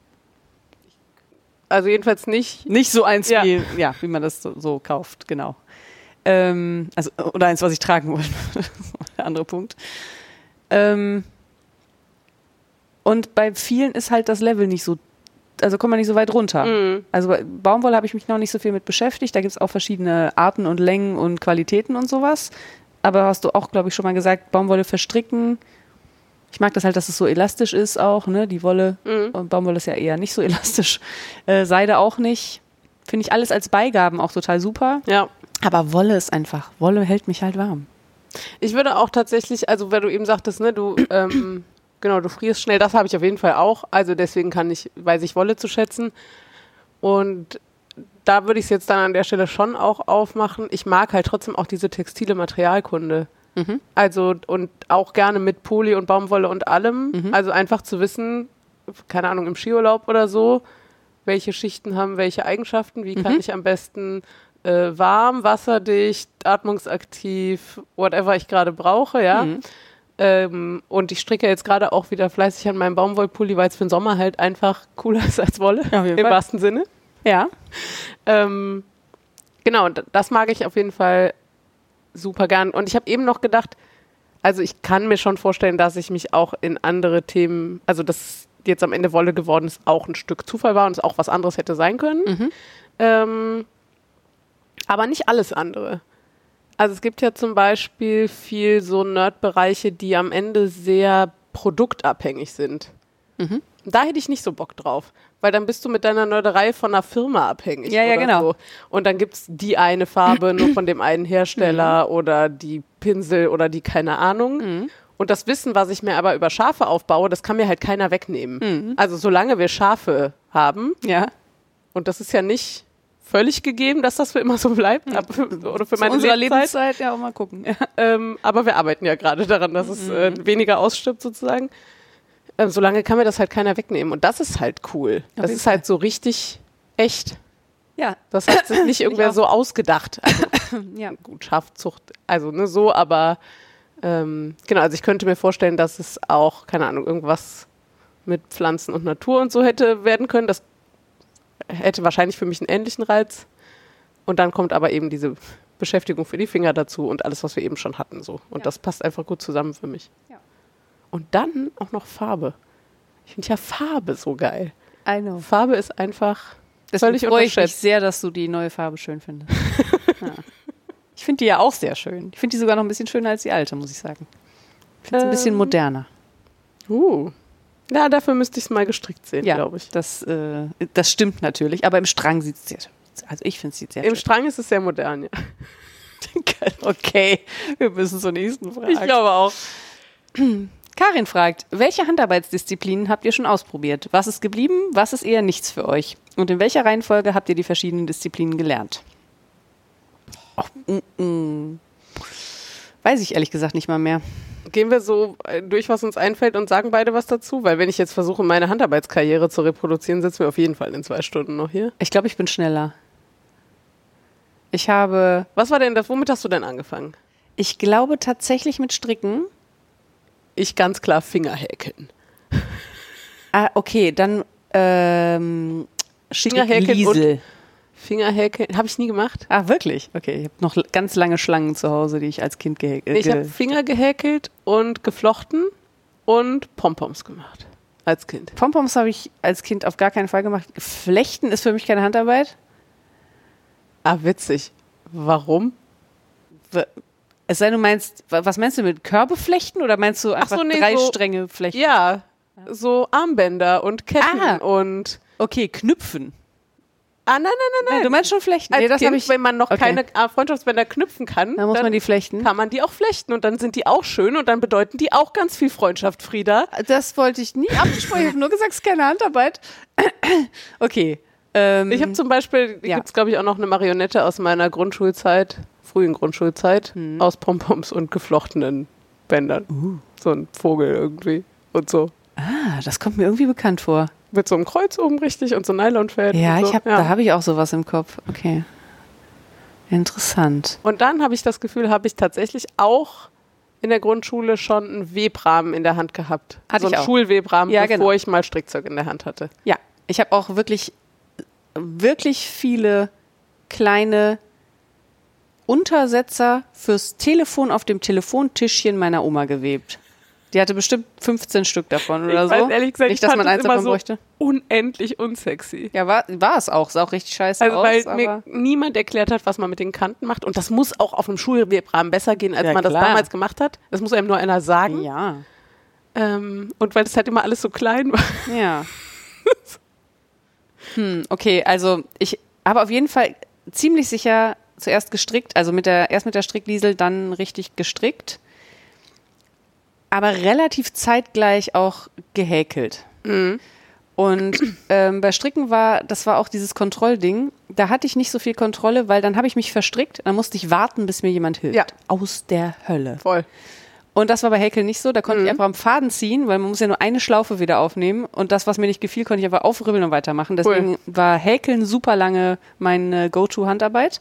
Also jedenfalls nicht. Nicht so eins, wie man das so kauft, genau. Oder eins, was ich tragen wollte. Der andere Punkt. Und bei vielen ist halt das Level nicht so, also kommt man nicht so weit runter. Also bei Baumwolle habe ich mich noch nicht so viel mit beschäftigt. Da gibt es auch verschiedene Arten und Längen und Qualitäten und sowas. Aber hast du auch, glaube ich, schon mal gesagt, Baumwolle verstricken. Ich mag das halt, dass es so elastisch ist auch, ne? Die Wolle. Und Baumwolle ist ja eher nicht so elastisch. Seide auch nicht. Finde ich alles als Beigaben auch total super. Ja. Aber Wolle ist einfach, Wolle hält mich halt warm. Ich würde auch tatsächlich, also weil du eben sagtest, ne, du genau, du frierst schnell, das habe ich auf jeden Fall auch. Also deswegen weiß ich Wolle zu schätzen. Und da würde ich es jetzt dann an der Stelle schon auch aufmachen. Ich mag halt trotzdem auch diese textile Materialkunde. Also und auch gerne mit Poly und Baumwolle und allem. Also einfach zu wissen, keine Ahnung, im Skiurlaub oder so, welche Schichten haben welche Eigenschaften, wie kann ich am besten warm, wasserdicht, atmungsaktiv, whatever ich gerade brauche, ja. Und ich stricke jetzt gerade auch wieder fleißig an meinem Baumwollpulli, weil es für den Sommer halt einfach cooler ist als Wolle, im wahrsten Sinne. Ja. Genau, das mag ich auf jeden Fall super gern. Und ich habe eben noch gedacht, also ich kann mir schon vorstellen, dass ich mich auch in andere Themen, also dass jetzt am Ende Wolle geworden ist, auch ein Stück Zufall war und es auch was anderes hätte sein können. Aber nicht alles andere. Also es gibt ja zum Beispiel viel so Nerd-Bereiche, die am Ende sehr produktabhängig sind. Da hätte ich nicht so Bock drauf, weil dann bist du mit deiner Nerderei von einer Firma abhängig. Ja, genau. So. Und dann gibt es die eine Farbe nur von dem einen Hersteller oder die Pinsel oder die keine Ahnung. Und das Wissen, was ich mir aber über Schafe aufbaue, das kann mir halt keiner wegnehmen. Also solange wir Schafe haben, und das ist ja nicht völlig gegeben, dass das für immer so bleibt, oder für meine Lebenszeit, ja, auch mal gucken. Aber wir arbeiten ja gerade daran, dass es weniger ausstirbt sozusagen. Solange kann mir das halt keiner wegnehmen. Und das ist halt cool. Das ist halt so richtig echt. Ja. Das hat sich nicht irgendwer so ausgedacht. Also, gut, Schafzucht, also ne, so, aber genau, also ich könnte mir vorstellen, dass es auch, keine Ahnung, irgendwas mit Pflanzen und Natur und so hätte werden können. Das hätte wahrscheinlich für mich einen ähnlichen Reiz. Und dann kommt aber eben diese Beschäftigung für die Finger dazu und alles, was wir eben schon hatten. So. Und das passt einfach gut zusammen für mich. Ja. Und dann auch noch Farbe. Ich finde ja Farbe so geil. I know. Farbe ist einfach völlig freue ich mich unterschätzt. sehr, dass du die neue Farbe schön findest. Ja. Ich finde die ja auch sehr schön. Ich finde die sogar noch ein bisschen schöner als die alte, muss ich sagen. Ich finde es ein bisschen moderner. Ja, dafür müsste ich es mal gestrickt sehen, glaube ich. Das stimmt natürlich, aber im Strang sieht es sehr schön aus. Also ich finde es sieht sehr schön. Im Strang ist es sehr modern, ja. Okay, wir müssen zur nächsten Frage. Ich glaube auch. Karin fragt, welche Handarbeitsdisziplinen habt ihr schon ausprobiert? Was ist geblieben, was ist eher nichts für euch? Und in welcher Reihenfolge habt ihr die verschiedenen Disziplinen gelernt? Weiß ich ehrlich gesagt nicht mal mehr. Gehen wir so durch, was uns einfällt und sagen beide was dazu? Weil wenn ich jetzt versuche, meine Handarbeitskarriere zu reproduzieren, sitzen wir auf jeden Fall in 2 Stunden noch hier. Ich glaube, ich bin schneller. Was war denn das? Womit hast du denn angefangen? Ich glaube tatsächlich mit Stricken. Ich ganz klar Fingerhäkeln. Okay, dann Fingerhäkeln. Fingerhäkeln, habe ich nie gemacht. Wirklich? Okay, ich habe noch ganz lange Schlangen zu Hause, die ich als Kind gehäkelt habe. Ich habe Finger gehäkelt und geflochten und Pompoms gemacht als Kind. Pompoms habe ich als Kind auf gar keinen Fall gemacht. Flechten ist für mich keine Handarbeit. Witzig. Warum? Es sei denn, du meinst, was meinst du mit Körbe flechten oder meinst du einfach 3 Stränge flechten? Ja, so Armbänder und Ketten und... Okay, knüpfen. Nein. Du meinst schon flechten? Als Kind, wenn man noch keine Freundschaftsbänder knüpfen kann, dann muss man die flechten. Kann man die auch flechten und dann sind die auch schön und dann bedeuten die auch ganz viel Freundschaft, Frieda. Das wollte ich nie abgesprochen. Ich habe nur gesagt, es ist keine Handarbeit. Okay. Ich habe zum Beispiel, gibt es glaube ich auch noch eine Marionette aus meiner Grundschulzeit, frühen Grundschulzeit, aus Pompoms und geflochtenen Bändern. So ein Vogel irgendwie und so. Das kommt mir irgendwie bekannt vor. Mit so einem Kreuz oben richtig und so Nylonfäden. Ja, und so. Da habe ich auch sowas im Kopf. Okay. Interessant. Und dann habe ich das Gefühl, habe ich tatsächlich auch in der Grundschule schon einen Webrahmen in der Hand gehabt. So einen Schulwebrahmen, bevor ich mal Strickzeug in der Hand hatte. Ja, ich habe auch wirklich viele kleine Untersetzer fürs Telefon auf dem Telefontischchen meiner Oma gewebt. Die hatte bestimmt 15 Stück davon oder so. Weiß, ehrlich gesagt, nicht, dass man eins davon bräuchte. Unendlich unsexy. Ja, war es auch. Sah auch richtig scheiße aus. Weil mir niemand erklärt hat, was man mit den Kanten macht. Und das muss auch auf einem Schulwebrahmen besser gehen, als man das damals gemacht hat. Das muss einem nur einer sagen. Ja. Und weil das halt immer alles so klein war. Ja. Okay, also ich habe auf jeden Fall ziemlich sicher zuerst gestrickt, also erst mit der Strickliesel, dann richtig gestrickt. Aber relativ zeitgleich auch gehäkelt. Mhm. Und bei Stricken das war auch dieses Kontrollding, da hatte ich nicht so viel Kontrolle, weil dann habe ich mich verstrickt, dann musste ich warten, bis mir jemand hilft. Ja. Aus der Hölle. Voll. Und das war bei Häkeln nicht so, da konnte ich einfach am Faden ziehen, weil man muss ja nur eine Schlaufe wieder aufnehmen und das, was mir nicht gefiel, konnte ich einfach aufribbeln und weitermachen. Deswegen war Häkeln super lange meine Go-To-Handarbeit.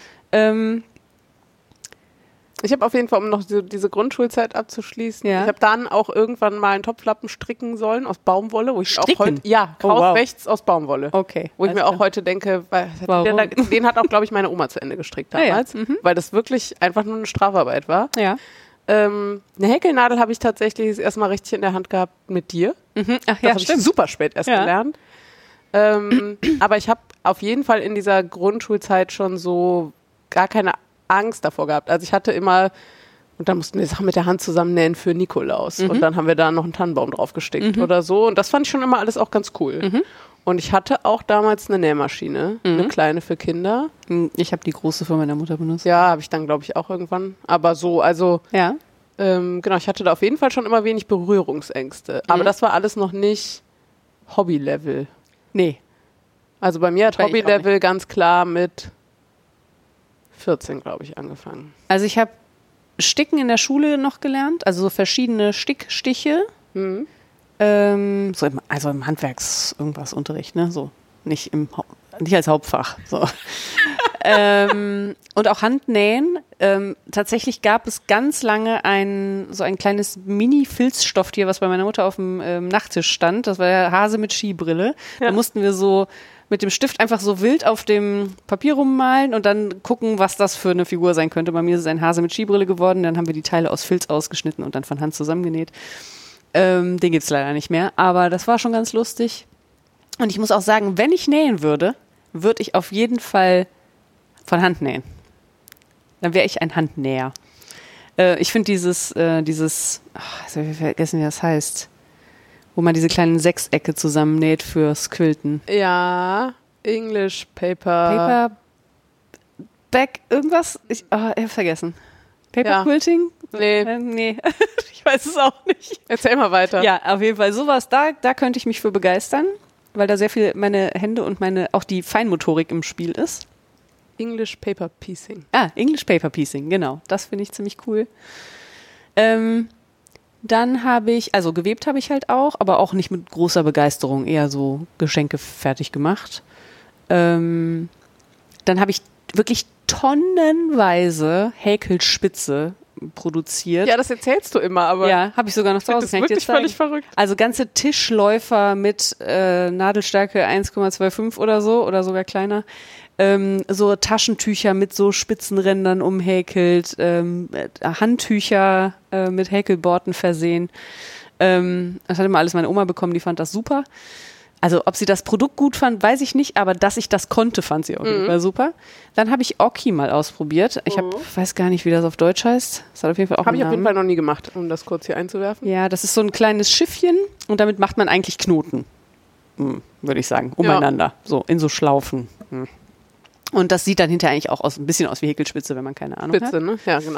Ich habe auf jeden Fall, um noch diese Grundschulzeit abzuschließen, ich habe dann auch irgendwann mal einen Topflappen stricken sollen aus Baumwolle, wo ich auch heute, rechts aus Baumwolle. Okay. Wo ich mir auch heute denke, den hat auch, glaube ich, meine Oma zu Ende gestrickt damals, weil das wirklich einfach nur eine Strafarbeit war. Ja. Eine Häkelnadel habe ich tatsächlich das erste Mal richtig in der Hand gehabt mit dir. Ach das ja, habe ich super spät erst gelernt. Aber ich habe auf jeden Fall in dieser Grundschulzeit schon so gar keine Angst davor gehabt. Also ich hatte immer, und dann mussten wir Sachen mit der Hand zusammennähen für Nikolaus. Und dann haben wir da noch einen Tannenbaum drauf gestickt oder so. Und das fand ich schon immer alles auch ganz cool. Und ich hatte auch damals eine Nähmaschine, eine kleine für Kinder. Ich habe die große von meiner Mutter benutzt. Ja, habe ich dann, glaube ich, auch irgendwann. Aber so, also genau, ich hatte da auf jeden Fall schon immer wenig Berührungsängste. Aber das war alles noch nicht Hobby-Level. Nee. Also bei mir hat Hobby-Level ganz klar mit 14, glaube ich, angefangen. Also ich habe Sticken in der Schule noch gelernt, also so verschiedene Stickstiche. Also im Handwerks-Unterricht, ne? So, nicht als Hauptfach. So. Und auch Handnähen. Tatsächlich gab es ganz lange so ein kleines Mini-Filzstofftier, was bei meiner Mutter auf dem Nachttisch stand. Das war der Hase mit Skibrille. Ja. Da mussten wir so mit dem Stift einfach so wild auf dem Papier rummalen und dann gucken, was das für eine Figur sein könnte. Bei mir ist es ein Hase mit Skibrille geworden. Dann haben wir die Teile aus Filz ausgeschnitten und dann von Hand zusammengenäht. Den gibt's leider nicht mehr. Aber das war schon ganz lustig. Und ich muss auch sagen, wenn ich nähen würde ich auf jeden Fall von Hand nähen. Dann wäre ich ein Handnäher. Ich finde jetzt habe ich vergessen, wie das heißt, wo man diese kleinen Sechsecke zusammennäht fürs Quilten. Ja, English Paper. Back, irgendwas? Ich habe vergessen. Paper Quilting? Nee. Ich weiß es auch nicht. Erzähl mal weiter. Ja, auf jeden Fall sowas, da könnte ich mich für begeistern, weil da sehr viel meine Hände und auch die Feinmotorik im Spiel ist. English Paper Piecing. English Paper Piecing, genau. Das finde ich ziemlich cool. Dann gewebt habe ich halt auch, aber auch nicht mit großer Begeisterung, eher so Geschenke fertig gemacht. Dann habe ich wirklich tonnenweise Häkelspitze produziert. Ja, das erzählst du immer, aber... Ja, habe ich sogar noch zu Hause. Das ist wirklich völlig verrückt. Also ganze Tischläufer mit Nadelstärke 1,25 oder so, oder sogar kleiner. So Taschentücher mit so Spitzenrändern umhäkelt, Handtücher mit Häkelborten versehen. Das hat immer alles meine Oma bekommen, die fand das super. Also ob sie das Produkt gut fand, weiß ich nicht, aber dass ich das konnte, fand sie auf jeden Fall super. Dann habe ich Oki mal ausprobiert. Ich weiß gar nicht, wie das auf Deutsch heißt. Das hat auf jeden Fall auch Habe ich auf jeden Fall noch nie gemacht, um das kurz hier einzuwerfen. Ja, das ist so ein kleines Schiffchen und damit macht man eigentlich Knoten, würde ich sagen, umeinander, so in so Schlaufen. Und das sieht dann hinterher eigentlich auch ein bisschen aus wie Häkelspitze, wenn man keine Ahnung hat. Spitze, ne? Ja, genau.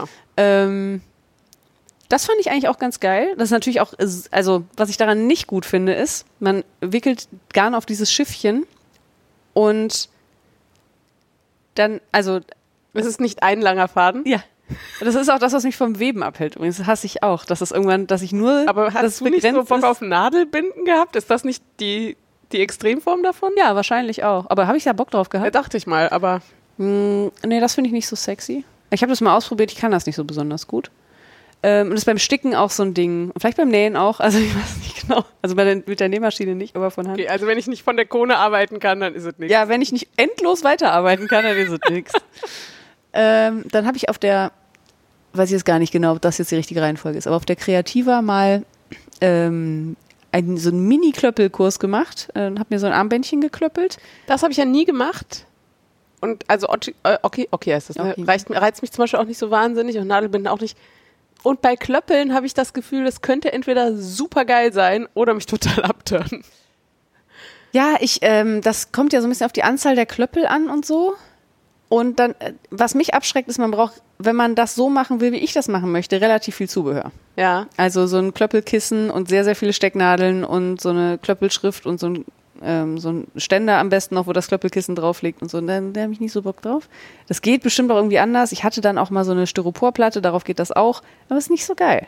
Das fand ich eigentlich auch ganz geil. Das ist natürlich auch, also was ich daran nicht gut finde, ist, man wickelt Garn auf dieses Schiffchen und dann, also... Es ist nicht ein langer Faden? Ja. Das ist auch das, was mich vom Weben abhält. Übrigens, das hasse ich auch, dass ich nur... Aber hast du nicht so Bock auf Nadelbinden gehabt? Ist das nicht die Extremform davon? Ja, wahrscheinlich auch. Aber habe ich da Bock drauf gehabt? Ja, dachte ich mal, aber... Nee, das finde ich nicht so sexy. Ich habe das mal ausprobiert, ich kann das nicht so besonders gut. Und das ist beim Sticken auch so ein Ding. Vielleicht beim Nähen auch, also ich weiß nicht genau. Also mit der Nähmaschine nicht, aber von Hand. Okay, also wenn ich nicht von der Krone arbeiten kann, dann ist es nichts. Ja, wenn ich nicht endlos weiterarbeiten kann, dann ist es nichts. Dann habe ich auf der weiß ich jetzt gar nicht genau, ob das jetzt die richtige Reihenfolge ist, aber auf der Kreativa mal so einen Mini-Klöppelkurs gemacht und habe mir so ein Armbändchen geklöppelt. Das habe ich ja nie gemacht. Und also okay heißt das. Ne? Reizt mich zum Beispiel auch nicht so wahnsinnig und Nadelbinden auch nicht. Und bei Klöppeln habe ich das Gefühl, das könnte entweder super geil sein oder mich total abturnen. Ja, das kommt ja so ein bisschen auf die Anzahl der Klöppel an und so. Und dann, was mich abschreckt, ist, man braucht, wenn man das so machen will, wie ich das machen möchte, relativ viel Zubehör. Ja. Also so ein Klöppelkissen und sehr, sehr viele Stecknadeln und so eine Klöppelschrift und so ein Ständer am besten noch, wo das Klöppelkissen drauf liegt und so. Und da habe ich nicht so Bock drauf. Das geht bestimmt auch irgendwie anders. Ich hatte dann auch mal so eine Styroporplatte, darauf geht das auch. Aber ist nicht so geil.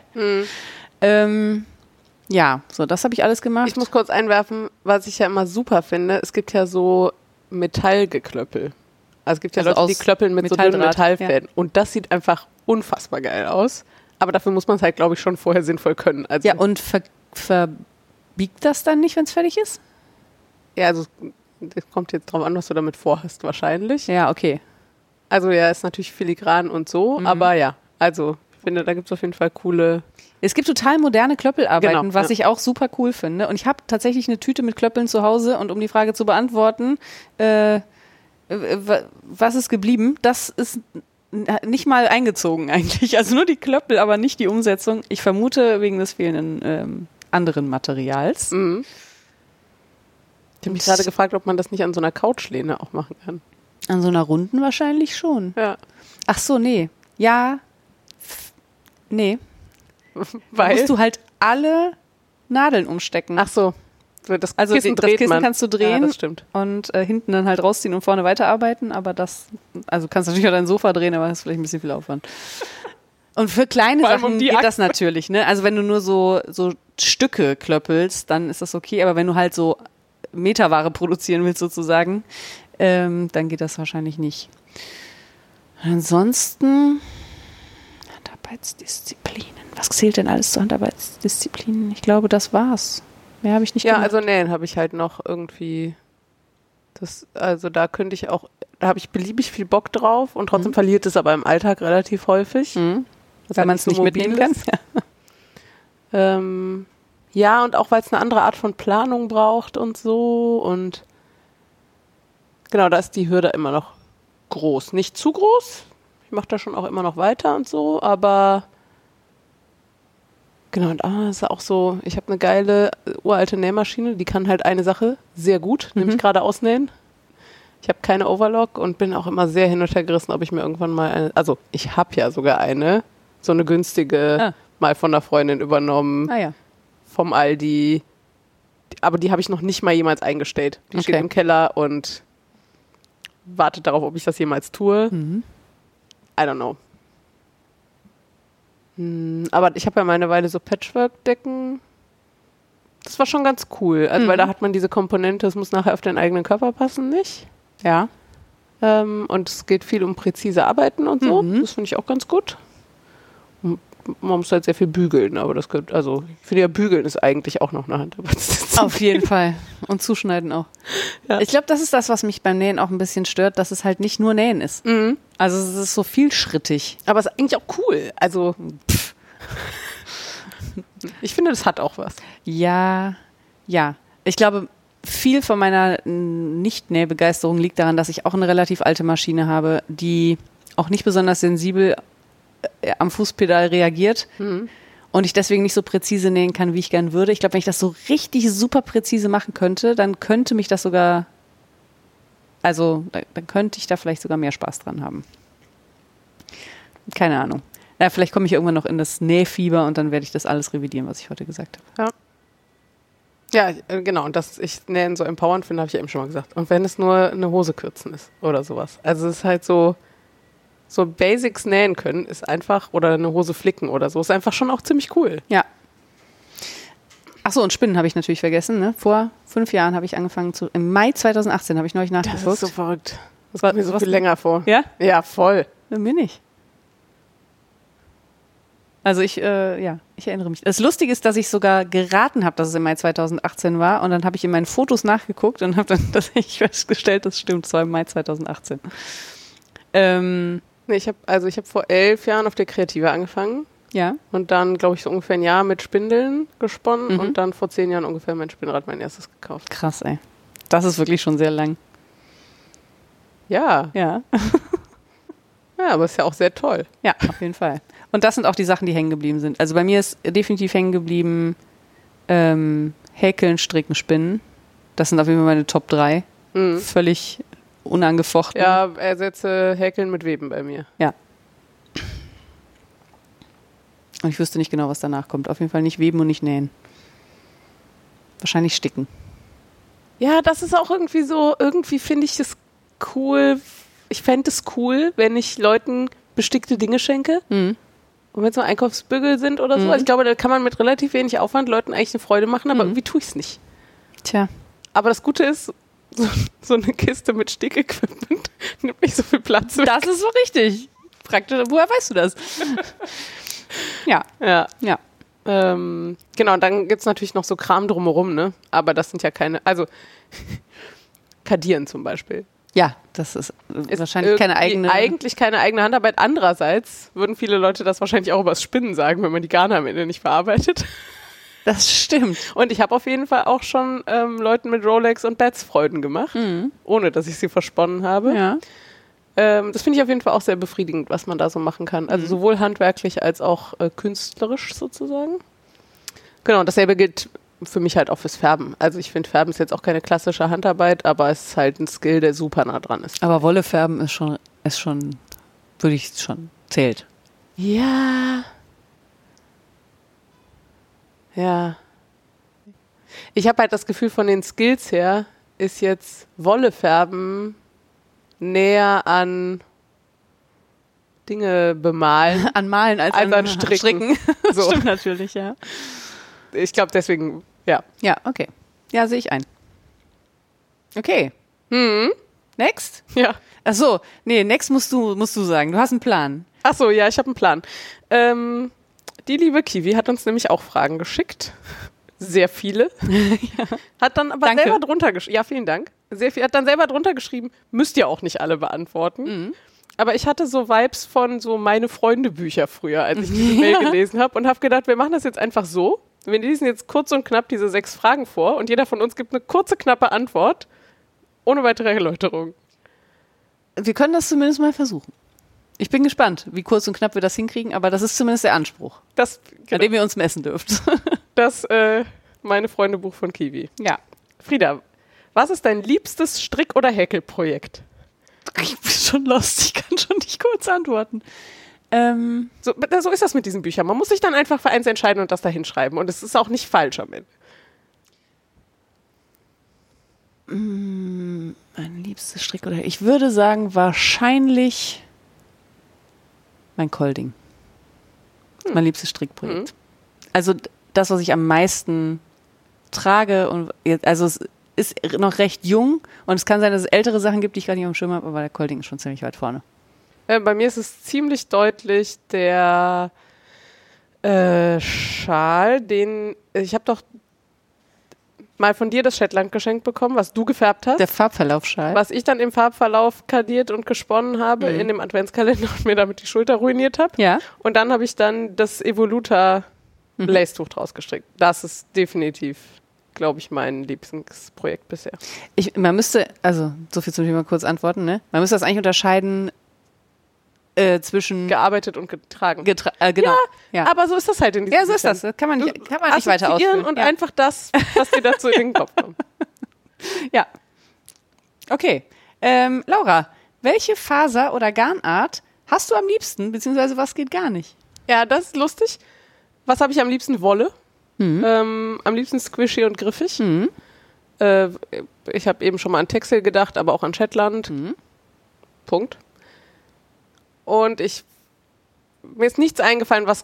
Ja, so, das habe ich alles gemacht. Ich muss kurz einwerfen, was ich ja immer super finde. Es gibt ja so Metallgeklöppel. Also es gibt ja Leute, die klöppeln mit so dünnen Metallfäden. Ja. Und das sieht einfach unfassbar geil aus. Aber dafür muss man es halt, glaube ich, schon vorher sinnvoll können. Also ja, und verbiegt das dann nicht, wenn es fertig ist? Ja, also es kommt jetzt drauf an, was du damit vorhast, wahrscheinlich. Ja, okay. Also ja, ist natürlich filigran und so, aber ja, also ich finde, da gibt es auf jeden Fall coole... Es gibt total moderne Klöppelarbeiten, was ich auch super cool finde. Und ich habe tatsächlich eine Tüte mit Klöppeln zu Hause und um die Frage zu beantworten, was ist geblieben? Das ist nicht mal eingezogen eigentlich. Also nur die Klöppel, aber nicht die Umsetzung. Ich vermute wegen des fehlenden anderen Materials. Mhm. Ich habe mich gerade gefragt, ob man das nicht an so einer Couchlehne auch machen kann. An so einer runden wahrscheinlich schon. Ja. Ach so, nee. Ja. Nee. Weil? Da musst du halt alle Nadeln umstecken. Ach so. Das Kissen kannst du drehen, ja, das stimmt. Und hinten dann halt rausziehen und vorne weiterarbeiten, aber also kannst du natürlich auch dein Sofa drehen, aber das ist vielleicht ein bisschen viel Aufwand. Und für kleine Sachen geht das natürlich, ne? Also wenn du nur so Stücke klöppelst, dann ist das okay, aber wenn du halt so Meterware produzieren willst sozusagen, dann geht das wahrscheinlich nicht. Ansonsten Handarbeitsdisziplinen. Was zählt denn alles zu Handarbeitsdisziplinen? Ich glaube, das war's. Mehr habe ich nicht gemacht. Ja, also nähen habe ich halt noch irgendwie. Also da habe ich beliebig viel Bock drauf und trotzdem verliert es aber im Alltag relativ häufig. Weil man es nicht mitnehmen kann. Ja, und auch weil es eine andere Art von Planung braucht und so. Und genau, da ist die Hürde immer noch groß. Nicht zu groß. Ich mache da schon auch immer noch weiter und so, aber genau, und ist auch so, ich habe eine geile uralte Nähmaschine, die kann halt eine Sache sehr gut, nämlich gerade ausnähen. Ich habe keine Overlock und bin auch immer sehr hin und her gerissen, ob ich mir irgendwann mal ich habe ja sogar so eine günstige, mal von einer Freundin übernommen, vom Aldi, aber die habe ich noch nicht mal jemals eingestellt. Die steht im Keller und wartet darauf, ob ich das jemals tue. I don't know. Aber ich habe ja mal eine Weile so Patchwork-Decken. Das war schon ganz cool. Also, weil da hat man diese Komponente, es muss nachher auf den eigenen Körper passen, nicht? Ja. Und es geht viel um präzise Arbeiten und so. Das finde ich auch ganz gut. Und man muss halt sehr viel bügeln, aber das gehört, also ich finde ja, bügeln ist eigentlich auch noch eine Handarbeit. Auf jeden Fall. Und zuschneiden auch. Ja. Ich glaube, das ist das, was mich beim Nähen auch ein bisschen stört, dass es halt nicht nur Nähen ist. Also es ist so vielschrittig. Aber es ist eigentlich auch cool. Also ich finde, das hat auch was. Ja. Ich glaube, viel von meiner Nicht-Nähbegeisterung liegt daran, dass ich auch eine relativ alte Maschine habe, die auch nicht besonders sensibel am Fußpedal reagiert und ich deswegen nicht so präzise nähen kann, wie ich gern würde. Ich glaube, wenn ich das so richtig super präzise machen könnte, dann könnte mich das sogar, also dann könnte ich da vielleicht sogar mehr Spaß dran haben. Keine Ahnung. Ja, vielleicht komme ich irgendwann noch in das Nähfieber und dann werde ich das alles revidieren, was ich heute gesagt habe. Ja, genau. Und dass ich Nähen so empowernd finde, habe ich ja eben schon mal gesagt. Und wenn es nur eine Hose kürzen ist oder sowas. Also es ist halt so Basics nähen können ist einfach, oder eine Hose flicken oder so, ist einfach schon auch ziemlich cool. Ja. Achso, und Spinnen habe ich natürlich vergessen. Ne? Vor 5 Jahren habe ich angefangen im Mai 2018 habe ich neulich nachgeguckt. Das ist so verrückt. Das kommt mir so viel länger vor. Ja? Ja, voll. Dann bin ich. Also ich erinnere mich. Das Lustige ist, dass ich sogar geraten habe, dass es im Mai 2018 war und dann habe ich in meinen Fotos nachgeguckt und habe dann tatsächlich festgestellt, das stimmt, es war im Mai 2018. Nee, ich hab vor 11 Jahren auf der Kreative angefangen. Ja. Und dann, glaube ich, so ungefähr ein Jahr mit Spindeln gesponnen und dann vor 10 Jahren ungefähr mein Spinnrad, mein erstes gekauft. Krass, ey. Das ist wirklich schon sehr lang. Ja. Ja. Ja, aber ist ja auch sehr toll. Ja, auf jeden Fall. Und das sind auch die Sachen, die hängen geblieben sind. Also bei mir ist definitiv hängen geblieben Häkeln, Stricken, Spinnen. Das sind auf jeden Fall meine Top 3. Völlig unangefochten. Ja, ersetze Häkeln mit Weben bei mir. Ja. Und ich wüsste nicht genau, was danach kommt. Auf jeden Fall nicht weben und nicht nähen. Wahrscheinlich sticken. Ja, das ist auch irgendwie so, irgendwie finde ich es cool. Ich fände es cool, wenn ich Leuten bestickte Dinge schenke. Und wenn es so Einkaufsbügel sind oder so. Also ich glaube, da kann man mit relativ wenig Aufwand Leuten eigentlich eine Freude machen, aber irgendwie tue ich es nicht. Tja. Aber das Gute ist, so eine Kiste mit Stickequipment nimmt nicht so viel Platz weg. Das ist so richtig. Praktisch. Woher weißt du das? Ja. Ja. Ja. Genau, und dann gibt es natürlich noch so Kram drumherum, ne? Aber das sind ja keine, also Kadieren zum Beispiel. Ja, das ist wahrscheinlich keine eigene... Eigentlich keine eigene Handarbeit. Andererseits würden viele Leute das wahrscheinlich auch übers Spinnen sagen, wenn man die Garne am Ende nicht verarbeitet. Das stimmt. Und ich habe auf jeden Fall auch schon Leuten mit Rolex und Bats Freuden gemacht, ohne dass ich sie versponnen habe. Ja. Das finde ich auf jeden Fall auch sehr befriedigend, was man da so machen kann. Also sowohl handwerklich als auch künstlerisch sozusagen. Genau, und dasselbe gilt für mich halt auch fürs Färben. Also ich finde, Färben ist jetzt auch keine klassische Handarbeit, aber es ist halt ein Skill, der super nah dran ist. Aber Wolle färben ist schon, würde ich schon, zählt. Ja. Ja. Ich habe halt das Gefühl, von den Skills her ist jetzt Wolle färben näher an Dinge bemalen. An Malen als an Stricken. So. Stimmt natürlich, ja. Ich glaube deswegen, ja. Ja, okay. Ja, sehe ich ein. Okay. Next? Ja. Ach so, nee, next musst du sagen. Du hast einen Plan. Ach so, ja, ich habe einen Plan. Die liebe Kiwi hat uns nämlich auch Fragen geschickt. Sehr viele. Hat dann aber selber drunter geschrieben. Ja, vielen Dank. Sehr viel. Hat dann selber drunter geschrieben, müsst ihr auch nicht alle beantworten. Aber ich hatte so Vibes von so meine Freunde-Bücher früher, als ich diese Mail gelesen habe und habe gedacht, wir machen das jetzt einfach so. Wir lesen jetzt kurz und knapp diese 6 Fragen vor und jeder von uns gibt eine kurze, knappe Antwort, ohne weitere Erläuterung. Wir können das zumindest mal versuchen. Ich bin gespannt, wie kurz und knapp wir das hinkriegen, aber das ist zumindest der Anspruch, an dem ihr uns messen dürft. Das meine Freunde-Buch von Kiwi. Ja. Frieda, was ist dein liebstes Strick- oder Häkelprojekt? Ich bin schon lost, ich kann schon nicht kurz antworten. So ist das mit diesen Büchern. Man muss sich dann einfach für eins entscheiden und das da hinschreiben. Und es ist auch nicht falsch am Ende. Mein liebstes Strick oder... Ich würde sagen, wahrscheinlich mein Kolding. Mein liebstes Strickprojekt. Also das, was ich am meisten trage. Und also es ist noch recht jung und es kann sein, dass es ältere Sachen gibt, die ich gar nicht auf dem Schirm habe, aber der Kolding ist schon ziemlich weit vorne. Bei mir ist es ziemlich deutlich der Schal, den ich habe doch mal von dir das Shetland geschenkt bekommen, was du gefärbt hast. Der Farbverlaufschal. Was ich dann im Farbverlauf kadiert und gesponnen habe in dem Adventskalender und mir damit die Schulter ruiniert habe. Ja. Und dann habe ich dann das Evoluta Lace-Tuch draus gestrickt. Das ist definitiv, glaube ich, mein Lieblingsprojekt bisher. Man müsste, also so viel zum Thema kurz antworten, ne? Man müsste das eigentlich unterscheiden zwischen... Gearbeitet und getragen. Genau. Ja, aber so ist das halt in diesem Ja, so ist das. Das kann man nicht weiter ausführen. Und einfach das, was dir dazu in den Kopf kommt. Ja. Okay. Laura, welche Faser oder Garnart hast du am liebsten, beziehungsweise was geht gar nicht? Ja, das ist lustig. Was habe ich am liebsten? Wolle. Am liebsten squishy und griffig. Ich habe eben schon mal an Texel gedacht, aber auch an Shetland. Punkt. Und mir ist nichts eingefallen, was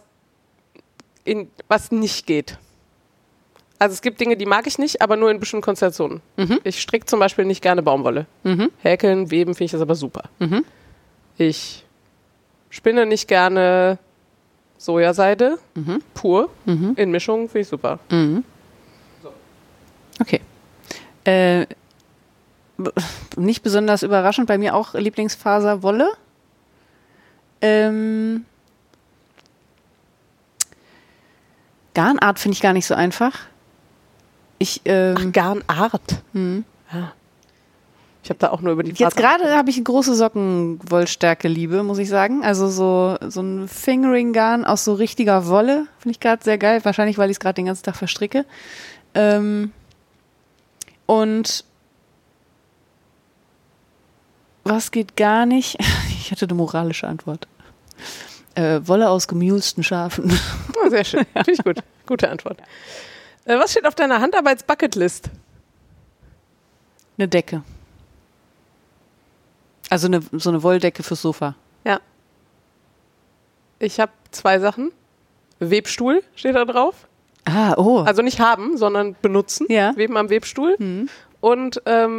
nicht geht. Also es gibt Dinge, die mag ich nicht, aber nur in bestimmten Konstellationen. Ich stricke zum Beispiel nicht gerne Baumwolle. Häkeln, weben finde ich das aber super. Ich spinne nicht gerne Sojaseide, pur, in Mischung finde ich super. Okay. Nicht besonders überraschend, bei mir auch Lieblingsfaser Wolle. Garnart finde ich gar nicht so einfach. Garnart. Ja. Ich habe da auch nur über die Jetzt gerade habe ich eine große Sockenwollstärke-Liebe, muss ich sagen. Also so ein Fingering-Garn aus so richtiger Wolle finde ich gerade sehr geil. Wahrscheinlich, weil ich es gerade den ganzen Tag verstricke. Und was geht gar nicht? Ich hatte eine moralische Antwort. Wolle aus gemulsten Schafen. Oh, sehr schön. Finde ich gut. Gute Antwort. Was steht auf deiner Handarbeits-Bucketlist? Eine Decke. Also so eine Wolldecke fürs Sofa. Ja. Ich habe 2 Sachen. Webstuhl steht da drauf. Oh. Also nicht haben, sondern benutzen. Ja. Weben am Webstuhl. Und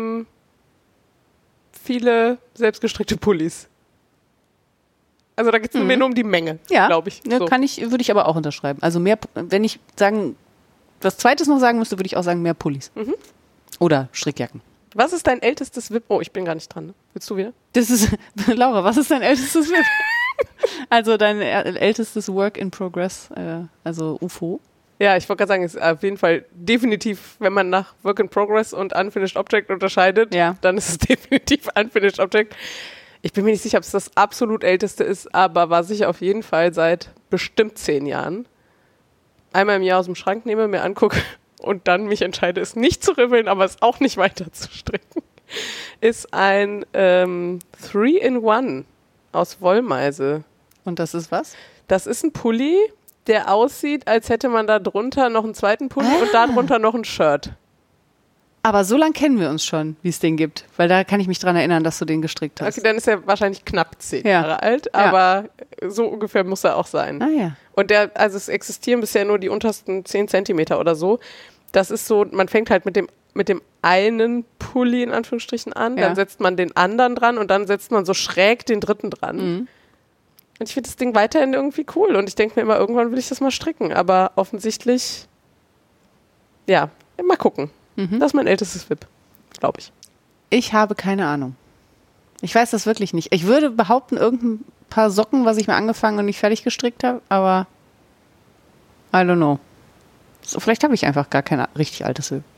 viele selbstgestrickte Pullis. Also da geht es mir nur um die Menge, glaube ich. Ja, so. Würde ich aber auch unterschreiben. Also mehr, wenn ich was Zweites noch sagen müsste, würde ich auch sagen mehr Pullis. Oder Strickjacken. Was ist dein ältestes WIP? Oh, ich bin gar nicht dran. Ne? Willst du wieder? Das ist, Laura, was ist dein ältestes WIP? Also dein ältestes Work in Progress, also UFO? Ja, ich wollte gerade sagen, ist auf jeden Fall definitiv, wenn man nach Work in Progress und Unfinished Object unterscheidet, dann ist es definitiv Unfinished Object. Ich bin mir nicht sicher, ob es das absolut älteste ist, aber was ich auf jeden Fall seit bestimmt 10 Jahren einmal im Jahr aus dem Schrank nehme, mir angucke und dann mich entscheide, es nicht zu ribbeln, aber es auch nicht weiter zu stricken, ist ein 3-in-1 aus Wollmeise. Und das ist was? Das ist ein Pulli, der aussieht, als hätte man da drunter noch einen zweiten Pulli und da drunter noch ein Shirt. Aber so lange kennen wir uns schon, wie es den gibt. Weil da kann ich mich dran erinnern, dass du den gestrickt hast. Okay, dann ist er wahrscheinlich knapp 10 Jahre alt, aber so ungefähr muss er auch sein. Ah ja. Und es existieren bisher nur die untersten 10 Zentimeter oder so. Das ist so, man fängt halt mit dem einen Pulli in Anführungsstrichen an, dann setzt man den anderen dran und dann setzt man so schräg den dritten dran. Und ich finde das Ding weiterhin irgendwie cool und ich denke mir immer, irgendwann will ich das mal stricken, aber offensichtlich, mal gucken. Das ist mein ältestes WIP, glaube ich. Ich habe keine Ahnung. Ich weiß das wirklich nicht. Ich würde behaupten, irgendein paar Socken, was ich mir angefangen und nicht fertig gestrickt habe, aber I don't know. So, vielleicht habe ich einfach gar kein richtig altes WIP.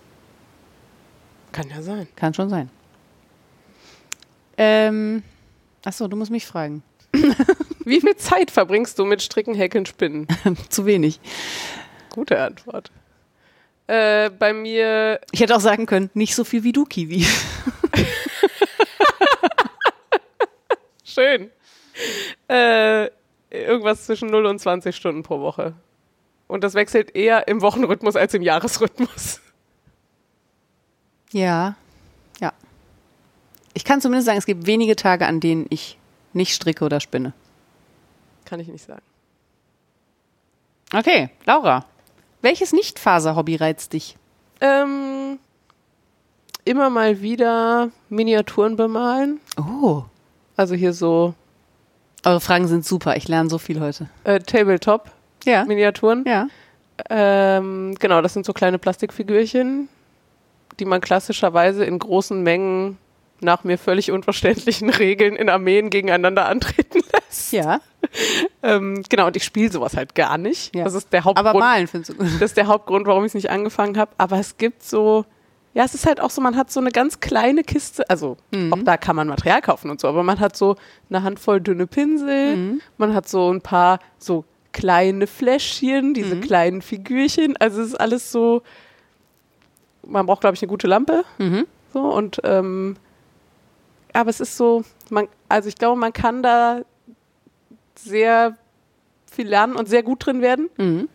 Kann ja sein. Kann schon sein. Achso, du musst mich fragen. Wie viel Zeit verbringst du mit Stricken, Häkeln, Spinnen? Zu wenig. Gute Antwort. Bei mir... Ich hätte auch sagen können, nicht so viel wie du, Kiwi. Schön. Irgendwas zwischen 0 und 20 Stunden pro Woche. Und das wechselt eher im Wochenrhythmus als im Jahresrhythmus. Ja. Ich kann zumindest sagen, es gibt wenige Tage, an denen ich nicht stricke oder spinne. Kann ich nicht sagen. Okay, Laura. Welches Nicht-Faser-Hobby reizt dich? Immer mal wieder Miniaturen bemalen. Oh. Also hier so... Eure Fragen sind super. Ich lerne so viel heute. Tabletop-Miniaturen. Ja. Genau, das sind so kleine Plastikfigürchen, die man klassischerweise in großen Mengen nach mir völlig unverständlichen Regeln in Armeen gegeneinander antreten lässt. Ja. Genau, und ich spiele sowas halt gar nicht. Ja. Das ist der Hauptgrund. Aber malen findest du gut. Das ist der Hauptgrund, warum ich es nicht angefangen habe. Aber es gibt so, es ist halt auch so, man hat so eine ganz kleine Kiste, also auch da kann man Material kaufen und so, aber man hat so eine Handvoll dünne Pinsel, man hat so ein paar so kleine Fläschchen, diese kleinen Figürchen, also es ist alles so, man braucht, glaube ich, eine gute Lampe. So, und aber es ist so, ich glaube, man kann da sehr viel lernen und sehr gut drin werden.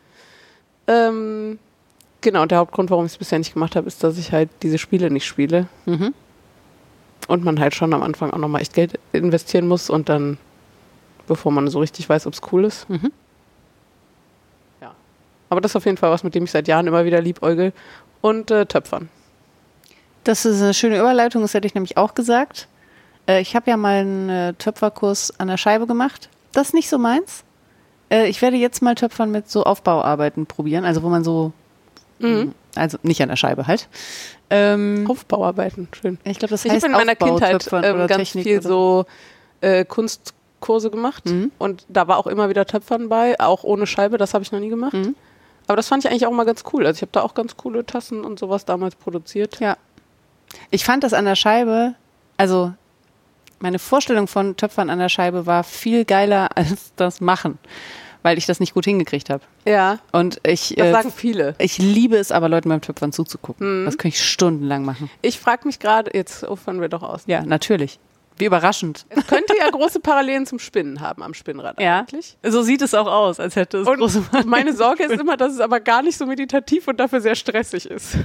Genau, und der Hauptgrund, warum ich es bisher nicht gemacht habe, ist, dass ich halt diese Spiele nicht spiele. Und man halt schon am Anfang auch nochmal echt Geld investieren muss und dann, bevor man so richtig weiß, ob es cool ist. Ja. Aber das ist auf jeden Fall was, mit dem ich seit Jahren immer wieder liebäugel. Und Töpfern. Das ist eine schöne Überleitung, das hätte ich nämlich auch gesagt. Ich habe ja mal einen Töpferkurs an der Scheibe gemacht. Das ist nicht so meins. Ich werde jetzt mal Töpfern mit so Aufbauarbeiten probieren, also wo man so, also nicht an der Scheibe halt. Aufbauarbeiten, schön. Ich glaube, das ich heißt habe in meiner Kindheit Aufbautöpfern oder ganz Technik viel oder so Kurse gemacht und da war auch immer wieder Töpfern bei, auch ohne Scheibe, das habe ich noch nie gemacht. Aber das fand ich eigentlich auch mal ganz cool. Also ich habe da auch ganz coole Tassen und sowas damals produziert. Ja. Ich fand das an der Scheibe, also meine Vorstellung von Töpfern an der Scheibe war viel geiler als das Machen, weil ich das nicht gut hingekriegt habe. Ja. Und das sagen viele. Ich liebe es aber, Leuten beim Töpfern zuzugucken. Das kann ich stundenlang machen. Ich frage mich gerade, jetzt ufern wir doch aus. Ja, natürlich. Wie überraschend. Es könnte ja große Parallelen zum Spinnen haben am Spinnrad eigentlich. So sieht es auch aus, als hätte es große Parallelen. Meine Sorge ist immer, dass es aber gar nicht so meditativ und dafür sehr stressig ist.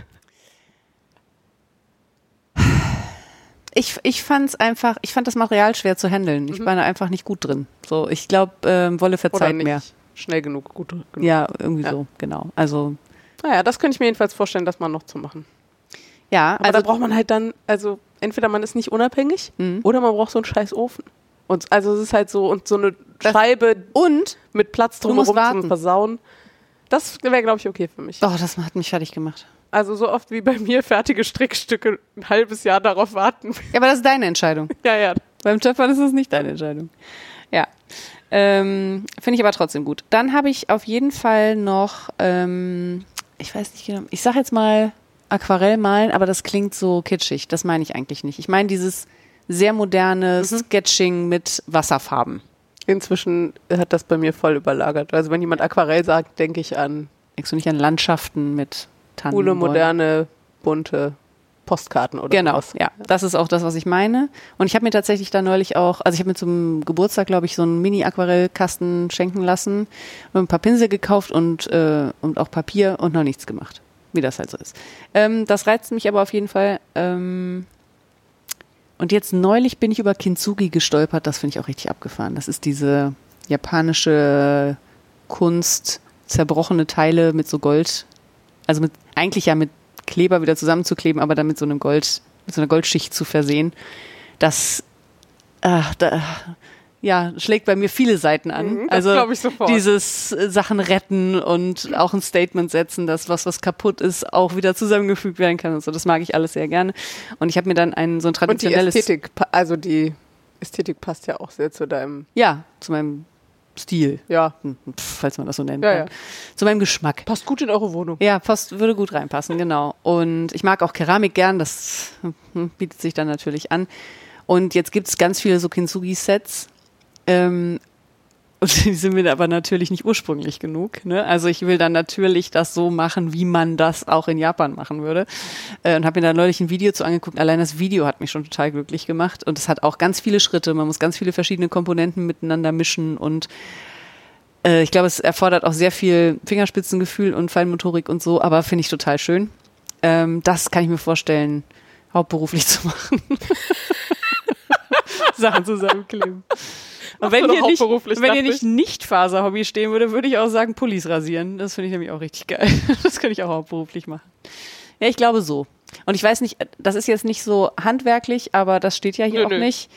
Ich fand das Material schwer zu handeln. Ich war da einfach nicht gut drin. So, ich glaube, Wolle verzeiht mehr. Schnell genug, gut genug. Ja, irgendwie so, genau. Also. Naja, das könnte ich mir jedenfalls vorstellen, das mal noch zu machen. Ja, aber da braucht man halt dann, also entweder man ist nicht unabhängig oder man braucht so einen scheiß Ofen. Und also es ist halt so, und so eine Scheibe und mit Platz drumherum zum Versauen. Das wäre, glaube ich, okay für mich. Doch, das hat mich fertig gemacht. Also so oft wie bei mir fertige Strickstücke ein halbes Jahr darauf warten. Ja, aber das ist deine Entscheidung. Ja. Beim Töpfern ist das nicht deine Entscheidung. Ja. Finde ich aber trotzdem gut. Dann habe ich auf jeden Fall noch, ich weiß nicht genau, ich sag jetzt mal Aquarell malen, aber das klingt so kitschig. Das meine ich eigentlich nicht. Ich meine dieses sehr moderne Sketching mit Wasserfarben. Inzwischen hat das bei mir voll überlagert. Also wenn jemand Aquarell sagt, denke ich an... Denkst du nicht an Landschaften mit Tannen? Coole, moderne, bunte Postkarten oder genau, sowas. Ja. Das ist auch das, was ich meine. Und ich habe mir tatsächlich da neulich auch, also ich habe mir zum Geburtstag, glaube ich, so einen Mini-Aquarellkasten schenken lassen und ein paar Pinsel gekauft und auch Papier und noch nichts gemacht. Wie das halt so ist. Das reizt mich aber auf jeden Fall. Und jetzt neulich bin ich über Kintsugi gestolpert. Das finde ich auch richtig abgefahren. Das ist diese japanische Kunst, zerbrochene Teile mit so Gold, also eigentlich mit Kleber wieder zusammenzukleben, aber dann mit so einer Goldschicht zu versehen. Das schlägt bei mir viele Seiten an. Das glaube ich sofort. Dieses Sachen retten und auch ein Statement setzen, dass was kaputt ist, auch wieder zusammengefügt werden kann und so. Das mag ich alles sehr gerne. Und ich habe mir dann so ein traditionelles... Und die Ästhetik passt ja auch sehr zu deinem... Ja, zu meinem Stil. Ja. Falls man das so nennen kann. Ja. Zu meinem Geschmack. Passt gut in eure Wohnung. Ja, würde gut reinpassen, genau. Und ich mag auch Keramik gern, das bietet sich dann natürlich an. Und jetzt gibt es ganz viele so Kintsugi-Sets. Und die sind mir aber natürlich nicht ursprünglich genug. Ne? Also ich will dann natürlich das so machen, wie man das auch in Japan machen würde. Und habe mir da neulich ein Video zu angeguckt. Allein das Video hat mich schon total glücklich gemacht. Und es hat auch ganz viele Schritte. Man muss ganz viele verschiedene Komponenten miteinander mischen. Und ich glaube, es erfordert auch sehr viel Fingerspitzengefühl und Feinmotorik und so. Aber finde ich total schön. Das kann ich mir vorstellen, hauptberuflich zu machen. Sachen zusammenkleben. Und wenn hier nicht Faser-Hobby stehen würde, würde ich auch sagen, Pullis rasieren. Das finde ich nämlich auch richtig geil. Das könnte ich auch hauptberuflich machen. Ja, ich glaube so. Und ich weiß nicht, das ist jetzt nicht so handwerklich, aber das steht ja hier auch nicht.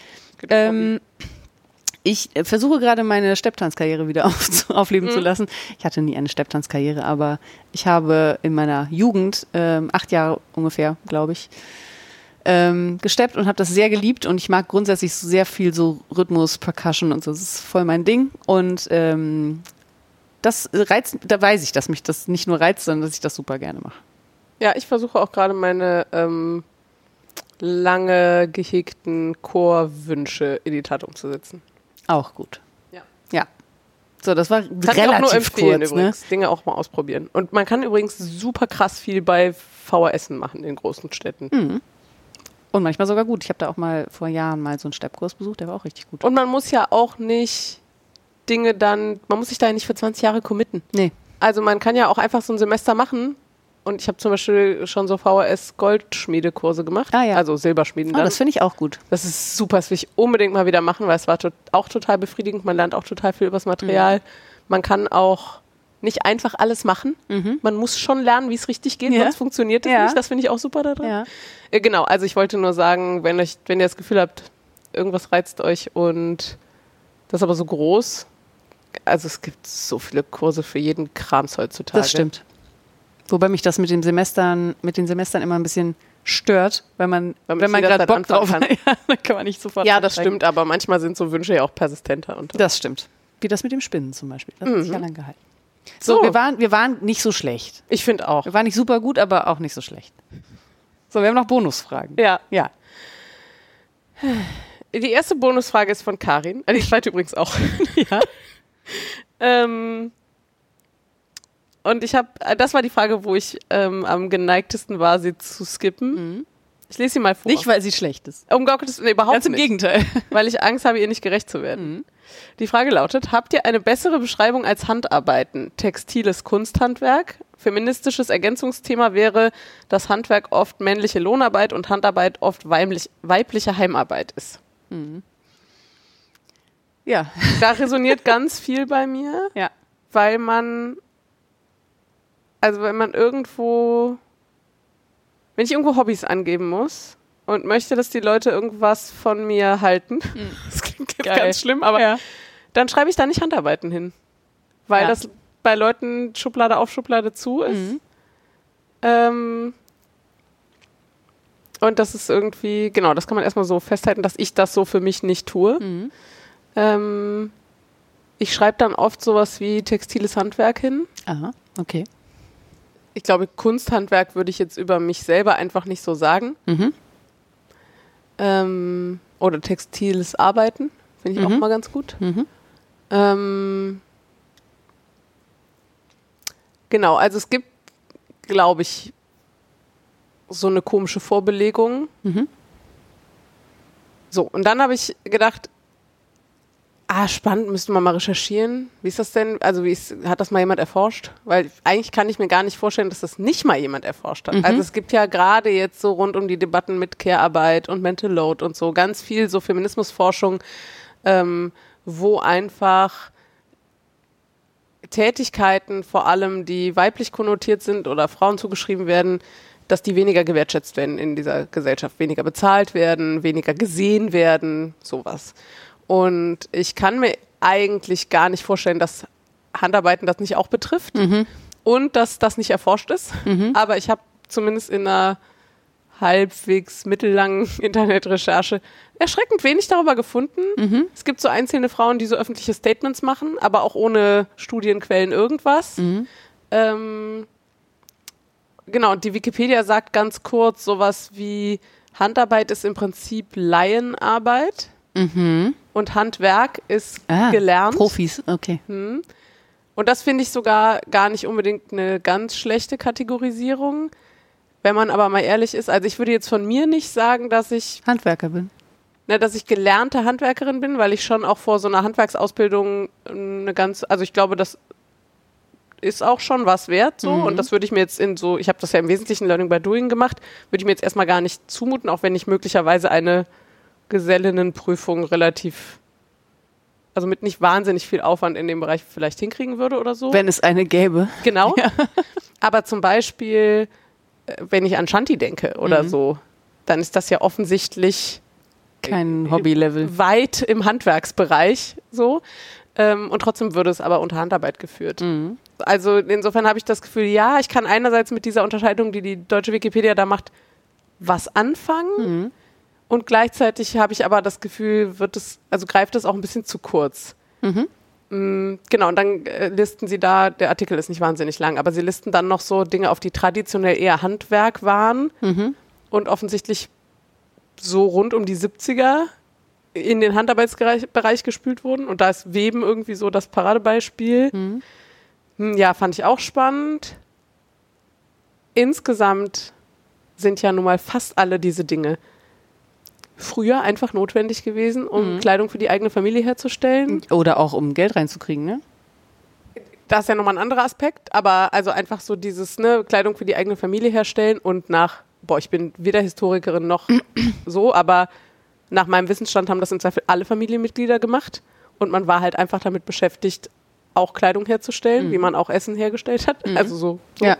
Ich versuche gerade meine Stepptanzkarriere wieder aufleben zu lassen. Ich hatte nie eine Stepptanzkarriere, aber ich habe in meiner Jugend, 8 Jahre ungefähr, glaube ich, gesteppt und habe das sehr geliebt und ich mag grundsätzlich sehr viel so Rhythmus, Percussion und so, das ist voll mein Ding und das reizt, da weiß ich, dass mich das nicht nur reizt, sondern dass ich das super gerne mache. Ja, ich versuche auch gerade meine lange gehegten Chorwünsche in die Tat umzusetzen. Auch gut. Ja. So, das war das relativ auch nur empfehlen, kurz, übrigens. Ne? Dinge auch mal ausprobieren. Und man kann übrigens super krass viel bei VHS machen in großen Städten. Mhm. Und manchmal sogar gut. Ich habe da auch mal vor Jahren so einen Steppkurs besucht, der war auch richtig gut. Und man muss ja auch nicht man muss sich da ja nicht für 20 Jahre committen. Nee. Also man kann ja auch einfach so ein Semester machen. Und ich habe zum Beispiel schon so VHS-Goldschmiedekurse gemacht. Ah, ja. Also Silberschmieden. Das finde ich auch gut. Das ist super, das will ich unbedingt mal wieder machen, weil es war auch total befriedigend. Man lernt auch total viel über das Material. Mhm. Man kann auch nicht einfach alles machen. Mhm. Man muss schon lernen, wie es richtig geht, sonst funktioniert es nicht. Das finde ich auch super daran. Ja. Genau, also ich wollte nur sagen, wenn ihr das Gefühl habt, irgendwas reizt euch und das ist aber so groß, also es gibt so viele Kurse für jeden Krams heutzutage. Das stimmt. Wobei mich das mit den Semestern immer ein bisschen stört, wenn man jederzeit gerade Bock drauf anfangen hat. Ja, dann kann man nicht sofort. Ja, das einsteigen. stimmt, aber manchmal sind so Wünsche ja auch persistenter. Das stimmt. Wie das mit dem Spinnen zum Beispiel. Das hat sich ja lang gehalten. So. So, wir waren nicht so schlecht. Ich finde auch. Wir waren nicht super gut, aber auch nicht so schlecht. So, wir haben noch Bonusfragen. Ja. Ja. Die erste Bonusfrage ist von Karin. Die zweite übrigens auch. Ja. Und das war die Frage, wo ich am geneigtesten war, sie zu skippen. Ich lese sie mal vor. Nicht, weil sie schlecht ist. Um Gottes Willen, überhaupt Ganz im nicht. Gegenteil. Weil ich Angst habe, ihr nicht gerecht zu werden. Die Frage lautet, habt ihr eine bessere Beschreibung als Handarbeiten? Textiles Kunsthandwerk? Feministisches Ergänzungsthema wäre, dass Handwerk oft männliche Lohnarbeit und Handarbeit oft weibliche Heimarbeit ist. Ja. Da resoniert ganz viel bei mir, Ja. weil wenn ich irgendwo Hobbys angeben muss und möchte, dass die Leute irgendwas von mir halten, das klingt jetzt Geil. ganz schlimm, aber Ja. dann schreibe ich da nicht Handarbeiten hin, weil Ja. das bei Leuten Schublade auf Schublade zu ist. Und das ist irgendwie, genau, das kann man erstmal so festhalten, dass ich das so für mich nicht tue. Ich schreibe dann oft sowas wie textiles Handwerk hin. Aha, okay. Ich glaube, Kunsthandwerk würde ich jetzt über mich selber einfach nicht so sagen. Oder textiles Arbeiten, finde ich auch mal ganz gut. Genau, also es gibt, glaube ich, so eine komische Vorbelegung. So, und dann habe ich gedacht, spannend, müsste man mal recherchieren. Wie ist das denn? Also hat das mal jemand erforscht? Weil eigentlich kann ich mir gar nicht vorstellen, dass das nicht mal jemand erforscht hat. Also es gibt ja gerade jetzt so rund um die Debatten mit Care-Arbeit und Mental Load und so ganz viel so Feminismusforschung, wo einfach Tätigkeiten, vor allem die weiblich konnotiert sind oder Frauen zugeschrieben werden, dass die weniger gewertschätzt werden in dieser Gesellschaft, weniger bezahlt werden, weniger gesehen werden, sowas. Und ich kann mir eigentlich gar nicht vorstellen, dass Handarbeiten das nicht auch betrifft und dass das nicht erforscht ist. Aber ich habe zumindest in einer halbwegs mittellangen Internetrecherche erschreckend wenig darüber gefunden. Es gibt so einzelne Frauen, die so öffentliche Statements machen, aber auch ohne Studienquellen irgendwas. Genau, und die Wikipedia sagt ganz kurz sowas wie, Handarbeit ist im Prinzip Laienarbeit. Und Handwerk ist gelernt. Profis, okay. Und das finde ich sogar gar nicht unbedingt eine ganz schlechte Kategorisierung. Wenn man aber mal ehrlich ist, also ich würde jetzt von mir nicht sagen, dass ich Handwerker bin. Dass ich gelernte Handwerkerin bin, weil ich schon auch vor so einer Handwerksausbildung also ich glaube, das ist auch schon was wert so und das würde ich mir jetzt ich habe das ja im Wesentlichen Learning by Doing gemacht, würde ich mir jetzt erstmal gar nicht zumuten, auch wenn ich möglicherweise eine Gesellinnenprüfung also mit nicht wahnsinnig viel Aufwand in dem Bereich vielleicht hinkriegen würde oder so. Wenn es eine gäbe. Genau. Ja. Aber zum Beispiel, wenn ich an Shanti denke oder so, dann ist das ja offensichtlich kein Hobbylevel. Weit im Handwerksbereich so. Und trotzdem würde es aber unter Handarbeit geführt. Also insofern habe ich das Gefühl, ja, ich kann einerseits mit dieser Unterscheidung, die die deutsche Wikipedia da macht, was anfangen. Und gleichzeitig habe ich aber das Gefühl, greift es auch ein bisschen zu kurz. Genau, und dann listen sie da, der Artikel ist nicht wahnsinnig lang, aber sie listen dann noch so Dinge auf, die traditionell eher Handwerk waren und offensichtlich so rund um die 70er in den Handarbeitsbereich gespült wurden. Und da ist Weben irgendwie so das Paradebeispiel. Ja, fand ich auch spannend. Insgesamt sind ja nun mal fast alle diese Dinge früher einfach notwendig gewesen, um Kleidung für die eigene Familie herzustellen. Oder auch um Geld reinzukriegen, ne? Das ist ja nochmal ein anderer Aspekt, aber also einfach so dieses, Kleidung für die eigene Familie herstellen und ich bin weder Historikerin noch so, aber nach meinem Wissensstand haben das im Zweifel alle Familienmitglieder gemacht und man war halt einfach damit beschäftigt, auch Kleidung herzustellen, wie man auch Essen hergestellt hat. Also so. Ja.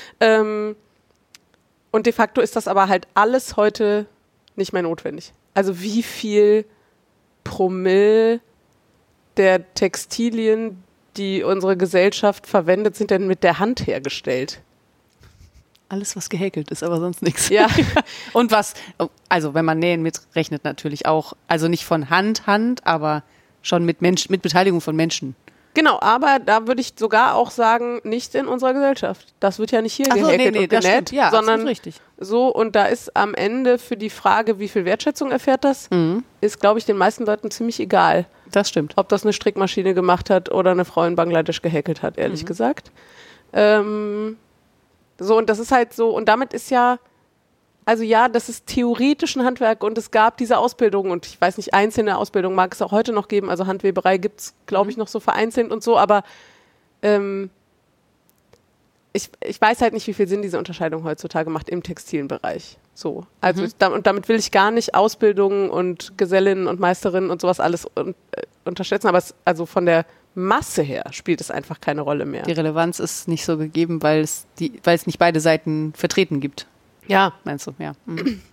Und de facto ist das aber halt alles heute nicht mehr notwendig. Also wie viel Promille der Textilien, die unsere Gesellschaft verwendet, sind denn mit der Hand hergestellt? alles, was gehäkelt ist, aber sonst nichts. Ja. Und also wenn man Nähen mitrechnet natürlich auch, also nicht von Hand, aber schon mit Beteiligung von Menschen. Genau, aber da würde ich sogar auch sagen, nicht in unserer Gesellschaft. Das wird ja nicht hier gehäkelt und genäht, ja, sondern richtig. so. Und da ist am Ende für die Frage, wie viel Wertschätzung erfährt das, ist, glaube ich, den meisten Leuten ziemlich egal. Das stimmt. Ob das eine Strickmaschine gemacht hat oder eine Frau in Bangladesch gehäkelt hat, ehrlich gesagt. So, und das ist halt so, und damit ist ja, also ja, das ist theoretisch ein Handwerk und es gab diese Ausbildung und ich weiß nicht, einzelne Ausbildungen mag es auch heute noch geben, also Handweberei gibt es, glaube ich, noch so vereinzelt und so, aber ich weiß halt nicht, wie viel Sinn diese Unterscheidung heutzutage macht im textilen Bereich. So, also und damit will ich gar nicht Ausbildungen und Gesellinnen und Meisterinnen und sowas alles unterschätzen, aber also von der Masse her spielt es einfach keine Rolle mehr. Die Relevanz ist nicht so gegeben, weil es nicht beide Seiten vertreten gibt. Ja. Meinst du, ja.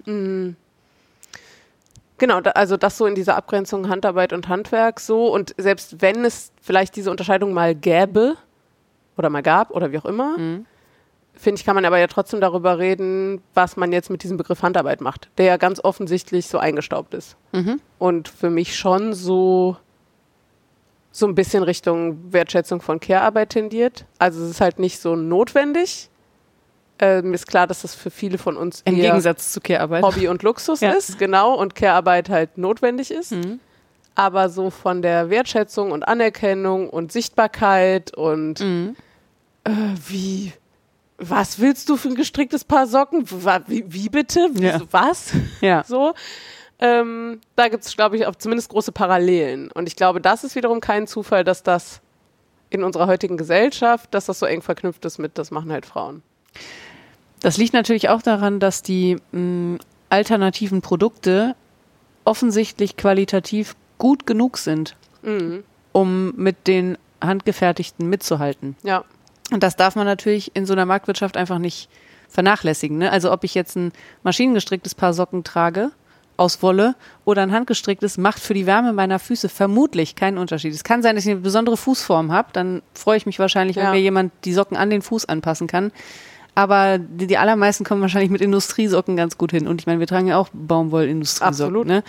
Genau, also das so in dieser Abgrenzung Handarbeit und Handwerk so und selbst wenn es vielleicht diese Unterscheidung mal gäbe oder mal gab oder wie auch immer, finde ich, kann man aber ja trotzdem darüber reden, was man jetzt mit diesem Begriff Handarbeit macht, der ja ganz offensichtlich so eingestaubt ist. Und für mich schon so ein bisschen Richtung Wertschätzung von Care-Arbeit tendiert. Also es ist halt nicht so notwendig. Mir ist klar, dass das für viele von uns im Gegensatz zu Care-Arbeit Hobby und Luxus ist, genau, und Care-Arbeit halt notwendig ist. Aber so von der Wertschätzung und Anerkennung und Sichtbarkeit und was willst du für ein gestricktes Paar Socken? Wie bitte? Was? Ja. So. Da gibt es, glaube ich, auch zumindest große Parallelen. Und ich glaube, das ist wiederum kein Zufall, dass das in unserer heutigen Gesellschaft, dass das so eng verknüpft ist mit, das machen halt Frauen. Das liegt natürlich auch daran, dass die alternativen Produkte offensichtlich qualitativ gut genug sind, um mit den handgefertigten mitzuhalten. Ja. Und das darf man natürlich in so einer Marktwirtschaft einfach nicht vernachlässigen. Ne? Also ob ich jetzt ein maschinengestricktes Paar Socken trage aus Wolle oder ein handgestricktes, macht für die Wärme meiner Füße vermutlich keinen Unterschied. Es kann sein, dass ich eine besondere Fußform habe, dann freue ich mich wahrscheinlich, wenn mir jemand die Socken an den Fuß anpassen kann. Aber die allermeisten kommen wahrscheinlich mit Industriesocken ganz gut hin. Und ich meine, wir tragen ja auch Baumwoll-Industriesocken. Ne?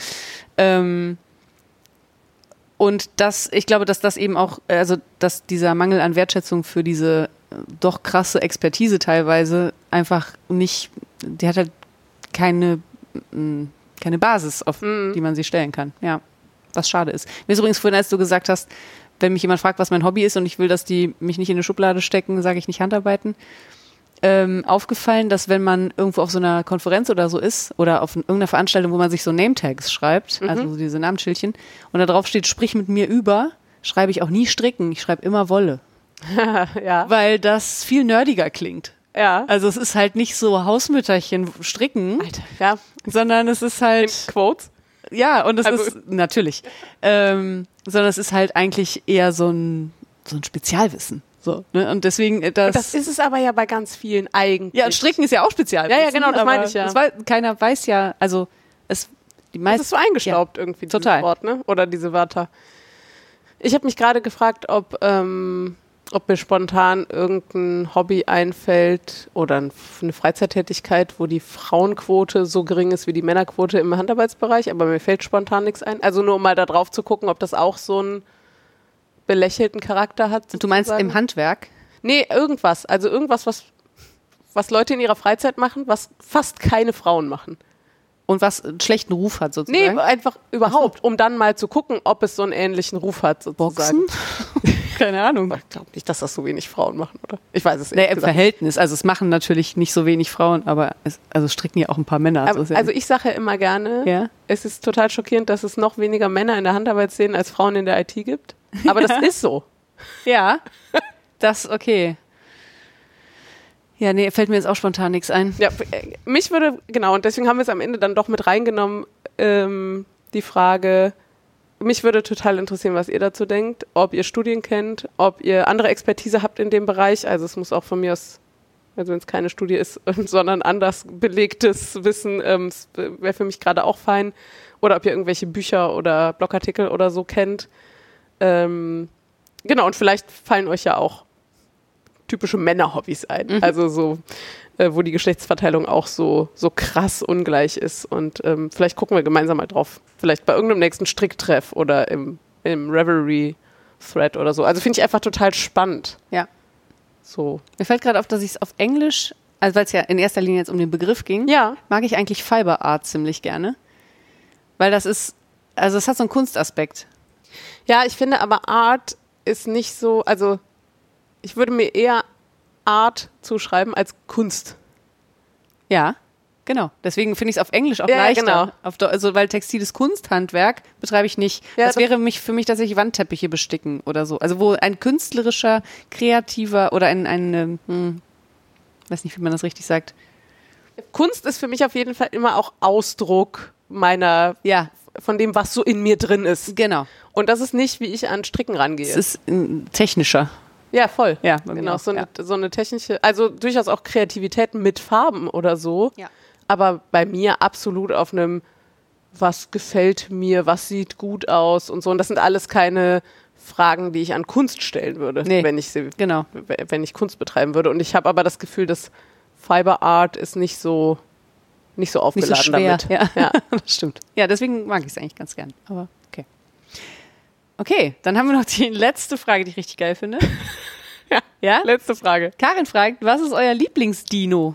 Und ich glaube, dass das eben auch, also dass dieser Mangel an Wertschätzung für diese doch krasse Expertise teilweise einfach nicht, die hat halt keine Basis, auf die man sie stellen kann. Ja, was schade ist. Mir ist übrigens vorhin, als du gesagt hast, wenn mich jemand fragt, was mein Hobby ist und ich will, dass die mich nicht in eine Schublade stecken, sage ich nicht Handarbeiten. Aufgefallen, dass wenn man irgendwo auf so einer Konferenz oder so ist oder auf irgendeiner Veranstaltung, wo man sich so Name-Tags schreibt, also so diese Namensschildchen, und da drauf steht, sprich mit mir über, schreibe ich auch nie stricken, ich schreibe immer Wolle. Ja. Weil das viel nerdiger klingt. Ja. Also es ist halt nicht so Hausmütterchen stricken, Alter, ja. sondern es ist halt... In Quotes? Ja, und es ist, natürlich, sondern es ist halt eigentlich eher so ein Spezialwissen. So, ne? Und deswegen das ist es aber ja bei ganz vielen eigentlich. Ja, und Stricken ist ja auch spezial. Ja, genau, das meine ich ja. Keiner weiß ja, also die meisten. Das ist so eingestaubt irgendwie, dieses Wort, ne? Oder diese Wörter. Ich habe mich gerade gefragt, ob mir spontan irgendein Hobby einfällt oder eine Freizeittätigkeit, wo die Frauenquote so gering ist wie die Männerquote im Handarbeitsbereich, aber mir fällt spontan nichts ein. Also nur um mal da drauf zu gucken, ob das auch so einen belächelten Charakter hat. Und du meinst im Handwerk? Nee, irgendwas. Also irgendwas, was Leute in ihrer Freizeit machen, was fast keine Frauen machen. Und was einen schlechten Ruf hat sozusagen? Nee, einfach überhaupt, um dann mal zu gucken, ob es so einen ähnlichen Ruf hat sozusagen. Boxen? Keine Ahnung. Ich glaube nicht, dass das so wenig Frauen machen, oder? Ich weiß es nicht. Nee, im Verhältnis. Also es machen natürlich nicht so wenig Frauen, aber also stricken ja auch ein paar Männer. Also ich sage ja immer gerne, es ist total schockierend, dass es noch weniger Männer in der Handarbeitsszene als Frauen in der IT gibt. Aber das ist so. Ja, okay. Ja, nee, fällt mir jetzt auch spontan nichts ein. Ja, mich würde, genau, und deswegen haben wir es am Ende dann doch mit reingenommen, die Frage, mich würde total interessieren, was ihr dazu denkt, ob ihr Studien kennt, ob ihr andere Expertise habt in dem Bereich, also es muss auch von mir aus, also wenn es keine Studie ist, sondern anders belegtes Wissen, wäre für mich gerade auch fein, oder ob ihr irgendwelche Bücher oder Blogartikel oder so kennt. Genau, und vielleicht fallen euch ja auch typische Männerhobbys ein. Also so wo die Geschlechtsverteilung auch so krass ungleich ist. Und vielleicht gucken wir gemeinsam mal drauf. Vielleicht bei irgendeinem nächsten Stricktreff oder im Revelry-Thread oder so. Also finde ich einfach total spannend. Ja. So. Mir fällt gerade auf, dass ich es auf Englisch, also weil es ja in erster Linie jetzt um den Begriff ging, mag ich eigentlich Fiber Art ziemlich gerne. Weil das ist, also es hat so einen Kunstaspekt. Ja, ich finde aber Art ist nicht so, also ich würde mir eher Art zuschreiben als Kunst. Ja, genau. Deswegen finde ich es auf Englisch auch leichter. Genau. Also, weil textiles Kunsthandwerk betreibe ich nicht. Ja, das wäre für mich tatsächlich Wandteppiche besticken oder so. Also wo ein künstlerischer, kreativer oder weiß nicht, wie man das richtig sagt. Kunst ist für mich auf jeden Fall immer auch Ausdruck von dem, was so in mir drin ist. Genau. Und das ist nicht, wie ich an Stricken rangehe. Es ist technischer. Ja, voll. Ja, genau. So eine technische, also durchaus auch Kreativität mit Farben oder so. Ja. Aber bei mir absolut auf einem, was gefällt mir, was sieht gut aus und so. Und das sind alles keine Fragen, die ich an Kunst stellen würde, wenn ich Kunst betreiben würde. Und ich habe aber das Gefühl, dass Fiber Art ist nicht so aufgeladen nicht so schwer. damit. Ja, das stimmt. Ja, deswegen mag ich es eigentlich ganz gern. Aber okay. Okay, dann haben wir noch die letzte Frage, die ich richtig geil finde. Ja? Letzte Frage. Karin fragt, was ist euer Lieblingsdino?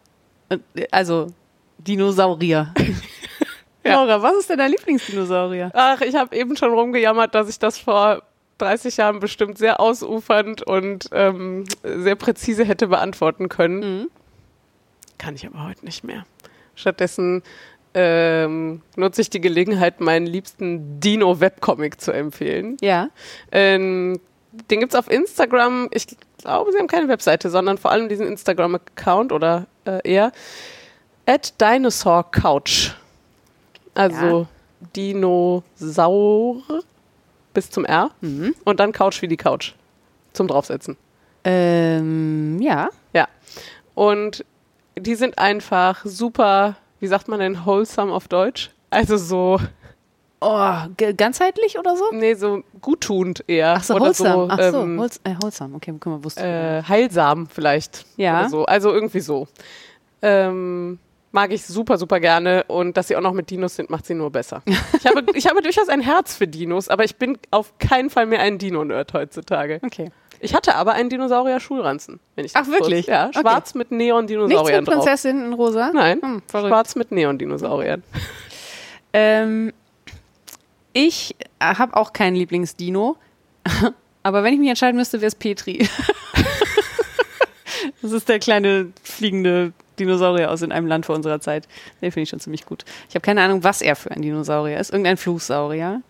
Also Dinosaurier. Laura, was ist denn dein Lieblingsdinosaurier? Ach, ich habe eben schon rumgejammert, dass ich das vor 30 Jahren bestimmt sehr ausufernd und sehr präzise hätte beantworten können. Mhm. Kann ich aber heute nicht mehr. Stattdessen nutze ich die Gelegenheit, meinen liebsten Dino-Webcomic zu empfehlen. Ja. Den gibt es auf Instagram. Ich glaube, sie haben keine Webseite, sondern vor allem diesen Instagram-Account oder eher @dinosaurcouch. Also Dinosaur bis zum R und dann Couch wie die Couch zum Draufsetzen. Ja. Ja. Und die sind einfach super, wie sagt man denn, wholesome auf Deutsch? Also so... Oh, ganzheitlich oder so? Nee, so guttunend eher. Ach so, oder wholesome. So, wholesome. Okay, guck mal, wusste ich. Heilsam vielleicht. Ja. Oder so. Also irgendwie so. Mag ich super, super gerne. Und dass sie auch noch mit Dinos sind, macht sie nur besser. Ich habe durchaus ein Herz für Dinos, aber ich bin auf keinen Fall mehr ein Dino-Nerd heutzutage. Okay. Ich hatte aber einen Dinosaurier-Schulranzen. Ach, wirklich? Ja, schwarz mit Neon-Dinosauriern drauf. Nichts mit Prinzessin in rosa? Nein, schwarz mit Neon-Dinosauriern. Ich habe auch keinen Lieblingsdino, aber wenn ich mich entscheiden müsste, wäre es Petri. Das ist der kleine fliegende Dinosaurier aus in einem Land vor unserer Zeit. Den finde ich schon ziemlich gut. Ich habe keine Ahnung, was er für ein Dinosaurier ist. Irgendein Fluchsaurier.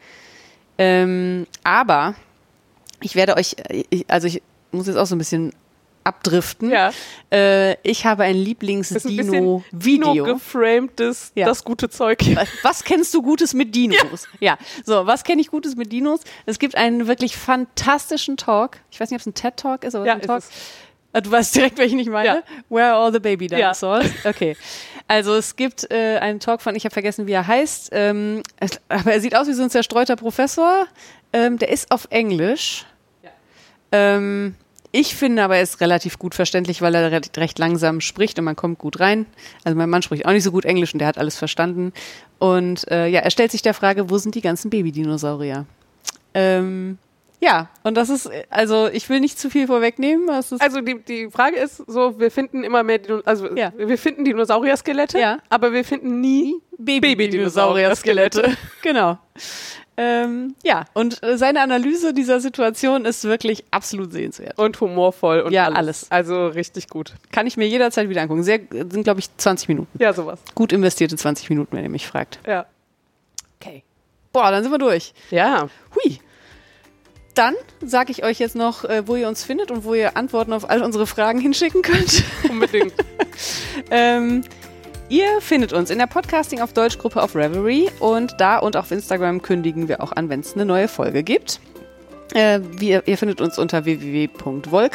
Aber ich werde euch, ich muss jetzt auch so ein bisschen abdriften. Ja. Ich habe ein Lieblings-Dino-Video. Dino-geframtes, das gute Zeug. Was kennst du Gutes mit Dinos? Ja. So, was kenne ich Gutes mit Dinos? Es gibt einen wirklich fantastischen Talk. Ich weiß nicht, ob es ein TED-Talk ist, aber ein Talk. Du weißt direkt, welchen ich meine? Ja. Where are all the baby dinosaurs? Ja. Okay. Also es gibt einen Talk von, ich habe vergessen, wie er heißt, aber er sieht aus wie so ein zerstreuter Professor. Der ist auf Englisch. Ja. Ich finde aber, er ist relativ gut verständlich, weil er recht langsam spricht und man kommt gut rein. Also mein Mann spricht auch nicht so gut Englisch und der hat alles verstanden. Und er stellt sich der Frage, wo sind die ganzen Babydinosaurier? Ja, und das ist, also ich will nicht zu viel vorwegnehmen. Also die Frage ist so, wir finden immer mehr, wir finden Dinosaurier-Skelette, aber wir finden nie Baby-Dinosaurier-Skelette. Genau. Und seine Analyse dieser Situation ist wirklich absolut sehenswert. Und humorvoll und alles. Also richtig gut. Kann ich mir jederzeit wieder angucken. Sind, glaube ich, 20 Minuten. Ja, sowas. Gut investierte 20 Minuten, wenn ihr mich fragt. Ja. Okay. Boah, dann sind wir durch. Ja. Hui. Dann sage ich euch jetzt noch, wo ihr uns findet und wo ihr Antworten auf all unsere Fragen hinschicken könnt. Unbedingt. Ihr findet uns in der Podcasting auf Deutsch Gruppe auf Revelry und da und auf Instagram kündigen wir auch an, wenn es eine neue Folge gibt. Ihr findet uns unter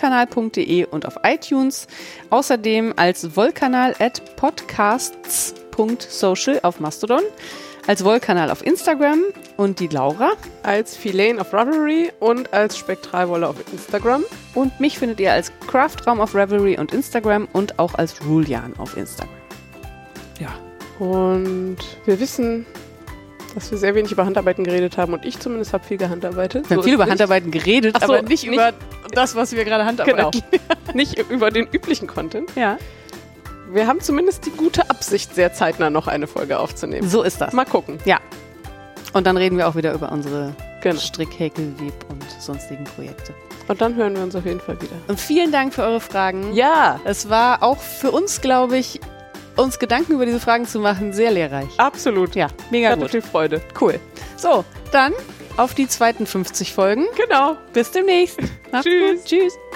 www.wollkanal.de und auf iTunes. Außerdem als Wollkanal @podcasts woll.social auf Mastodon, als Woll-Kanal auf Instagram und die Laura als Filane of Ravelry und als Spektralwolle auf Instagram. Und mich findet ihr als Craftraum auf Ravelry und Instagram und auch als Julian auf Instagram. Ja. Und wir wissen, dass wir sehr wenig über Handarbeiten geredet haben und ich zumindest habe viel gehandarbeitet. Wir haben viel über Handarbeiten geredet, so, aber nicht über das, was wir gerade handarbeiten. Genau. Nicht über den üblichen Content. Ja. Wir haben zumindest die gute Absicht, sehr zeitnah noch eine Folge aufzunehmen. So ist das. Mal gucken. Ja. Und dann reden wir auch wieder über unsere Strick-, Häkel-, Web- und sonstigen Projekte. Und dann hören wir uns auf jeden Fall wieder. Und vielen Dank für eure Fragen. Ja. Es war auch für uns, glaube ich, uns Gedanken über diese Fragen zu machen, sehr lehrreich. Absolut. Ja, mega Hatte gut. viel Freude. Cool. So, dann auf die zweiten 50 Folgen. Genau. Bis demnächst. Tschüss. Gut. Tschüss.